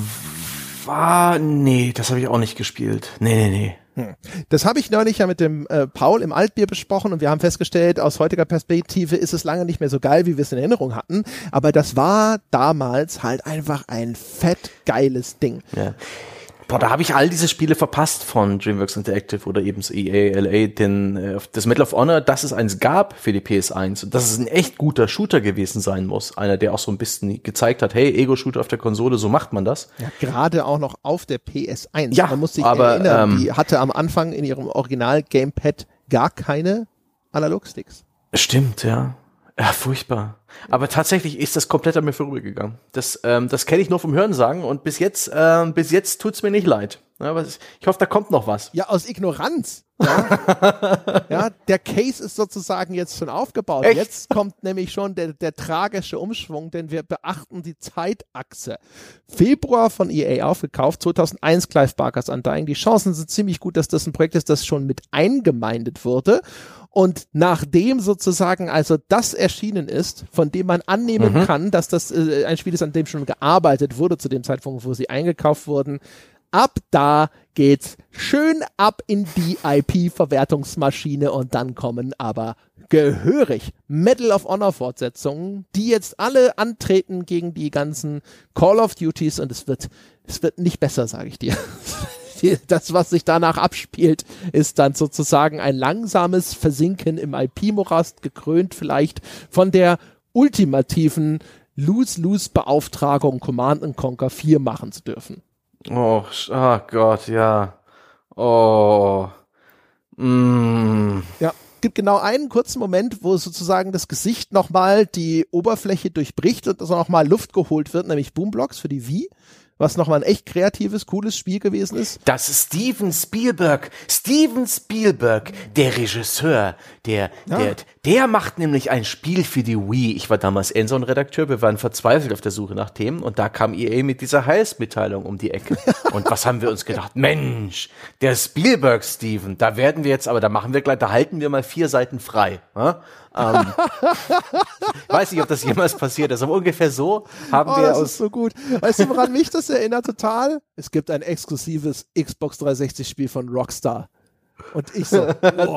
Nee, das habe ich auch nicht gespielt. Nee. Das habe ich neulich ja mit dem Paul im Altbier besprochen und wir haben festgestellt, aus heutiger Perspektive ist es lange nicht mehr so geil, wie wir es in Erinnerung hatten, aber das war damals halt einfach ein fett geiles Ding. Ja. Boah, da habe ich all diese Spiele verpasst von DreamWorks Interactive oder eben EA, LA, denn das Medal of Honor, dass es eins gab für die PS1 und dass es ein echt guter Shooter gewesen sein muss. Einer, der auch so ein bisschen gezeigt hat, hey, Ego-Shooter auf der Konsole, so macht man das. Ja, gerade auch noch auf der PS1. Ja, man muss sich aber, erinnern, die hatte am Anfang in ihrem Original-Gamepad gar keine Analog-Sticks. Stimmt, ja. Ja, furchtbar. Aber tatsächlich ist das komplett an mir vorübergegangen. Das kenne ich nur vom Hörensagen und bis jetzt tut's mir nicht leid. Ja, aber ich hoffe, da kommt noch was. Ja, aus Ignoranz. Ja, ja, der Case ist sozusagen jetzt schon aufgebaut. Echt? Jetzt kommt nämlich schon der tragische Umschwung, denn wir beachten die Zeitachse. Februar von EA aufgekauft, 2001 Clive Barkers Undying. Die Chancen sind ziemlich gut, dass das ein Projekt ist, das schon mit eingemeindet wurde. Und nachdem sozusagen also das erschienen ist, von dem man annehmen kann, dass das ein Spiel ist, an dem schon gearbeitet wurde zu dem Zeitpunkt, wo sie eingekauft wurden, ab da geht's schön ab in die IP-Verwertungsmaschine und dann kommen aber gehörig Medal of Honor Fortsetzungen, die jetzt alle antreten gegen die ganzen Call of Duties und es wird nicht besser, sage ich dir. Das, was sich danach abspielt, ist dann sozusagen ein langsames Versinken im IP-Morast, gekrönt vielleicht von der ultimativen Lose-Lose-Beauftragung, Command & Conquer 4 machen zu dürfen. Oh Gott, ja. Oh. Ja, gibt genau einen kurzen Moment, wo sozusagen das Gesicht nochmal die Oberfläche durchbricht und also nochmal Luft geholt wird, nämlich Boomblocks für die Wii. Was nochmal ein echt kreatives, cooles Spiel gewesen ist. Das ist Steven Spielberg, der Regisseur, der macht nämlich ein Spiel für die Wii. Ich war damals Endzone-Redakteur, wir waren verzweifelt auf der Suche nach Themen und da kam EA mit dieser Heilsmitteilung um die Ecke. Und was haben wir uns gedacht? Mensch, der Spielberg Steven, da halten wir mal 4 Seiten frei. Weiß nicht, ob das jemals passiert ist, aber ungefähr so haben wir das ist so gut. Weißt du, woran mich das erinnert total? Es gibt ein exklusives Xbox 360-Spiel von Rockstar. Und ich so,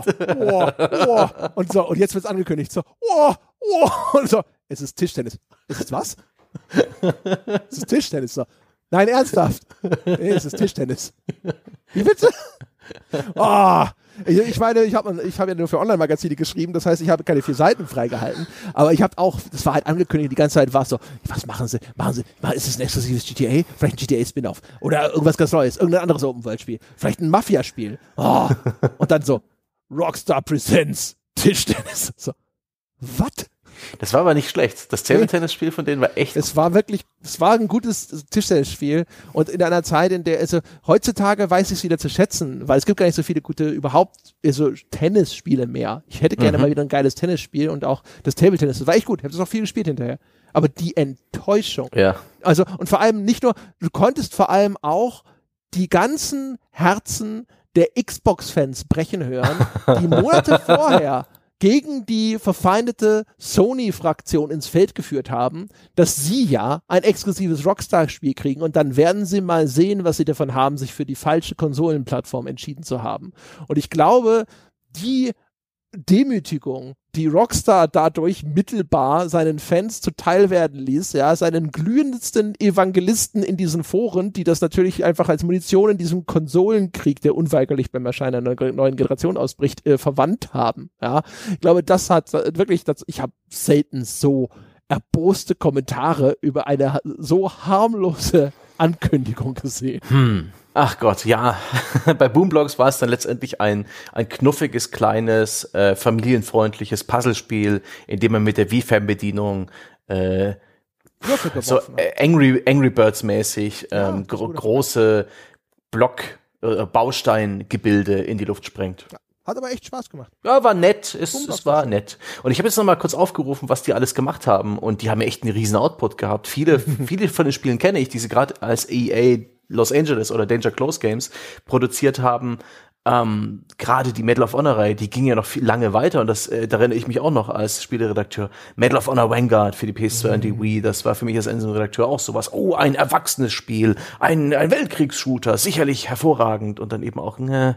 und jetzt wird's angekündigt, so, und so, es ist Tischtennis. Ist es was? Es ist Tischtennis, so. Nein, ernsthaft. Nee, es ist Tischtennis. Wie bitte? Ich meine, ich habe ja nur für Online-Magazine geschrieben, das heißt, ich habe keine 4 Seiten freigehalten, aber ich habe auch, das war halt angekündigt, die ganze Zeit war es so, was machen sie, ist es ein exklusives GTA? Vielleicht ein GTA-Spin-Off oder irgendwas ganz Neues, irgendein anderes Open-World-Spiel, vielleicht ein Mafia-Spiel, und dann so, Rockstar Presents Tischtennis, so, was? Das war aber nicht schlecht. Das Table-Tennis-Spiel von denen war echt. Es war ein gutes Tischtennisspiel und in einer Zeit, in der, also heutzutage weiß ich es wieder zu schätzen, weil es gibt gar nicht so viele gute überhaupt so Tennisspiele mehr. Ich hätte gerne mal wieder ein geiles Tennisspiel und auch das Table-Tennis. Das war echt gut. Ich habe das auch viel gespielt hinterher. Aber die Enttäuschung. Ja. Also, und vor allem nicht nur, du konntest vor allem auch die ganzen Herzen der Xbox-Fans brechen hören, die Monate vorher gegen die verfeindete Sony-Fraktion ins Feld geführt haben, dass sie ja ein exklusives Rockstar-Spiel kriegen und dann werden sie mal sehen, was sie davon haben, sich für die falsche Konsolenplattform entschieden zu haben. Und ich glaube, die Demütigung, die Rockstar dadurch mittelbar seinen Fans zuteil werden ließ, ja, seinen glühendsten Evangelisten in diesen Foren, die das natürlich einfach als Munition in diesem Konsolenkrieg, der unweigerlich beim Erscheinen einer neuen Generation ausbricht, verwandt haben, ja. Ich glaube, das hat wirklich, ich habe selten so erboste Kommentare über eine so harmlose Ankündigung gesehen. Ach Gott, ja. Bei Boomblocks war es dann letztendlich ein knuffiges, kleines, familienfreundliches Puzzlespiel, in dem man mit der Wii-Fernbedienung so Angry Birds mäßig große Bausteingebilde in die Luft sprengt. Ja. Hat aber echt Spaß gemacht. Ja, war nett. Es war nett. Und ich habe jetzt noch mal kurz aufgerufen, was die alles gemacht haben. Und die haben ja echt einen riesen Output gehabt. Viele von den Spielen kenne ich, die sie gerade als EA Los Angeles oder Danger Close Games produziert haben. Gerade die Medal of Honor-Reihe, die ging ja noch lange weiter. Und da erinnere ich mich auch noch als Spieleredakteur. Medal of Honor Vanguard für die PS2 und die Wii, das war für mich als Redakteur auch sowas. Oh, ein erwachsenes Spiel, ein Weltkriegsshooter, sicherlich hervorragend. Und dann eben auch,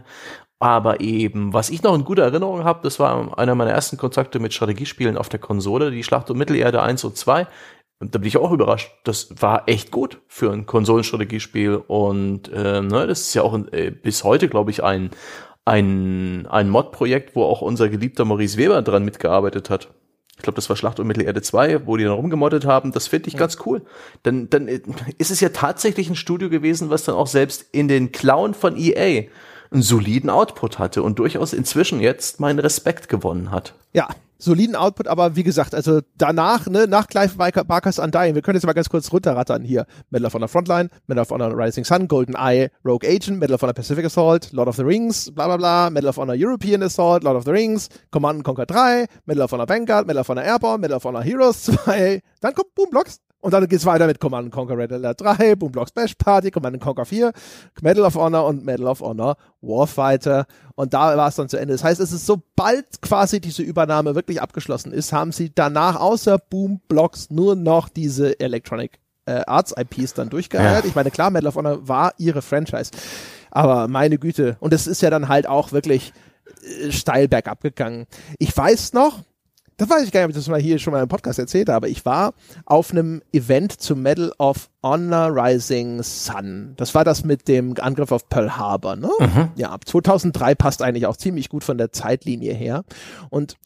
aber eben, was ich noch in guter Erinnerung habe, das war einer meiner ersten Kontakte mit Strategiespielen auf der Konsole, die Schlacht um Mittelerde 1 und 2. Und da bin ich auch überrascht. Das war echt gut für ein Konsolenstrategiespiel. Und das ist ja auch bis heute, glaube ich, ein Mod-Projekt, wo auch unser geliebter Maurice Weber dran mitgearbeitet hat. Ich glaube, das war Schlacht um Mittelerde 2, wo die dann rumgemoddet haben. Das finde ich ganz cool. Dann ist es ja tatsächlich ein Studio gewesen, was dann auch selbst in den Klauen von EA einen soliden Output hatte und durchaus inzwischen jetzt meinen Respekt gewonnen hat. Ja, soliden Output, aber wie gesagt, also danach, nach Clive Barker's Undying, wir können jetzt mal ganz kurz runterrattern hier. Medal of Honor Frontline, Medal of Honor Rising Sun, GoldenEye, Rogue Agent, Medal of Honor Pacific Assault, Lord of the Rings, bla bla bla, Medal of Honor European Assault, Lord of the Rings, Command & Conquer 3, Medal of Honor Vanguard, Medal of Honor Airborne, Medal of Honor Heroes 2, dann kommt Boomblocks. Und dann geht's weiter mit Command & Conquer Red Alert 3, Boomblocks Bash Party, Command & Conquer 4, Medal of Honor und Medal of Honor Warfighter. Und da war es dann zu Ende. Das heißt, es ist, sobald quasi diese Übernahme wirklich abgeschlossen ist, haben sie danach außer Boomblocks nur noch diese Electronic Arts IPs dann durchgeeiert. Ja. Ich meine, klar, Medal of Honor war ihre Franchise. Aber meine Güte. Und es ist ja dann halt auch wirklich steil bergab gegangen. Ich weiß noch, das weiß ich gar nicht, ob ich das mal hier schon mal im Podcast erzählt habe, aber ich war auf einem Event zu Medal of Honor Rising Sun. Das war das mit dem Angriff auf Pearl Harbor, ne? Mhm. Ja, 2003 passt eigentlich auch ziemlich gut von der Zeitlinie her. Und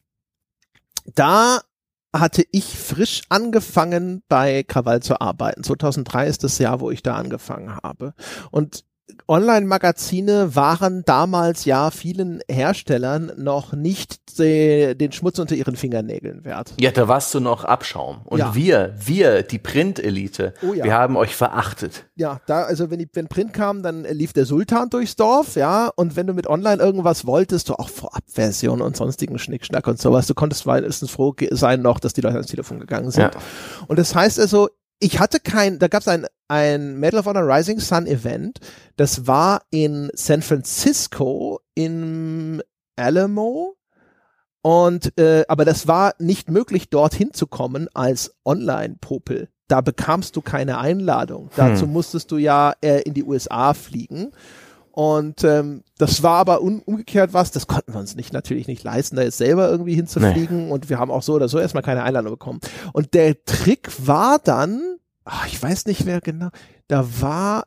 da hatte ich frisch angefangen, bei Krawall zu arbeiten. 2003 ist das Jahr, wo ich da angefangen habe. Und Online-Magazine waren damals ja vielen Herstellern noch nicht den Schmutz unter ihren Fingernägeln wert. Ja, da warst du noch Abschaum. Und ja. wir, die Print-Elite, wir haben euch verachtet. Ja, also wenn Print kam, dann lief der Sultan durchs Dorf, ja, und wenn du mit Online irgendwas wolltest, du auch Vorabversion und sonstigen Schnickschnack und sowas, du konntest meistens froh sein noch, dass die Leute ans Telefon gegangen sind. Ja. Und das heißt also, da gab es ein Medal of Honor Rising Sun Event, das war in San Francisco im Alamo und aber das war nicht möglich, dorthin zu kommen als Online-Popel. Da bekamst du keine Einladung. Dazu musstest du ja in die USA fliegen. Und das war aber umgekehrt das konnten wir uns natürlich nicht leisten, da jetzt selber irgendwie hinzufliegen. Nee. Und wir haben auch so oder so erstmal keine Einladung bekommen. Und der Trick war dann, ich weiß nicht wer genau, da war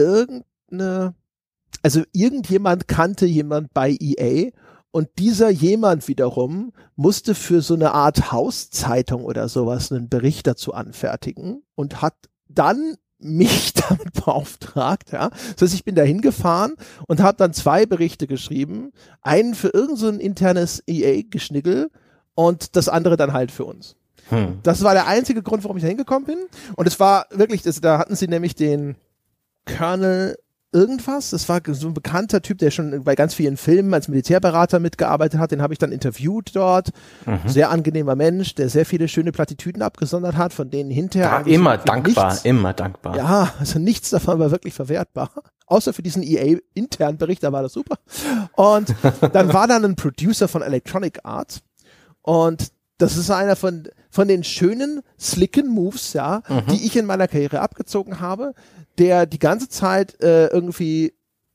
irgendjemand kannte jemand bei EA und dieser jemand wiederum musste für so eine Art Hauszeitung oder sowas einen Bericht dazu anfertigen und hat dann mich damit beauftragt, ja. Das heißt, ich bin da hingefahren und habe dann 2 Berichte geschrieben. Einen für irgend so ein internes EA-Geschnickel und das andere dann halt für uns. Das war der einzige Grund, warum ich da hingekommen bin. Und es war wirklich, da hatten sie nämlich den Colonel irgendwas. Das war so ein bekannter Typ, der schon bei ganz vielen Filmen als Militärberater mitgearbeitet hat. Den habe ich dann interviewt dort. Sehr angenehmer Mensch, der sehr viele schöne Plattitüden abgesondert hat, von denen hinterher immer dankbar. Ja, also nichts davon war wirklich verwertbar. Außer für diesen EA-internen Bericht, da war das super. Und dann war dann ein Producer von Electronic Arts und das ist einer von den schönen, slicken Moves, die ich in meiner Karriere abgezogen habe, der die ganze Zeit irgendwie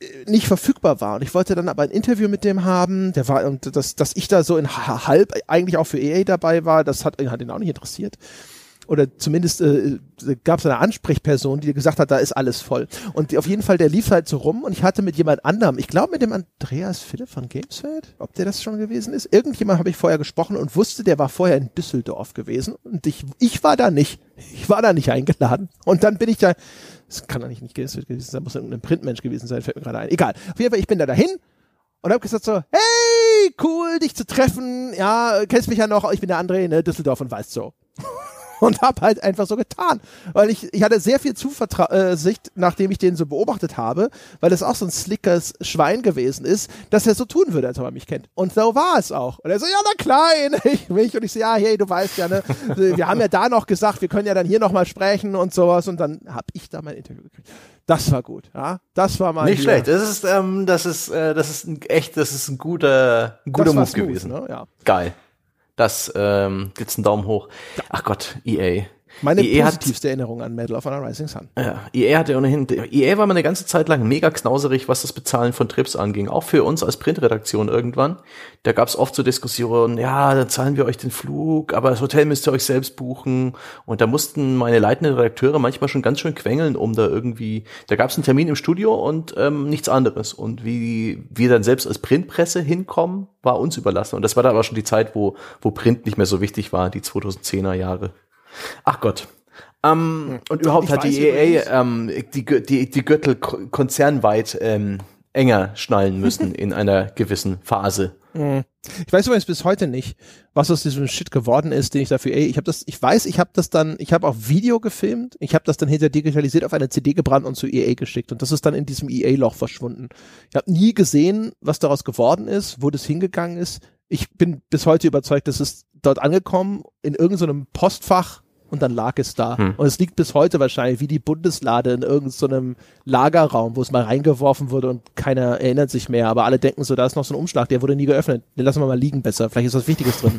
nicht verfügbar war. Und ich wollte dann aber ein Interview mit dem haben, der war, und dass ich da so in halb eigentlich auch für EA dabei war, das hat ihn auch nicht interessiert. Oder zumindest gab es eine Ansprechperson, die gesagt hat, da ist alles voll. Und auf jeden Fall, der lief halt so rum und ich hatte mit jemand anderem, ich glaube mit dem Andreas Philipp von Gamesfeld, ob der das schon gewesen ist. Irgendjemand habe ich vorher gesprochen und wusste, der war vorher in Düsseldorf gewesen und ich war da nicht. Ich war da nicht eingeladen. Und dann bin ich da, das kann doch nicht Gamesfeld gewesen sein, muss irgendein Printmensch gewesen sein, fällt mir gerade ein. Egal. Auf jeden Fall, ich bin da dahin und habe gesagt so, hey, cool, dich zu treffen. Ja, kennst mich ja noch, ich bin der André, ne, Düsseldorf und weißt so. Und habe halt einfach so getan. Weil ich hatte sehr viel Zuversicht, nachdem ich den so beobachtet habe, weil es auch so ein slickers Schwein gewesen ist, dass er so tun würde, als ob er mich kennt. Und so war es auch. Und er so, ja, na klar, ich mich. Und ich so, ja, hey, du weißt ja, ne, wir haben ja da noch gesagt, wir können ja dann hier nochmal sprechen und sowas. Und dann habe ich da mein Interview gekriegt. Das war gut, ja. Das war mal. Nicht schlecht. Das ist ein guter Move gewesen. Ne? Ja. Geil. Das gibt's einen Daumen hoch. Ja. Ach Gott, EA. Meine positivste Erinnerung an Medal of Honor Rising Sun. Ja, EA war mal eine ganze Zeit lang mega knauserig, was das Bezahlen von Trips anging. Auch für uns als Printredaktion irgendwann. Da gab's oft so Diskussionen, ja, dann zahlen wir euch den Flug, aber das Hotel müsst ihr euch selbst buchen. Und da mussten meine leitenden Redakteure manchmal schon ganz schön quengeln, um da irgendwie, da gab's einen Termin im Studio und nichts anderes. Und wie wir dann selbst als Printpresse hinkommen, war uns überlassen. Und das war da aber schon die Zeit, wo Print nicht mehr so wichtig war, die 2010er Jahre. Ach Gott. Und überhaupt hat die EA die Gürtel konzernweit enger schnallen müssen in einer gewissen Phase. Ich weiß übrigens bis heute nicht, was aus diesem Shit geworden ist, den ich dafür, ich habe auch Video gefilmt, ich habe das dann hinterher digitalisiert auf eine CD gebrannt und zu EA geschickt und das ist dann in diesem EA-Loch verschwunden. Ich habe nie gesehen, was daraus geworden ist, wo das hingegangen ist. Ich bin bis heute überzeugt, dass es dort angekommen in irgendeinem Postfach und dann lag es da. Und es liegt bis heute wahrscheinlich wie die Bundeslade in irgendeinem Lagerraum, wo es mal reingeworfen wurde und keiner erinnert sich mehr. Aber alle denken so, da ist noch so ein Umschlag, der wurde nie geöffnet. Den lassen wir mal liegen besser. Vielleicht ist was Wichtiges drin.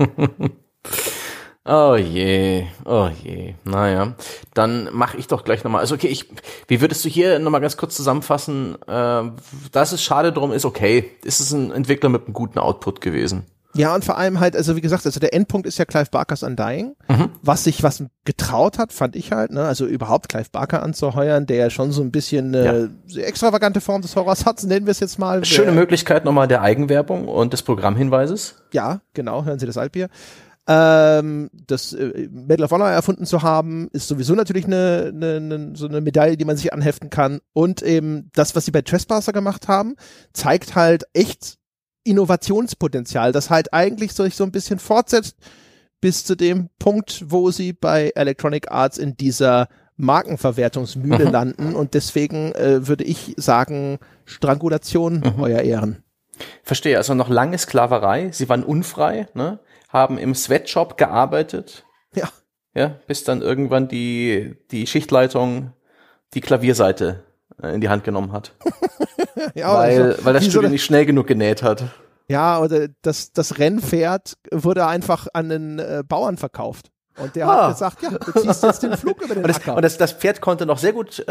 Oh je. Naja, dann mache ich doch gleich nochmal. Also okay, wie würdest du hier nochmal ganz kurz zusammenfassen, dass es schade drum ist, okay, ist es ein Entwickler mit einem guten Output gewesen? Ja, und vor allem halt, also wie gesagt, also der Endpunkt ist ja Clive Barkers Undying, was getraut hat, fand ich halt, ne, also überhaupt Clive Barker anzuheuern, der ja schon so ein bisschen sehr extravagante Form des Horrors hat, nennen wir es jetzt mal. Schöne Möglichkeit nochmal der Eigenwerbung und des Programmhinweises. Ja, genau, hören Sie das Altbier. Das Medal of Honor erfunden zu haben, ist sowieso natürlich so eine Medaille, die man sich anheften kann. Und eben das, was sie bei Trespasser gemacht haben, zeigt halt echt Innovationspotenzial, das halt eigentlich sich so ein bisschen fortsetzt bis zu dem Punkt, wo sie bei Electronic Arts in dieser Markenverwertungsmühle landen und deswegen würde ich sagen, Strangulation, euer Ehren. Verstehe, also noch lange Sklaverei, sie waren unfrei, ne? Haben im Sweatshop gearbeitet. Ja, bis dann irgendwann die Schichtleitung die Klavierseite in die Hand genommen hat. Ja, weil das Studio nicht schnell genug genäht hat. Ja, oder das Rennpferd wurde einfach an den Bauern verkauft. Und der hat gesagt, ja, du ziehst jetzt den Flug über den Acker. Und das Pferd konnte noch sehr gut,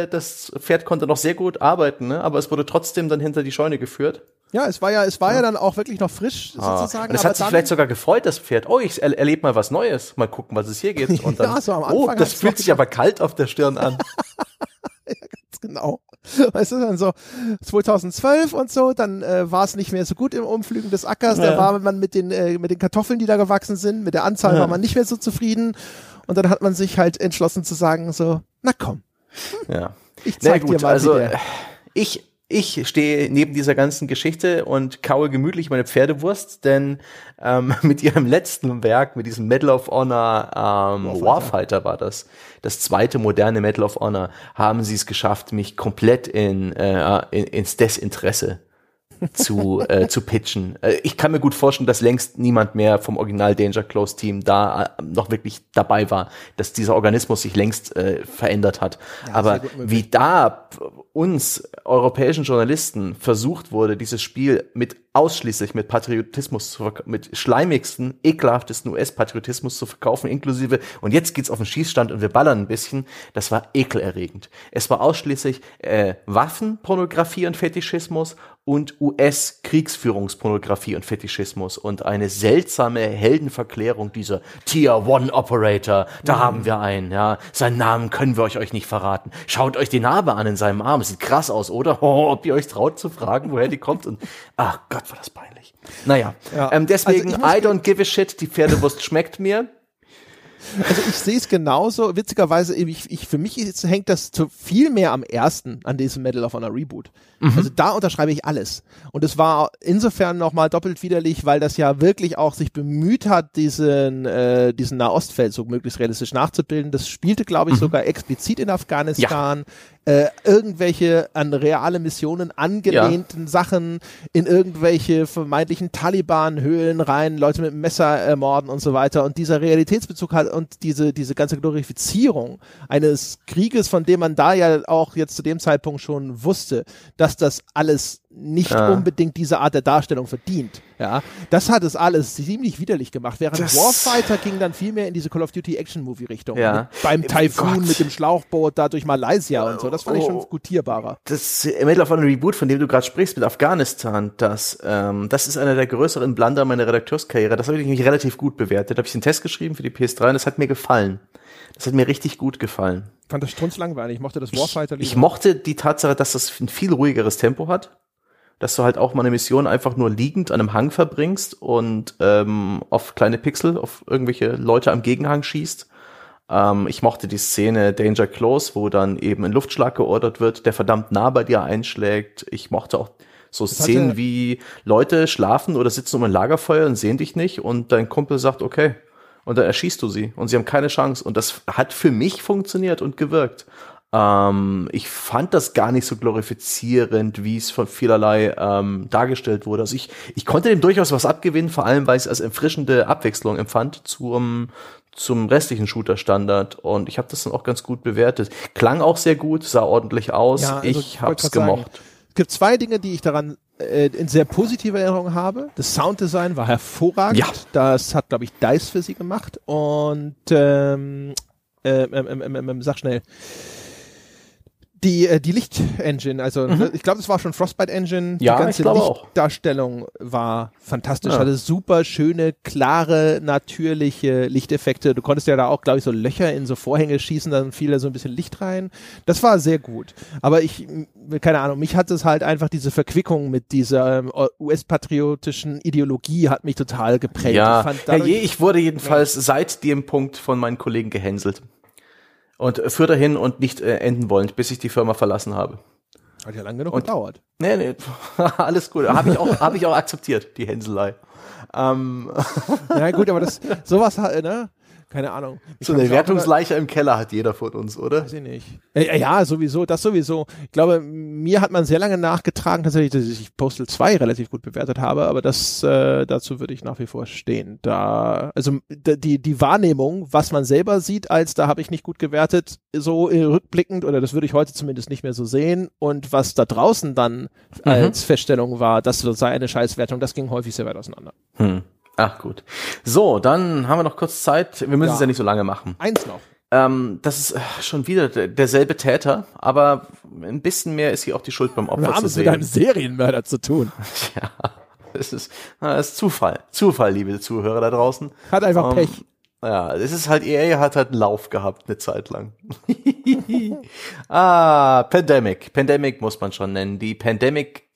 arbeiten, ne? Aber es wurde trotzdem dann hinter die Scheune geführt. Ja, es war ja dann auch wirklich noch frisch, sozusagen. Und es hat sich vielleicht sogar gefreut, das Pferd. Oh, ich erlebe mal was Neues. Mal gucken, was es hier gibt. Und dann, so am Anfang das fühlt sich aber kalt auf der Stirn an. Ja, ganz genau. Weißt du, dann so 2012 und so, dann war es nicht mehr so gut im Umpflügen des Ackers. Da war man mit den Kartoffeln, die da gewachsen sind, mit der Anzahl war man nicht mehr so zufrieden. Und dann hat man sich halt entschlossen zu sagen so, na komm. Ja. Ich zeig dir mal, also ich stehe neben dieser ganzen Geschichte und kaue gemütlich meine Pferdewurst, denn mit ihrem letzten Werk, mit diesem Medal of Honor Warfighter war das zweite moderne Medal of Honor, haben sie es geschafft, mich komplett ins Desinteresse zu pitchen. Ich kann mir gut vorstellen, dass längst niemand mehr vom Original Danger Close Team da noch wirklich dabei war, dass dieser Organismus sich längst verändert hat. Ja, aber wie da uns europäischen Journalisten versucht wurde, dieses Spiel ausschließlich mit Patriotismus, mit schleimigsten, ekelhaftesten US-Patriotismus zu verkaufen, inklusive, und jetzt geht's auf den Schießstand und wir ballern ein bisschen, das war ekelerregend. Es war ausschließlich Waffenpornografie und Fetischismus und US-Kriegsführungspornografie und Fetischismus und eine seltsame Heldenverklärung dieser Tier-1-Operator, da haben wir einen, ja, seinen Namen können wir euch nicht verraten. Schaut euch die Narbe an in seinem Arm, sieht krass aus, oder? Oh, ob ihr euch traut zu fragen, woher die kommt und, ach Gott, war das peinlich. Naja, deswegen, also I don't give a shit, die Pferdewurst schmeckt mir. Also ich sehe es genauso, witzigerweise, für mich hängt das viel mehr am ersten, an diesem Medal of Honor Reboot. Also da unterschreibe ich alles. Und es war insofern nochmal doppelt widerlich, weil das ja wirklich auch sich bemüht hat, diesen Nahostfeldzug möglichst realistisch nachzubilden. Das spielte, glaube ich, sogar explizit in Afghanistan. Ja. Irgendwelche an reale Missionen angelehnten Sachen in irgendwelche vermeintlichen Taliban-Höhlen rein, Leute mit einem Messer ermorden und so weiter. Und dieser Realitätsbezug hat und diese ganze Glorifizierung eines Krieges, von dem man da ja auch jetzt zu dem Zeitpunkt schon wusste, dass das alles nicht unbedingt diese Art der Darstellung verdient. Ja, das hat es alles ziemlich widerlich gemacht. Während Warfighter ging dann viel mehr in diese Call of Duty Action Movie Richtung. Ja. Beim Typhoon mit dem Schlauchboot da durch Malaysia und so. Das fand ich schon gutierbarer. Das Medal of Honor Reboot, von dem du gerade sprichst, mit Afghanistan, das ist einer der größeren Blunder meiner Redakteurskarriere. Das habe ich nämlich relativ gut bewertet. Da habe ich einen Test geschrieben für die PS3 und das hat mir gefallen. Das hat mir richtig gut gefallen. Ich fand das strunzlangweilig. Ich mochte das Warfighter lieber. Ich mochte die Tatsache, dass das ein viel ruhigeres Tempo hat. Dass du halt auch mal eine Mission einfach nur liegend an einem Hang verbringst und auf kleine Pixel, auf irgendwelche Leute am Gegenhang schießt. Ich mochte die Szene Danger Close, wo dann eben ein Luftschlag geordert wird, der verdammt nah bei dir einschlägt. Ich mochte auch so Szenen wie Leute schlafen oder sitzen um ein Lagerfeuer und sehen dich nicht und dein Kumpel sagt, okay, und dann erschießt du sie und sie haben keine Chance. Und das hat für mich funktioniert und gewirkt. Ich fand das gar nicht so glorifizierend, wie es von vielerlei dargestellt wurde. Also ich konnte dem durchaus was abgewinnen, vor allem, weil ich es als erfrischende Abwechslung empfand zum restlichen Shooter-Standard. Und ich habe das dann auch ganz gut bewertet. Klang auch sehr gut, sah ordentlich aus. Ja, also ich hab's gemocht. Es gibt zwei Dinge, die ich daran in sehr positiver Erinnerung habe. Das Sounddesign war hervorragend. Ja. Das hat, glaube ich, DICE für sie gemacht. Und sag schnell. Die Lichtengine, also ich glaube, das war schon Frostbite Engine. Ja, die ganze Lichtdarstellung war fantastisch. Ja. Hatte super schöne, klare, natürliche Lichteffekte. Du konntest ja da auch, glaube ich, so Löcher in so Vorhänge schießen, dann fiel da so ein bisschen Licht rein. Das war sehr gut. Aber keine Ahnung, mich hat es halt einfach diese Verquickung mit dieser US-patriotischen Ideologie hat mich total geprägt. Ja, ich wurde jedenfalls seit dem Punkt von meinen Kollegen gehänselt. Und führ dahin und nicht enden wollend, bis ich die Firma verlassen habe. Hat ja lange genug gedauert. Nee, alles gut. Hab ich auch akzeptiert, die Hänselei. Ja gut, aber sowas halt, ne? Keine Ahnung. So eine Wertungsleiche im Keller hat jeder von uns, oder? Weiß ich nicht. Ja, sowieso, das sowieso. Ich glaube, mir hat man sehr lange nachgetragen, tatsächlich, dass ich Postal 2 relativ gut bewertet habe, aber dazu würde ich nach wie vor stehen. Die Wahrnehmung, was man selber sieht, da habe ich nicht gut gewertet, so rückblickend, oder das würde ich heute zumindest nicht mehr so sehen, und was da draußen dann als Feststellung war, das sei eine Scheißwertung, das ging häufig sehr weit auseinander. Ach gut. So, dann haben wir noch kurz Zeit. Wir müssen es ja nicht so lange machen. Eins noch. Das ist schon wieder derselbe Täter, aber ein bisschen mehr ist hier auch die Schuld beim Opfer zu sehen. Wir haben es mit einem Serienmörder zu tun. Ja, das ist Zufall. Zufall, liebe Zuhörer da draußen. Hat einfach Pech. Ja, es ist halt, EA hat halt einen Lauf gehabt, eine Zeit lang. Pandemic. Pandemic muss man schon nennen. Die Pandemic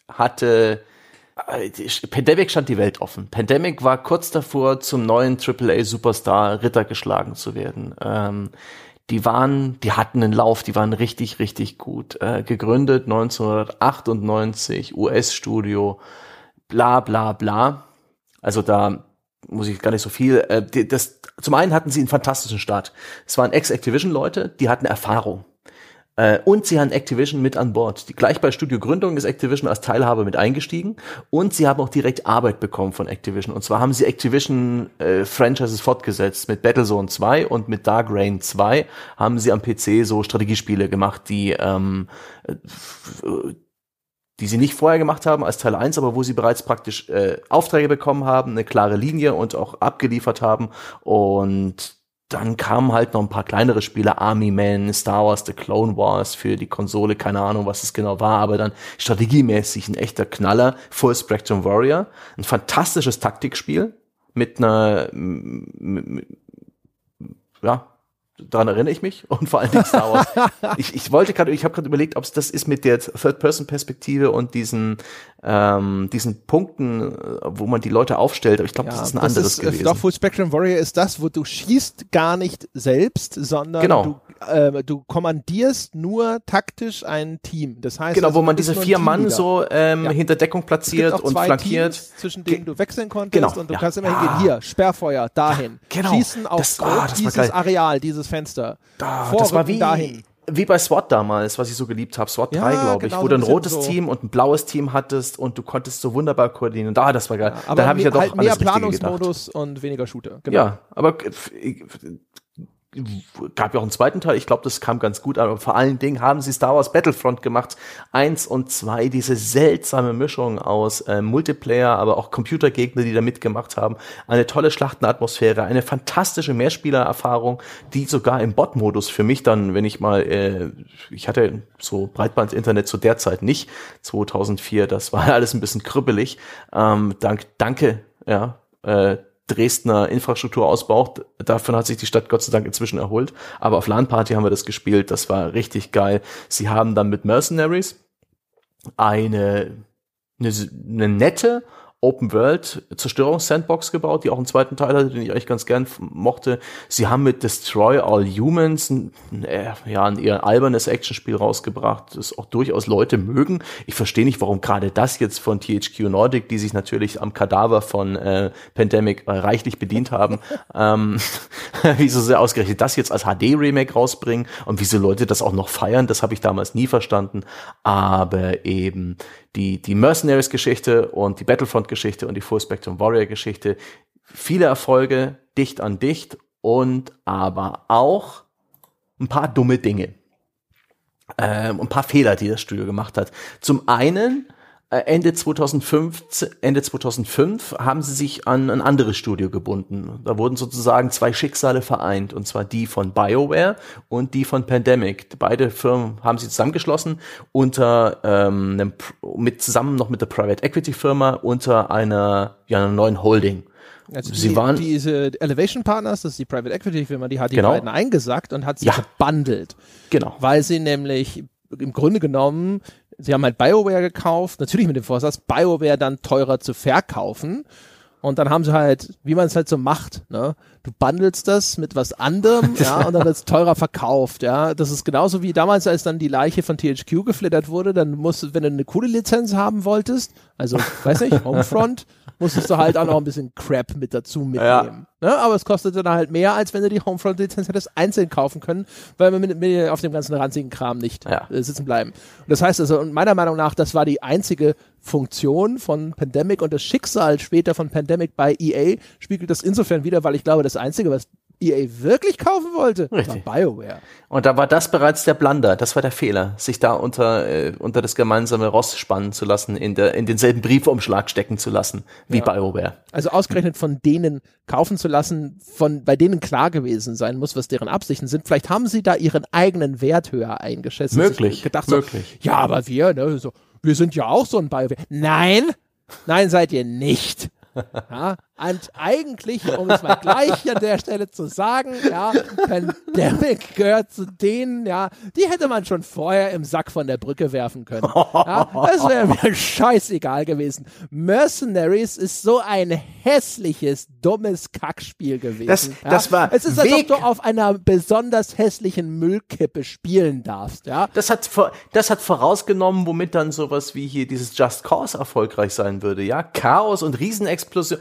stand die Welt offen. Pandemic war kurz davor, zum neuen AAA-Superstar Ritter geschlagen zu werden. Die hatten einen Lauf, die waren richtig, richtig gut. Gegründet 1998, US-Studio, bla bla bla. Also da muss ich gar nicht so viel. Zum einen hatten sie einen fantastischen Start. Es waren Ex-Activision-Leute, die hatten Erfahrung. Und sie haben Activision mit an Bord. Gleich bei Studio Gründung ist Activision als Teilhaber mit eingestiegen und sie haben auch direkt Arbeit bekommen von Activision. Und zwar haben sie Activision Franchises fortgesetzt. Mit Battlezone 2 und mit Dark Reign 2 haben sie am PC so Strategiespiele gemacht, die sie nicht vorher gemacht haben als Teil 1, aber wo sie bereits praktisch Aufträge bekommen haben, eine klare Linie und auch abgeliefert haben. Und dann kamen halt noch ein paar kleinere Spiele, Army Man, Star Wars, The Clone Wars für die Konsole, keine Ahnung, was es genau war, aber dann strategiemäßig ein echter Knaller, Full Spectrum Warrior, ein fantastisches Taktikspiel mit einer, ja, daran erinnere ich mich und vor allen Dingen Star Wars. Ich habe gerade überlegt, ob es das ist mit der Third-Person-Perspektive und diesen Punkten, wo man die Leute aufstellt. Aber ich glaube, das ist ein anderes gewesen. Doch, Full Spectrum Warrior ist das, wo du schießt gar nicht selbst, sondern genau. du kommandierst nur taktisch ein Team. Das heißt, genau, wo man diese 4 Mann so hinter Deckung platziert und flankiert. Teams, zwischen denen du wechseln konntest und du kannst immer hingehen, hier, Sperrfeuer, dahin. Genau. Schießen auf dieses Areal, dieses Fenster. Das war wie bei SWAT damals, was ich so geliebt habe, SWAT 3, glaube ich, wo du ein rotes Team und ein blaues Team hattest und du konntest so wunderbar koordinieren. Und das war geil. Ja, dann habe ich ja doch halt alles mehr Richtige Planungsmodus gedacht. und weniger Shooter. Genau. Ja, aber gab ja auch einen zweiten Teil, ich glaube, das kam ganz gut, aber vor allen Dingen haben sie Star Wars Battlefront gemacht, 1 und 2, diese seltsame Mischung aus Multiplayer, aber auch Computergegner, die da mitgemacht haben, eine tolle Schlachtenatmosphäre, eine fantastische Mehrspielererfahrung, die sogar im Bot-Modus für mich dann, wenn ich mal, ich hatte so Breitband-Internet zu der Zeit nicht, 2004, das war alles ein bisschen krüppelig, danke, Dresdner Infrastrukturausbau, davon hat sich die Stadt Gott sei Dank inzwischen erholt, aber auf LAN-Party haben wir das gespielt, das war richtig geil. Sie haben dann mit Mercenaries eine nette Open-World-Zerstörungs-Sandbox gebaut, die auch einen zweiten Teil hatte, den ich eigentlich ganz gern mochte. Sie haben mit Destroy All Humans ein eher albernes Actionspiel rausgebracht, das auch durchaus Leute mögen. Ich verstehe nicht, warum gerade das jetzt von THQ Nordic, die sich natürlich am Kadaver von Pandemic reichlich bedient haben, wieso sie ausgerechnet das jetzt als HD-Remake rausbringen und wieso Leute das auch noch feiern, das habe ich damals nie verstanden. Aber eben die Mercenaries-Geschichte und die Battlefront-Geschichte und die Full Spectrum Warrior-Geschichte, viele Erfolge, dicht an dicht und aber auch ein paar dumme Dinge. Ein paar Fehler, die das Studio gemacht hat. Zum einen, Ende 2005 haben sie sich an ein anderes Studio gebunden. Da wurden sozusagen 2 Schicksale vereint, und zwar die von BioWare und die von Pandemic. Beide Firmen haben sie zusammengeschlossen zusammen noch mit der Private Equity Firma unter einer neuen Holding. Also diese Elevation Partners, das ist die Private Equity Firma, die hat die beiden eingesackt und hat sie gebundelt. Genau. Weil sie nämlich im Grunde genommen, sie haben halt BioWare gekauft, natürlich mit dem Vorsatz, BioWare dann teurer zu verkaufen. Und dann haben sie halt, wie man es halt so macht, ne? Du bundelst das mit was anderem, und dann wird es teurer verkauft, Das ist genauso wie damals, als dann die Leiche von THQ geflittert wurde, dann musst du, wenn du eine coole Lizenz haben wolltest, also, weiß nicht, Homefront, musstest du halt auch noch ein bisschen Crap mit dazu mitnehmen. Ja. Ne? Aber es kostete dann halt mehr, als wenn du die Homefront-Lizenz hättest einzeln kaufen können, weil wir mit auf dem ganzen ranzigen Kram nicht sitzen bleiben. Und das heißt also, meiner Meinung nach, das war die einzige Funktion von Pandemic und das Schicksal später von Pandemic bei EA spiegelt das insofern wieder, weil ich glaube, das Einzige, was EA wirklich kaufen wollte, war BioWare. Und da war das bereits der Blunder, das war der Fehler, sich da unter das gemeinsame Ross spannen zu lassen, in denselben Briefumschlag stecken zu lassen, wie BioWare. Also ausgerechnet von denen kaufen zu lassen, bei denen klar gewesen sein muss, was deren Absichten sind. Vielleicht haben sie da ihren eigenen Wert höher eingeschätzt. Möglich, gedacht, möglich. Ja, aber wir sind ja auch so ein BioWare. Nein, seid ihr nicht. Ja, und eigentlich, um es mal gleich an der Stelle zu sagen, Pandemic gehört zu denen, die hätte man schon vorher im Sack von der Brücke werfen können. Ja, das wäre mir scheißegal gewesen. Mercenaries ist so ein hässliches, dummes Kackspiel gewesen. Das war es ist, als ob du auf einer besonders hässlichen Müllkippe spielen darfst. Ja? Das hat vorausgenommen, womit dann sowas wie hier dieses Just Cause erfolgreich sein würde. Ja, Chaos und Riesenexplosion. Ja,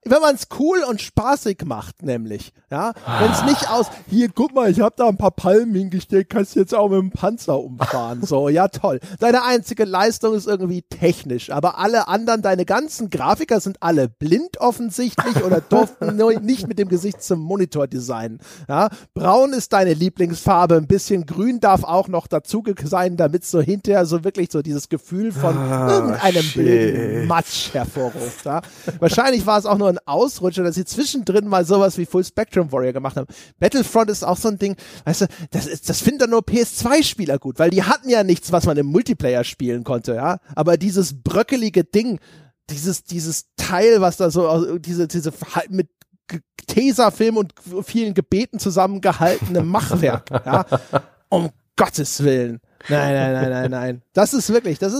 wenn man es cool und spaßig macht, nämlich, ja, wenn es nicht hier, guck mal, ich habe da ein paar Palmen hingestellt, kannst jetzt auch mit dem Panzer umfahren, so, ja toll. Deine einzige Leistung ist irgendwie technisch, aber alle anderen, deine ganzen Grafiker sind alle blind offensichtlich oder durften nicht mit dem Gesicht zum Monitor designen, ja. Braun ist deine Lieblingsfarbe, ein bisschen Grün darf auch noch dazu sein, damit so hinterher so wirklich so dieses Gefühl von irgendeinem blöden Matsch hervorruft, ja. Wahrscheinlich war es auch nur ein Ausrutscher, dass sie zwischendrin mal sowas wie Full Spectrum Warrior gemacht haben. Battlefront ist auch so ein Ding, weißt du, das finden dann nur PS2-Spieler gut, weil die hatten ja nichts, was man im Multiplayer spielen konnte, ja. Aber dieses bröckelige Ding, dieses Teil, was da so, diese mit Tesafilm und vielen Gebeten zusammengehaltene Machwerk, ja. Um Gottes Willen. Nein. Das ist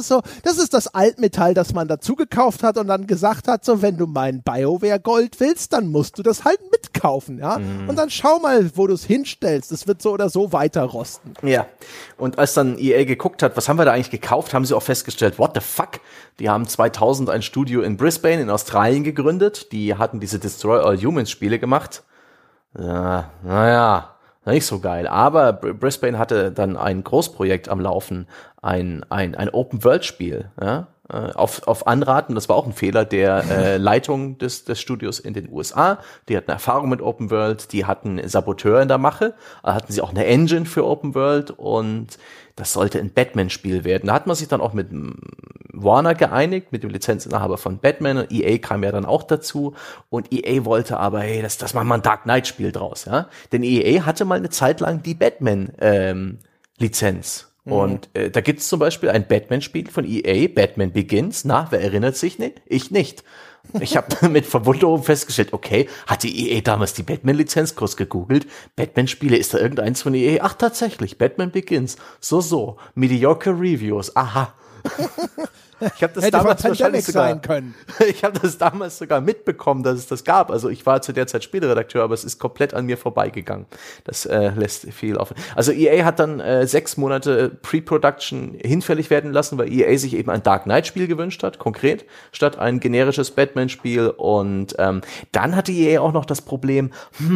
das Altmetall, das man dazu gekauft hat und dann gesagt hat, so, wenn du mein BioWare Gold willst, dann musst du das halt mitkaufen, ja. Und dann schau mal, wo du es hinstellst. Es wird so oder so weiter rosten. Ja. Und als dann EA geguckt hat, was haben wir da eigentlich gekauft, haben sie auch festgestellt, what the fuck? Die haben 2000 ein Studio in Brisbane in Australien gegründet. Die hatten diese Destroy All Humans Spiele gemacht. Ja, naja. Nicht so geil, aber Brisbane hatte dann ein Großprojekt am Laufen, ein Open-World-Spiel, ja, auf Anraten, das war auch ein Fehler der Leitung des Studios in den USA. Die hatten Erfahrung mit Open World, die hatten Saboteur in der Mache, hatten sie auch eine Engine für Open World und das sollte ein Batman-Spiel werden. Da hat man sich dann auch mit Warner geeinigt, mit dem Lizenzinhaber von Batman, und EA kam ja dann auch dazu und EA wollte aber, hey, das machen wir ein Dark Knight-Spiel draus, ja. Denn EA hatte mal eine Zeit lang die Batman-Lizenz. Und da gibt's zum Beispiel ein Batman-Spiel von EA, Batman Begins. Na, wer erinnert sich? Nee, ich nicht. Ich habe mit Verwunderung festgestellt, okay, hatte EA damals die Batman-Lizenz, kurz gegoogelt, Batman-Spiele, ist da irgendeins von EA? Ach, tatsächlich, Batman Begins. So, mediocre Reviews, aha. Ich habe das damals wahrscheinlich sogar Ich habe das damals sogar mitbekommen, dass es das gab. Also ich war zu der Zeit Spieleredakteur, aber es ist komplett an mir vorbeigegangen. Das lässt viel offen. Also EA hat dann 6 Monate Pre-Production hinfällig werden lassen, weil EA sich eben ein Dark Knight Spiel gewünscht hat, konkret, statt ein generisches Batman Spiel. Und dann hatte EA auch noch das Problem,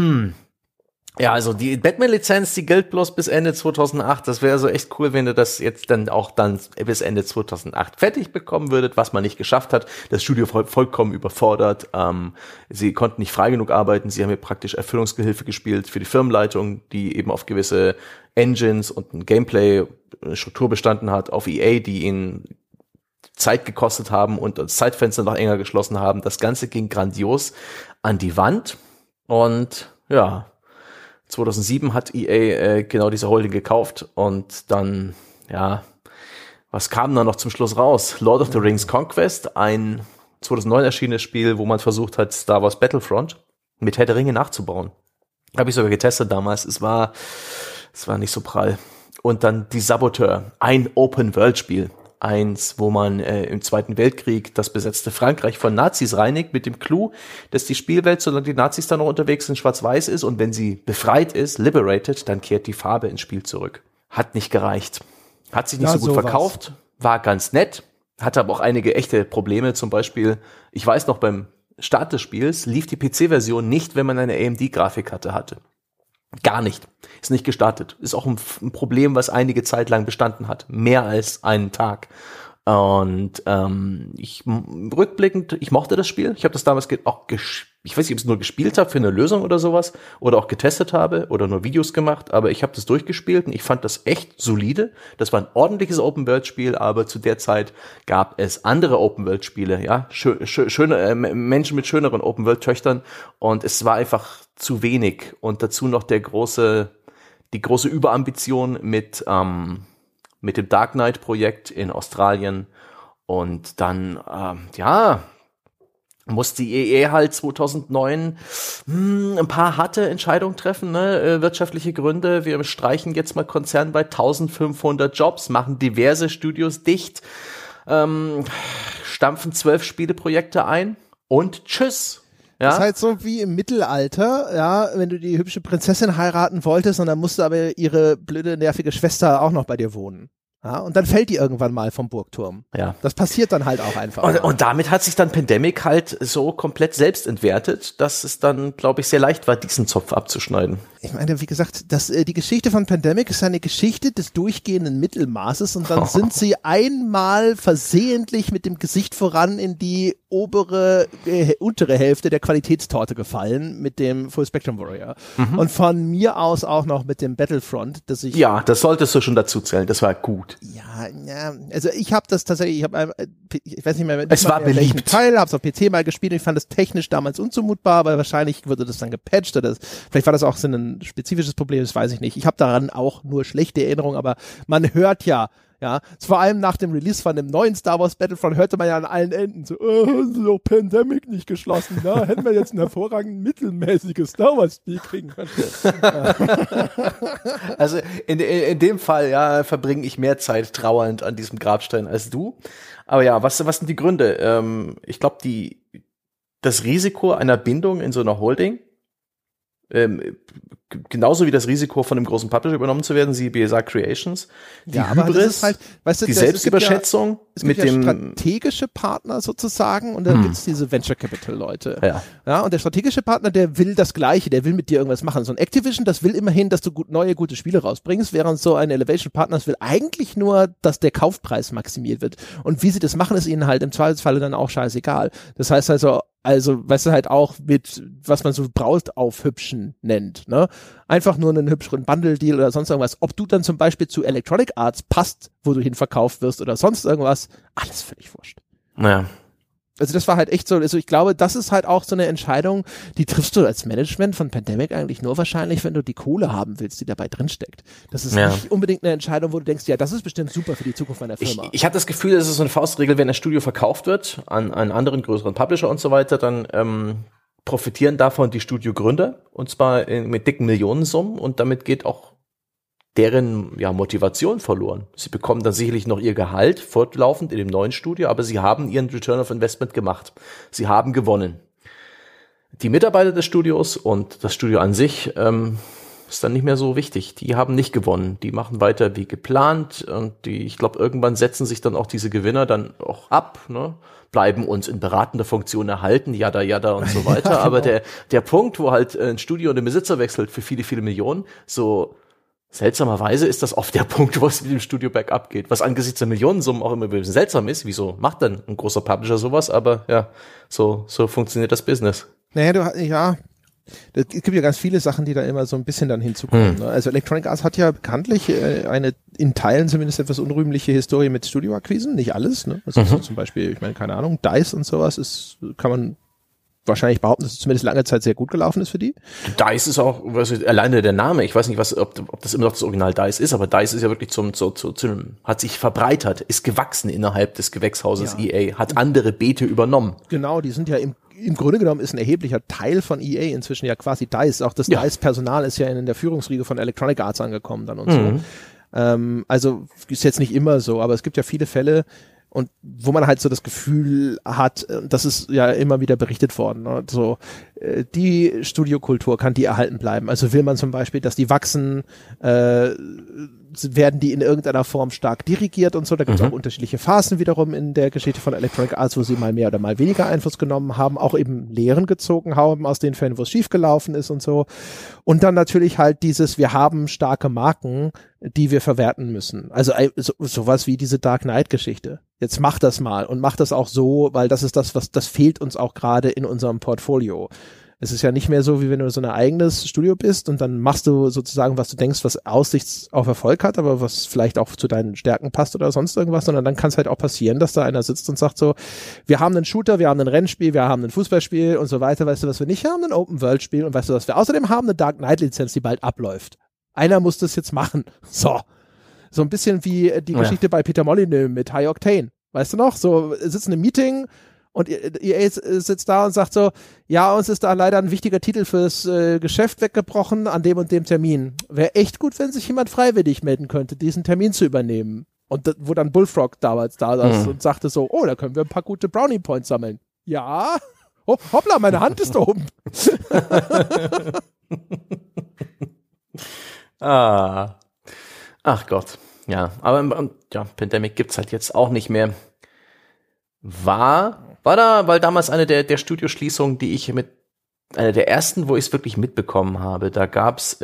ja, also die Batman-Lizenz, die gilt bloß bis Ende 2008. Das wäre so echt cool, wenn ihr das jetzt dann auch bis Ende 2008 fertig bekommen würdet, was man nicht geschafft hat. Das Studio vollkommen überfordert. Sie konnten nicht frei genug arbeiten. Sie haben hier praktisch Erfüllungsgehilfe gespielt für die Firmenleitung, die eben auf gewisse Engines und ein Gameplay-Struktur bestanden hat, auf EA, die ihnen Zeit gekostet haben und das Zeitfenster noch enger geschlossen haben. Das Ganze ging grandios an die Wand und ja, 2007 hat EA genau diese Holding gekauft und dann, ja, was kam da noch zum Schluss raus? Lord of the Rings Conquest, ein 2009 erschienenes Spiel, wo man versucht hat, Star Wars Battlefront mit Herr der Ringe nachzubauen. Habe ich sogar getestet damals, es war nicht so prall. Und dann die Saboteur, ein Open-World-Spiel. Eins, wo man im Zweiten Weltkrieg das besetzte Frankreich von Nazis reinigt, mit dem Clou, dass die Spielwelt, solange die Nazis da noch unterwegs sind, schwarz-weiß ist und wenn sie befreit ist, liberated, dann kehrt die Farbe ins Spiel zurück. Hat nicht gereicht. Hat sich nicht so gut verkauft, war ganz nett, hatte aber auch einige echte Probleme, zum Beispiel, ich weiß noch, beim Start des Spiels lief die PC-Version nicht, wenn man eine AMD-Grafikkarte hatte. Gar nicht. Ist nicht gestartet. Ist auch ein Problem, was einige Zeit lang bestanden hat. Mehr als einen Tag. Und rückblickend, ich mochte das Spiel. Ich habe das damals auch ich weiß nicht, ob ich es nur gespielt habe für eine Lösung oder sowas oder auch getestet habe oder nur Videos gemacht, aber ich habe das durchgespielt und ich fand das echt solide. Das war ein ordentliches Open-World-Spiel, aber zu der Zeit gab es andere Open-World-Spiele, ja, schöne Menschen mit schöneren Open-World-Töchtern und es war einfach zu wenig und dazu noch die große Überambition mit dem Dark Knight Projekt in Australien und dann, musste die EA halt 2009 ein paar harte Entscheidungen treffen, ne? Wirtschaftliche Gründe, wir streichen jetzt mal konzernweit 1500 Jobs, machen diverse Studios dicht, stampfen 12 Spieleprojekte ein und tschüss. Ja? Das ist halt so wie im Mittelalter, ja, wenn du die hübsche Prinzessin heiraten wolltest und dann musste aber ihre blöde, nervige Schwester auch noch bei dir wohnen. Ja, und dann fällt die irgendwann mal vom Burgturm. Ja. Das passiert dann halt auch einfach. Und damit hat sich dann Pandemic halt so komplett selbst entwertet, dass es dann, glaube ich, sehr leicht war, diesen Zopf abzuschneiden. Ich meine, wie gesagt, die Geschichte von Pandemic ist eine Geschichte des durchgehenden Mittelmaßes und dann sind sie einmal versehentlich mit dem Gesicht voran in die untere Hälfte der Qualitätstorte gefallen mit dem Full Spectrum Warrior. Und von mir aus auch noch mit dem Battlefront, das ich... Ja, das solltest du schon dazu zählen, das war gut. Ja, also ich habe das tatsächlich, ich weiß nicht mehr, es war beliebt. Welchen Teil, hab's auf PC mal gespielt und ich fand das technisch damals unzumutbar, weil wahrscheinlich wurde das dann gepatcht oder vielleicht war das auch so ein spezifisches Problem, das weiß ich nicht. Ich habe daran auch nur schlechte Erinnerungen, aber man hört ja, vor allem nach dem Release von dem neuen Star Wars Battlefront hörte man ja an allen Enden so Pandemic nicht geschlossen, ne? Hätten wir jetzt ein hervorragend mittelmäßiges Star Wars Spiel kriegen können. Also in dem Fall, ja, verbringe ich mehr Zeit trauernd an diesem Grabstein als du. Aber ja, was sind die Gründe? Ich glaube, das Risiko einer Bindung in so einer Holding, genauso wie das Risiko von einem großen Publisher übernommen zu werden, siehe BSA Creations, die Hybris, das ist halt, weißt du, die Selbstüberschätzung es gibt ja strategische Partner sozusagen und dann gibt's diese Venture Capital Leute. Ja, und der strategische Partner, der will das Gleiche, der will mit dir irgendwas machen. So ein Activision, das will immerhin, dass du neue, gute Spiele rausbringst, während so ein Elevation Partners will eigentlich nur, dass der Kaufpreis maximiert wird. Und wie sie das machen, ist ihnen halt im Zweifelsfalle dann auch scheißegal. Das heißt also, weißt du, halt auch mit, was man so Braut aufhübschen nennt, ne? Einfach nur einen hübscheren Bundle-Deal oder sonst irgendwas. Ob du dann zum Beispiel zu Electronic Arts passt, wo du hin verkauft wirst oder sonst irgendwas, alles völlig wurscht. Naja. Also das war halt echt so, also ich glaube, das ist halt auch so eine Entscheidung, die triffst du als Management von Pandemic eigentlich nur wahrscheinlich, wenn du die Kohle haben willst, die dabei drinsteckt. Das ist nicht unbedingt eine Entscheidung, wo du denkst, ja, das ist bestimmt super für die Zukunft meiner Firma. Ich habe das Gefühl, es ist so eine Faustregel, wenn das Studio verkauft wird an einen anderen größeren Publisher und so weiter, dann profitieren davon die Studiogründer und zwar mit dicken Millionensummen und damit geht auch deren Motivation verloren. Sie bekommen dann sicherlich noch ihr Gehalt fortlaufend in dem neuen Studio, aber sie haben ihren Return of Investment gemacht. Sie haben gewonnen. Die Mitarbeiter des Studios und das Studio an sich ist dann nicht mehr so wichtig. Die haben nicht gewonnen. Die machen weiter wie geplant und ich glaube, irgendwann setzen sich dann auch diese Gewinner dann auch ab, ne? Bleiben uns in beratender Funktion erhalten, jada und so weiter. Ja, genau. Aber der Punkt, wo halt ein Studio den Besitzer wechselt für viele, viele Millionen, so seltsamerweise ist das oft der Punkt, wo es mit dem Studio bergab geht, was angesichts der Millionensummen auch immer ein bisschen seltsam ist. Wieso macht denn ein großer Publisher sowas? Aber ja, so funktioniert das Business. Naja, es gibt ja ganz viele Sachen, die da immer so ein bisschen dann hinzukommen. Ne? Also Electronic Arts hat ja bekanntlich eine in Teilen zumindest etwas unrühmliche Historie mit Studioakquisen, nicht alles. Ne? Also so zum Beispiel, ich meine, keine Ahnung, DICE und sowas kann man wahrscheinlich behaupten, dass es zumindest lange Zeit sehr gut gelaufen ist für die. DICE ist auch, alleine der Name, ich weiß nicht, ob das immer noch das Original DICE ist, aber DICE ist ja wirklich hat sich verbreitert, ist gewachsen innerhalb des Gewächshauses EA, hat andere Beete übernommen. Genau, die sind ja im Grunde genommen ist ein erheblicher Teil von EA inzwischen ja quasi DICE. Auch das DICE-Personal ist ja in der Führungsriege von Electronic Arts angekommen dann und so. Also ist jetzt nicht immer so, aber es gibt ja viele Fälle, und wo man halt so das Gefühl hat, das ist ja immer wieder berichtet worden, ne? So, die Studiokultur kann die erhalten bleiben. Also will man zum Beispiel, dass die wachsen, werden die in irgendeiner Form stark dirigiert und so. Da gibt es auch unterschiedliche Phasen wiederum in der Geschichte von Electronic Arts, wo sie mal mehr oder mal weniger Einfluss genommen haben, auch eben Lehren gezogen haben aus den Fällen, wo es schiefgelaufen ist und so. Und dann natürlich halt wir haben starke Marken, die wir verwerten müssen. Also sowas wie diese Dark Knight-Geschichte. Jetzt mach das mal und mach das auch so, weil das ist das fehlt uns auch gerade in unserem Portfolio. Es ist ja nicht mehr so, wie wenn du so ein eigenes Studio bist und dann machst du sozusagen, was du denkst, was Aussicht auf Erfolg hat, aber was vielleicht auch zu deinen Stärken passt oder sonst irgendwas, sondern dann kann es halt auch passieren, dass da einer sitzt und sagt so, wir haben einen Shooter, wir haben ein Rennspiel, wir haben ein Fußballspiel und so weiter. Weißt du, was wir nicht haben? Ein Open-World-Spiel. Und weißt du, was wir außerdem haben? Eine Dark Knight-Lizenz, die bald abläuft. Einer muss das jetzt machen. So ein bisschen wie die Geschichte bei Peter Molyneux mit High Octane. Weißt du noch? So sitzen im Meeting und EA sitzt da und sagt so, ja, uns ist da leider ein wichtiger Titel fürs Geschäft weggebrochen an dem und dem Termin. Wäre echt gut, wenn sich jemand freiwillig melden könnte, diesen Termin zu übernehmen. Und wo dann Bullfrog damals da saß und sagte so, da können wir ein paar gute Brownie Points sammeln. Ja, hoppla, meine Hand ist oben. Ach Gott. Ja, aber Pandemic gibt's halt jetzt auch nicht mehr. War da, weil damals eine der Studioschließungen, die ich einer der ersten, wo ich es wirklich mitbekommen habe, da gab's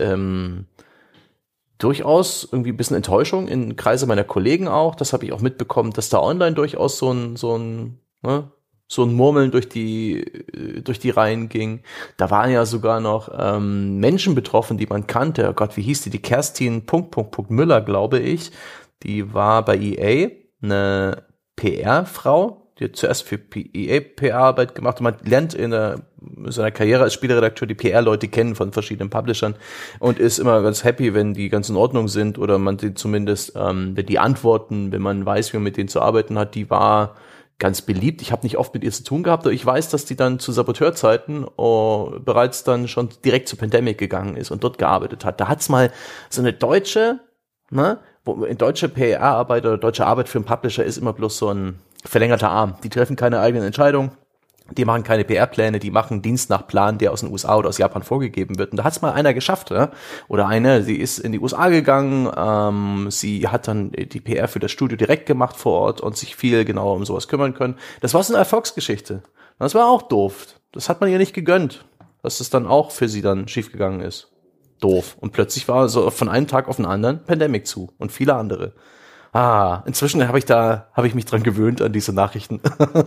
durchaus irgendwie ein bisschen Enttäuschung in Kreise meiner Kollegen auch. Das habe ich auch mitbekommen, dass da online durchaus so ein Murmeln durch die Reihen ging. Da waren ja sogar noch Menschen betroffen, die man kannte. Oh Gott, wie hieß die? Die Kerstin Müller, glaube ich. Die war bei EA, eine PR-Frau. Die hat zuerst für EA PR-Arbeit gemacht und man lernt in seiner Karriere als Spieleredakteur die PR-Leute kennen von verschiedenen Publishern und ist immer ganz happy, wenn die ganz in Ordnung sind oder man die zumindest, wenn die antworten, wenn man weiß, wie man mit denen zu arbeiten hat, die war ganz beliebt. Ich habe nicht oft mit ihr zu tun gehabt, aber ich weiß, dass die dann zu Saboteurzeiten bereits dann schon direkt zur Pandemic gegangen ist und dort gearbeitet hat. Da hat's mal so eine deutsche, deutsche PR-Arbeit oder deutsche Arbeit für einen Publisher ist immer bloß so ein verlängerter Arm. Die treffen keine eigenen Entscheidungen, die machen keine PR-Pläne, die machen Dienst nach Plan, der aus den USA oder aus Japan vorgegeben wird. Und da hat's mal einer geschafft, ne? Oder eine, sie ist in die USA gegangen, sie hat dann die PR für das Studio direkt gemacht vor Ort und sich viel genauer um sowas kümmern können. Das war so eine Erfolgsgeschichte. Das war auch doof. Das hat man ihr nicht gegönnt, dass das dann auch für sie dann schiefgegangen ist. Doof. Und plötzlich war so von einem Tag auf den anderen Pandemic zu und viele andere. Inzwischen habe ich mich dran gewöhnt an diese Nachrichten.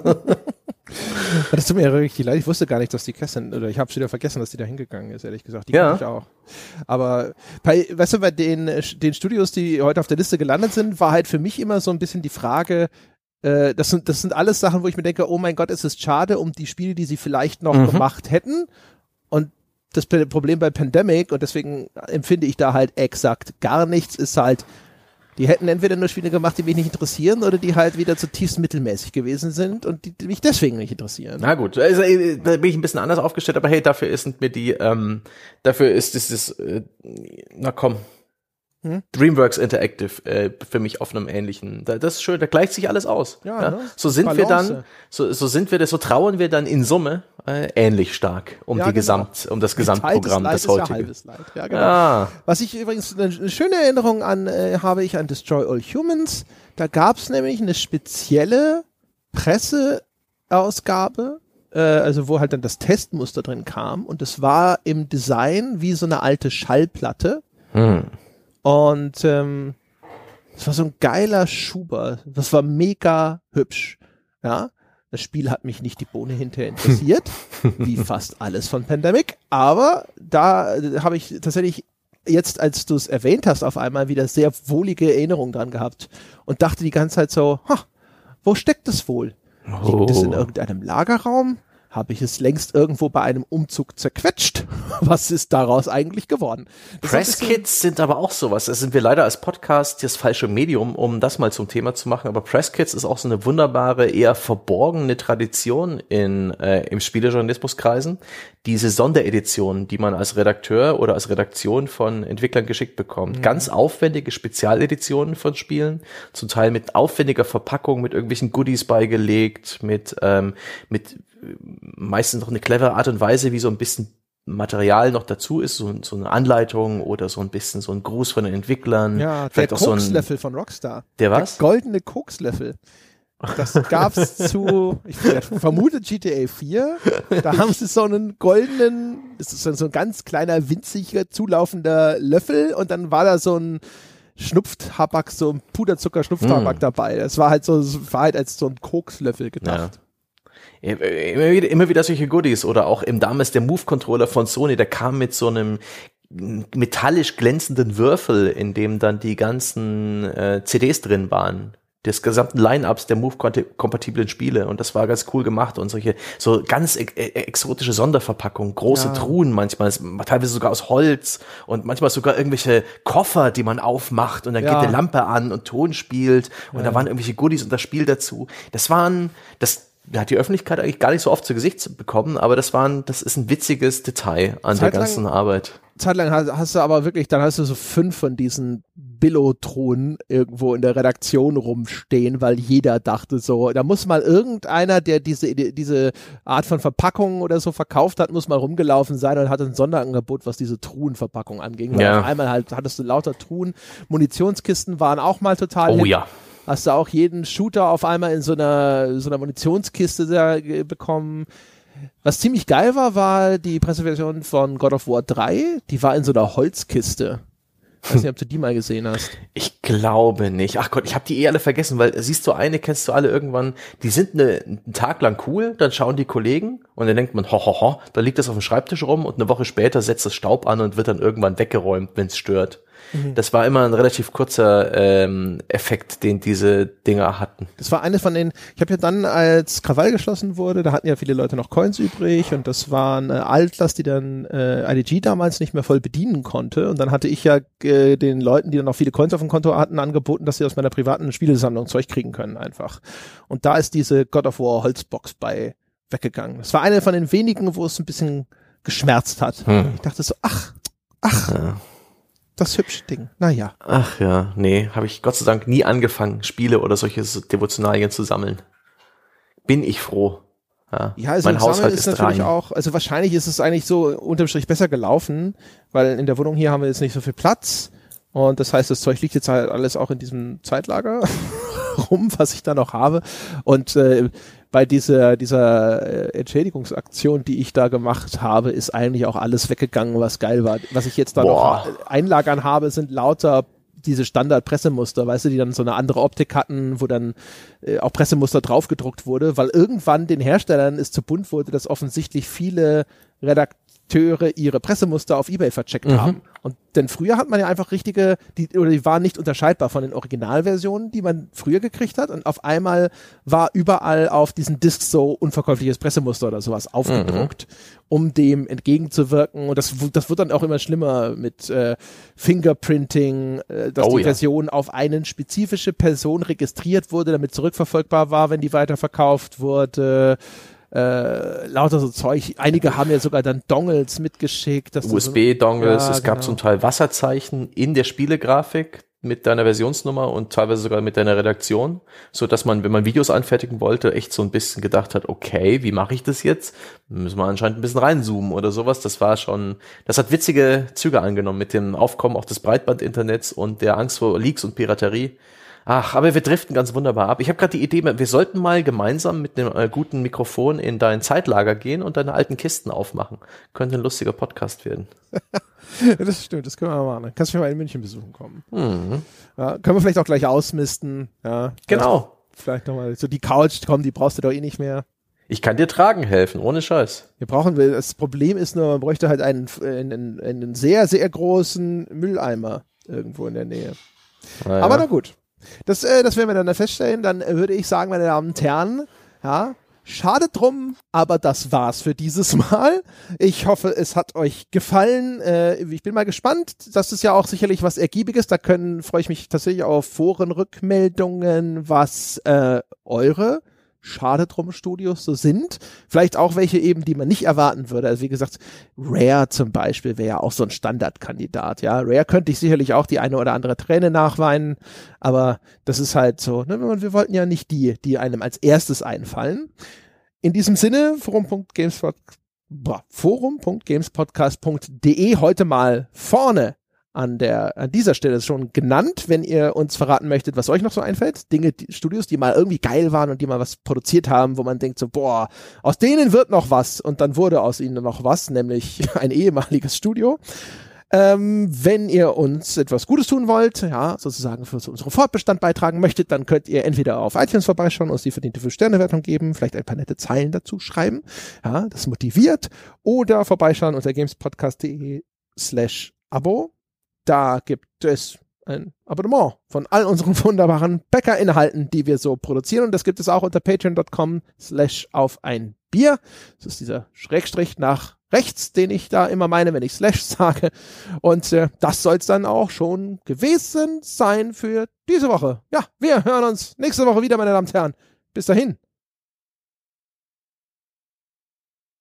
Das tut mir ja richtig leid. Ich wusste gar nicht, dass die Kerstin, oder ich habe schon wieder vergessen, dass die da hingegangen ist, ehrlich gesagt. Die kann ich auch. Aber bei den Studios, die heute auf der Liste gelandet sind, war halt für mich immer so ein bisschen die Frage, das sind alles Sachen, wo ich mir denke, oh mein Gott, es ist schade um die Spiele, die sie vielleicht noch gemacht hätten. Und das Problem bei Pandemic, und deswegen empfinde ich da halt exakt gar nichts, ist halt, die hätten entweder nur Spiele gemacht, die mich nicht interessieren, oder die halt wieder zutiefst mittelmäßig gewesen sind und die mich deswegen nicht interessieren. Na gut, also, da bin ich ein bisschen anders aufgestellt, aber hey, dafür ist dieses, DreamWorks Interactive für mich auf einem ähnlichen. Das ist schön, da gleicht sich alles aus. Ja. Ne? So sind Balance. Wir dann, so trauern wir dann in Summe ähnlich stark um das Gesamtprogramm des heutigen. Halbes Leid. Ja, genau. Was ich übrigens eine schöne Erinnerung habe ich an Destroy All Humans. Da gab es nämlich eine spezielle Presseausgabe, also wo halt dann das Testmuster drin kam und es war im Design wie so eine alte Schallplatte. Und es war so ein geiler Schuber. Das war mega hübsch. Ja, das Spiel hat mich nicht die Bohne hinterher interessiert, wie fast alles von Pandemic. Aber da habe ich tatsächlich jetzt, als du es erwähnt hast, auf einmal wieder sehr wohlige Erinnerungen dran gehabt und dachte die ganze Zeit so, wo steckt es wohl? Liegt es in irgendeinem Lagerraum? Habe ich es längst irgendwo bei einem Umzug zerquetscht? Was ist daraus eigentlich geworden? Presskits sind aber auch sowas. Da sind wir leider als Podcast das falsche Medium, um das mal zum Thema zu machen. Aber Presskits ist auch so eine wunderbare, eher verborgene Tradition im Spielejournalismuskreisen. Diese Sondereditionen, die man als Redakteur oder als Redaktion von Entwicklern geschickt bekommt. Ganz aufwendige Spezialeditionen von Spielen, zum Teil mit aufwendiger Verpackung, mit irgendwelchen Goodies beigelegt, mit meistens noch eine clevere Art und Weise, wie so ein bisschen Material noch dazu ist, so eine Anleitung oder so ein bisschen so ein Gruß von den Entwicklern. Ja, der Kokslöffel von Rockstar. Der was? Der goldene Kokslöffel. Das gab's ich vermute GTA 4, da haben sie so einen goldenen, das ist so ein ganz kleiner, winziger, zulaufender Löffel und dann war da so ein Schnupftabak, so ein Puderzucker-Schnupftabak dabei. Das war halt als so ein Kokslöffel gedacht. Ja. Immer wieder solche Goodies oder auch damals der Move-Controller von Sony, der kam mit so einem metallisch glänzenden Würfel, in dem dann die ganzen CDs drin waren. Des gesamten Line-Ups der Move-kompatiblen Spiele und das war ganz cool gemacht und so ganz exotische Sonderverpackungen, große Truhen manchmal, teilweise sogar aus Holz und manchmal sogar irgendwelche Koffer, die man aufmacht und dann geht eine Lampe an und Ton spielt und da waren irgendwelche Goodies und das Spiel dazu. Das hat die Öffentlichkeit eigentlich gar nicht so oft zu Gesicht bekommen, aber das ist ein witziges Detail an der ganzen Arbeit. Zeitlang hast du aber wirklich, dann hast du so 5 von diesen Billo-Truhen irgendwo in der Redaktion rumstehen, weil jeder dachte so, da muss mal irgendeiner, der diese Art von Verpackung oder so verkauft hat, muss mal rumgelaufen sein und hatte ein Sonderangebot, was diese Truhenverpackung anging. Weil auf einmal halt hattest du lauter Truhen. Munitionskisten waren auch mal total hip. Hast du auch jeden Shooter auf einmal in so einer Munitionskiste da bekommen. Was ziemlich geil war die Presseversion von God of War 3. Die war in so einer Holzkiste. Ich weiß nicht, ob du die mal gesehen hast. Ich glaube nicht. Ach Gott, ich habe die alle vergessen, weil siehst du kennst du alle irgendwann, die sind einen Tag lang cool, dann schauen die Kollegen und dann denkt man, da liegt das auf dem Schreibtisch rum und eine Woche später setzt das Staub an und wird dann irgendwann weggeräumt, wenn es stört. Das war immer ein relativ kurzer Effekt, den diese Dinger hatten. Das war eine von den, ich habe ja dann, als Krawall geschlossen wurde, da hatten ja viele Leute noch Coins übrig und das war eine Altlast, die dann IDG damals nicht mehr voll bedienen konnte und dann hatte ich ja den Leuten, die dann noch viele Coins auf dem Konto hatten, angeboten, dass sie aus meiner privaten Spielesammlung Zeug kriegen können einfach. Und da ist diese God of War Holzbox bei weggegangen. Das war eine von den wenigen, wo es ein bisschen geschmerzt hat. Ich dachte so, ach. Ja. Das hübsche Ding, naja. Ach ja, nee, habe ich Gott sei Dank nie angefangen, Spiele oder solche Devotionalien zu sammeln. Bin ich froh. Ja, also mein Haushalt ist natürlich auch, also wahrscheinlich ist es eigentlich so unterm Strich besser gelaufen, weil in der Wohnung hier haben wir jetzt nicht so viel Platz und das heißt, das Zeug liegt jetzt halt alles auch in diesem Zeitlager rum, was ich da noch habe und bei dieser Entschädigungsaktion, die ich da gemacht habe, ist eigentlich auch alles weggegangen, was geil war. Was ich jetzt da noch einlagern habe, sind lauter diese Standard-Pressemuster, weißt du, die dann so eine andere Optik hatten, wo dann auch Pressemuster draufgedruckt wurde, weil irgendwann den Herstellern es zu bunt wurde, dass offensichtlich viele Redakteure ihre Pressemuster auf eBay vercheckt haben. Und denn früher hat man ja einfach die waren nicht unterscheidbar von den Originalversionen, die man früher gekriegt hat. Und auf einmal war überall auf diesen Discs so unverkäufliches Pressemuster oder sowas aufgedruckt, um dem entgegenzuwirken. Und das wird dann auch immer schlimmer mit Fingerprinting, dass die Version auf eine spezifische Person registriert wurde, damit zurückverfolgbar war, wenn die weiterverkauft wurde. Lauter so Zeug. Einige haben ja sogar dann Dongles mitgeschickt. USB-Dongles, es gab zum Teil Wasserzeichen in der Spielegrafik mit deiner Versionsnummer und teilweise sogar mit deiner Redaktion, so dass man, wenn man Videos anfertigen wollte, echt so ein bisschen gedacht hat, okay, wie mache ich das jetzt? Müssen wir anscheinend ein bisschen reinzoomen oder sowas. Das hat witzige Züge angenommen mit dem Aufkommen auch des Breitband-Internets und der Angst vor Leaks und Piraterie. Ach, aber wir driften ganz wunderbar ab. Ich habe gerade die Idee, wir sollten mal gemeinsam mit einem guten Mikrofon in dein Zeitlager gehen und deine alten Kisten aufmachen. Könnte ein lustiger Podcast werden. Das stimmt, das können wir mal machen. Kannst du mich mal in München besuchen kommen. Ja, können wir vielleicht auch gleich ausmisten. Ja, genau. Vielleicht nochmal so die Couch, die brauchst du doch eh nicht mehr. Ich kann dir tragen helfen, ohne Scheiß. Das Problem ist nur, man bräuchte halt einen sehr, sehr großen Mülleimer irgendwo in der Nähe. Ja. Aber na gut. Das werden wir dann feststellen. Dann würde ich sagen, meine Damen und Herren, ja, schade drum, aber das war's für dieses Mal. Ich hoffe, es hat euch gefallen. Ich bin mal gespannt. Das ist ja auch sicherlich was Ergiebiges. Da freue ich mich tatsächlich auf Forenrückmeldungen, was eure Schade drum Studios so sind. Vielleicht auch welche eben, die man nicht erwarten würde. Also wie gesagt, Rare zum Beispiel wäre ja auch so ein Standardkandidat. Ja, Rare könnte ich sicherlich auch die eine oder andere Träne nachweinen, aber das ist halt so, ne? Wir wollten ja nicht die einem als erstes einfallen. In diesem Sinne, forum.gamespodcast.de heute mal vorne an dieser Stelle schon genannt, wenn ihr uns verraten möchtet, was euch noch so einfällt. Studios, die mal irgendwie geil waren und die mal was produziert haben, wo man denkt so, boah, aus denen wird noch was. Und dann wurde aus ihnen noch was, nämlich ein ehemaliges Studio. Wenn ihr uns etwas Gutes tun wollt, ja, sozusagen für unseren Fortbestand beitragen möchtet, dann könnt ihr entweder auf iTunes vorbeischauen, uns die verdiente 5-Sterne-Wertung geben, vielleicht ein paar nette Zeilen dazu schreiben. Ja, das motiviert. Oder vorbeischauen unter gamespodcast.de/Abo. Da gibt es ein Abonnement von all unseren wunderbaren Bäckerinhalten, die wir so produzieren. Und das gibt es auch unter patreon.com/aufeinbier. Das ist dieser Schrägstrich nach rechts, den ich da immer meine, wenn ich / sage. Und das soll es dann auch schon gewesen sein für diese Woche. Ja, wir hören uns nächste Woche wieder, meine Damen und Herren. Bis dahin.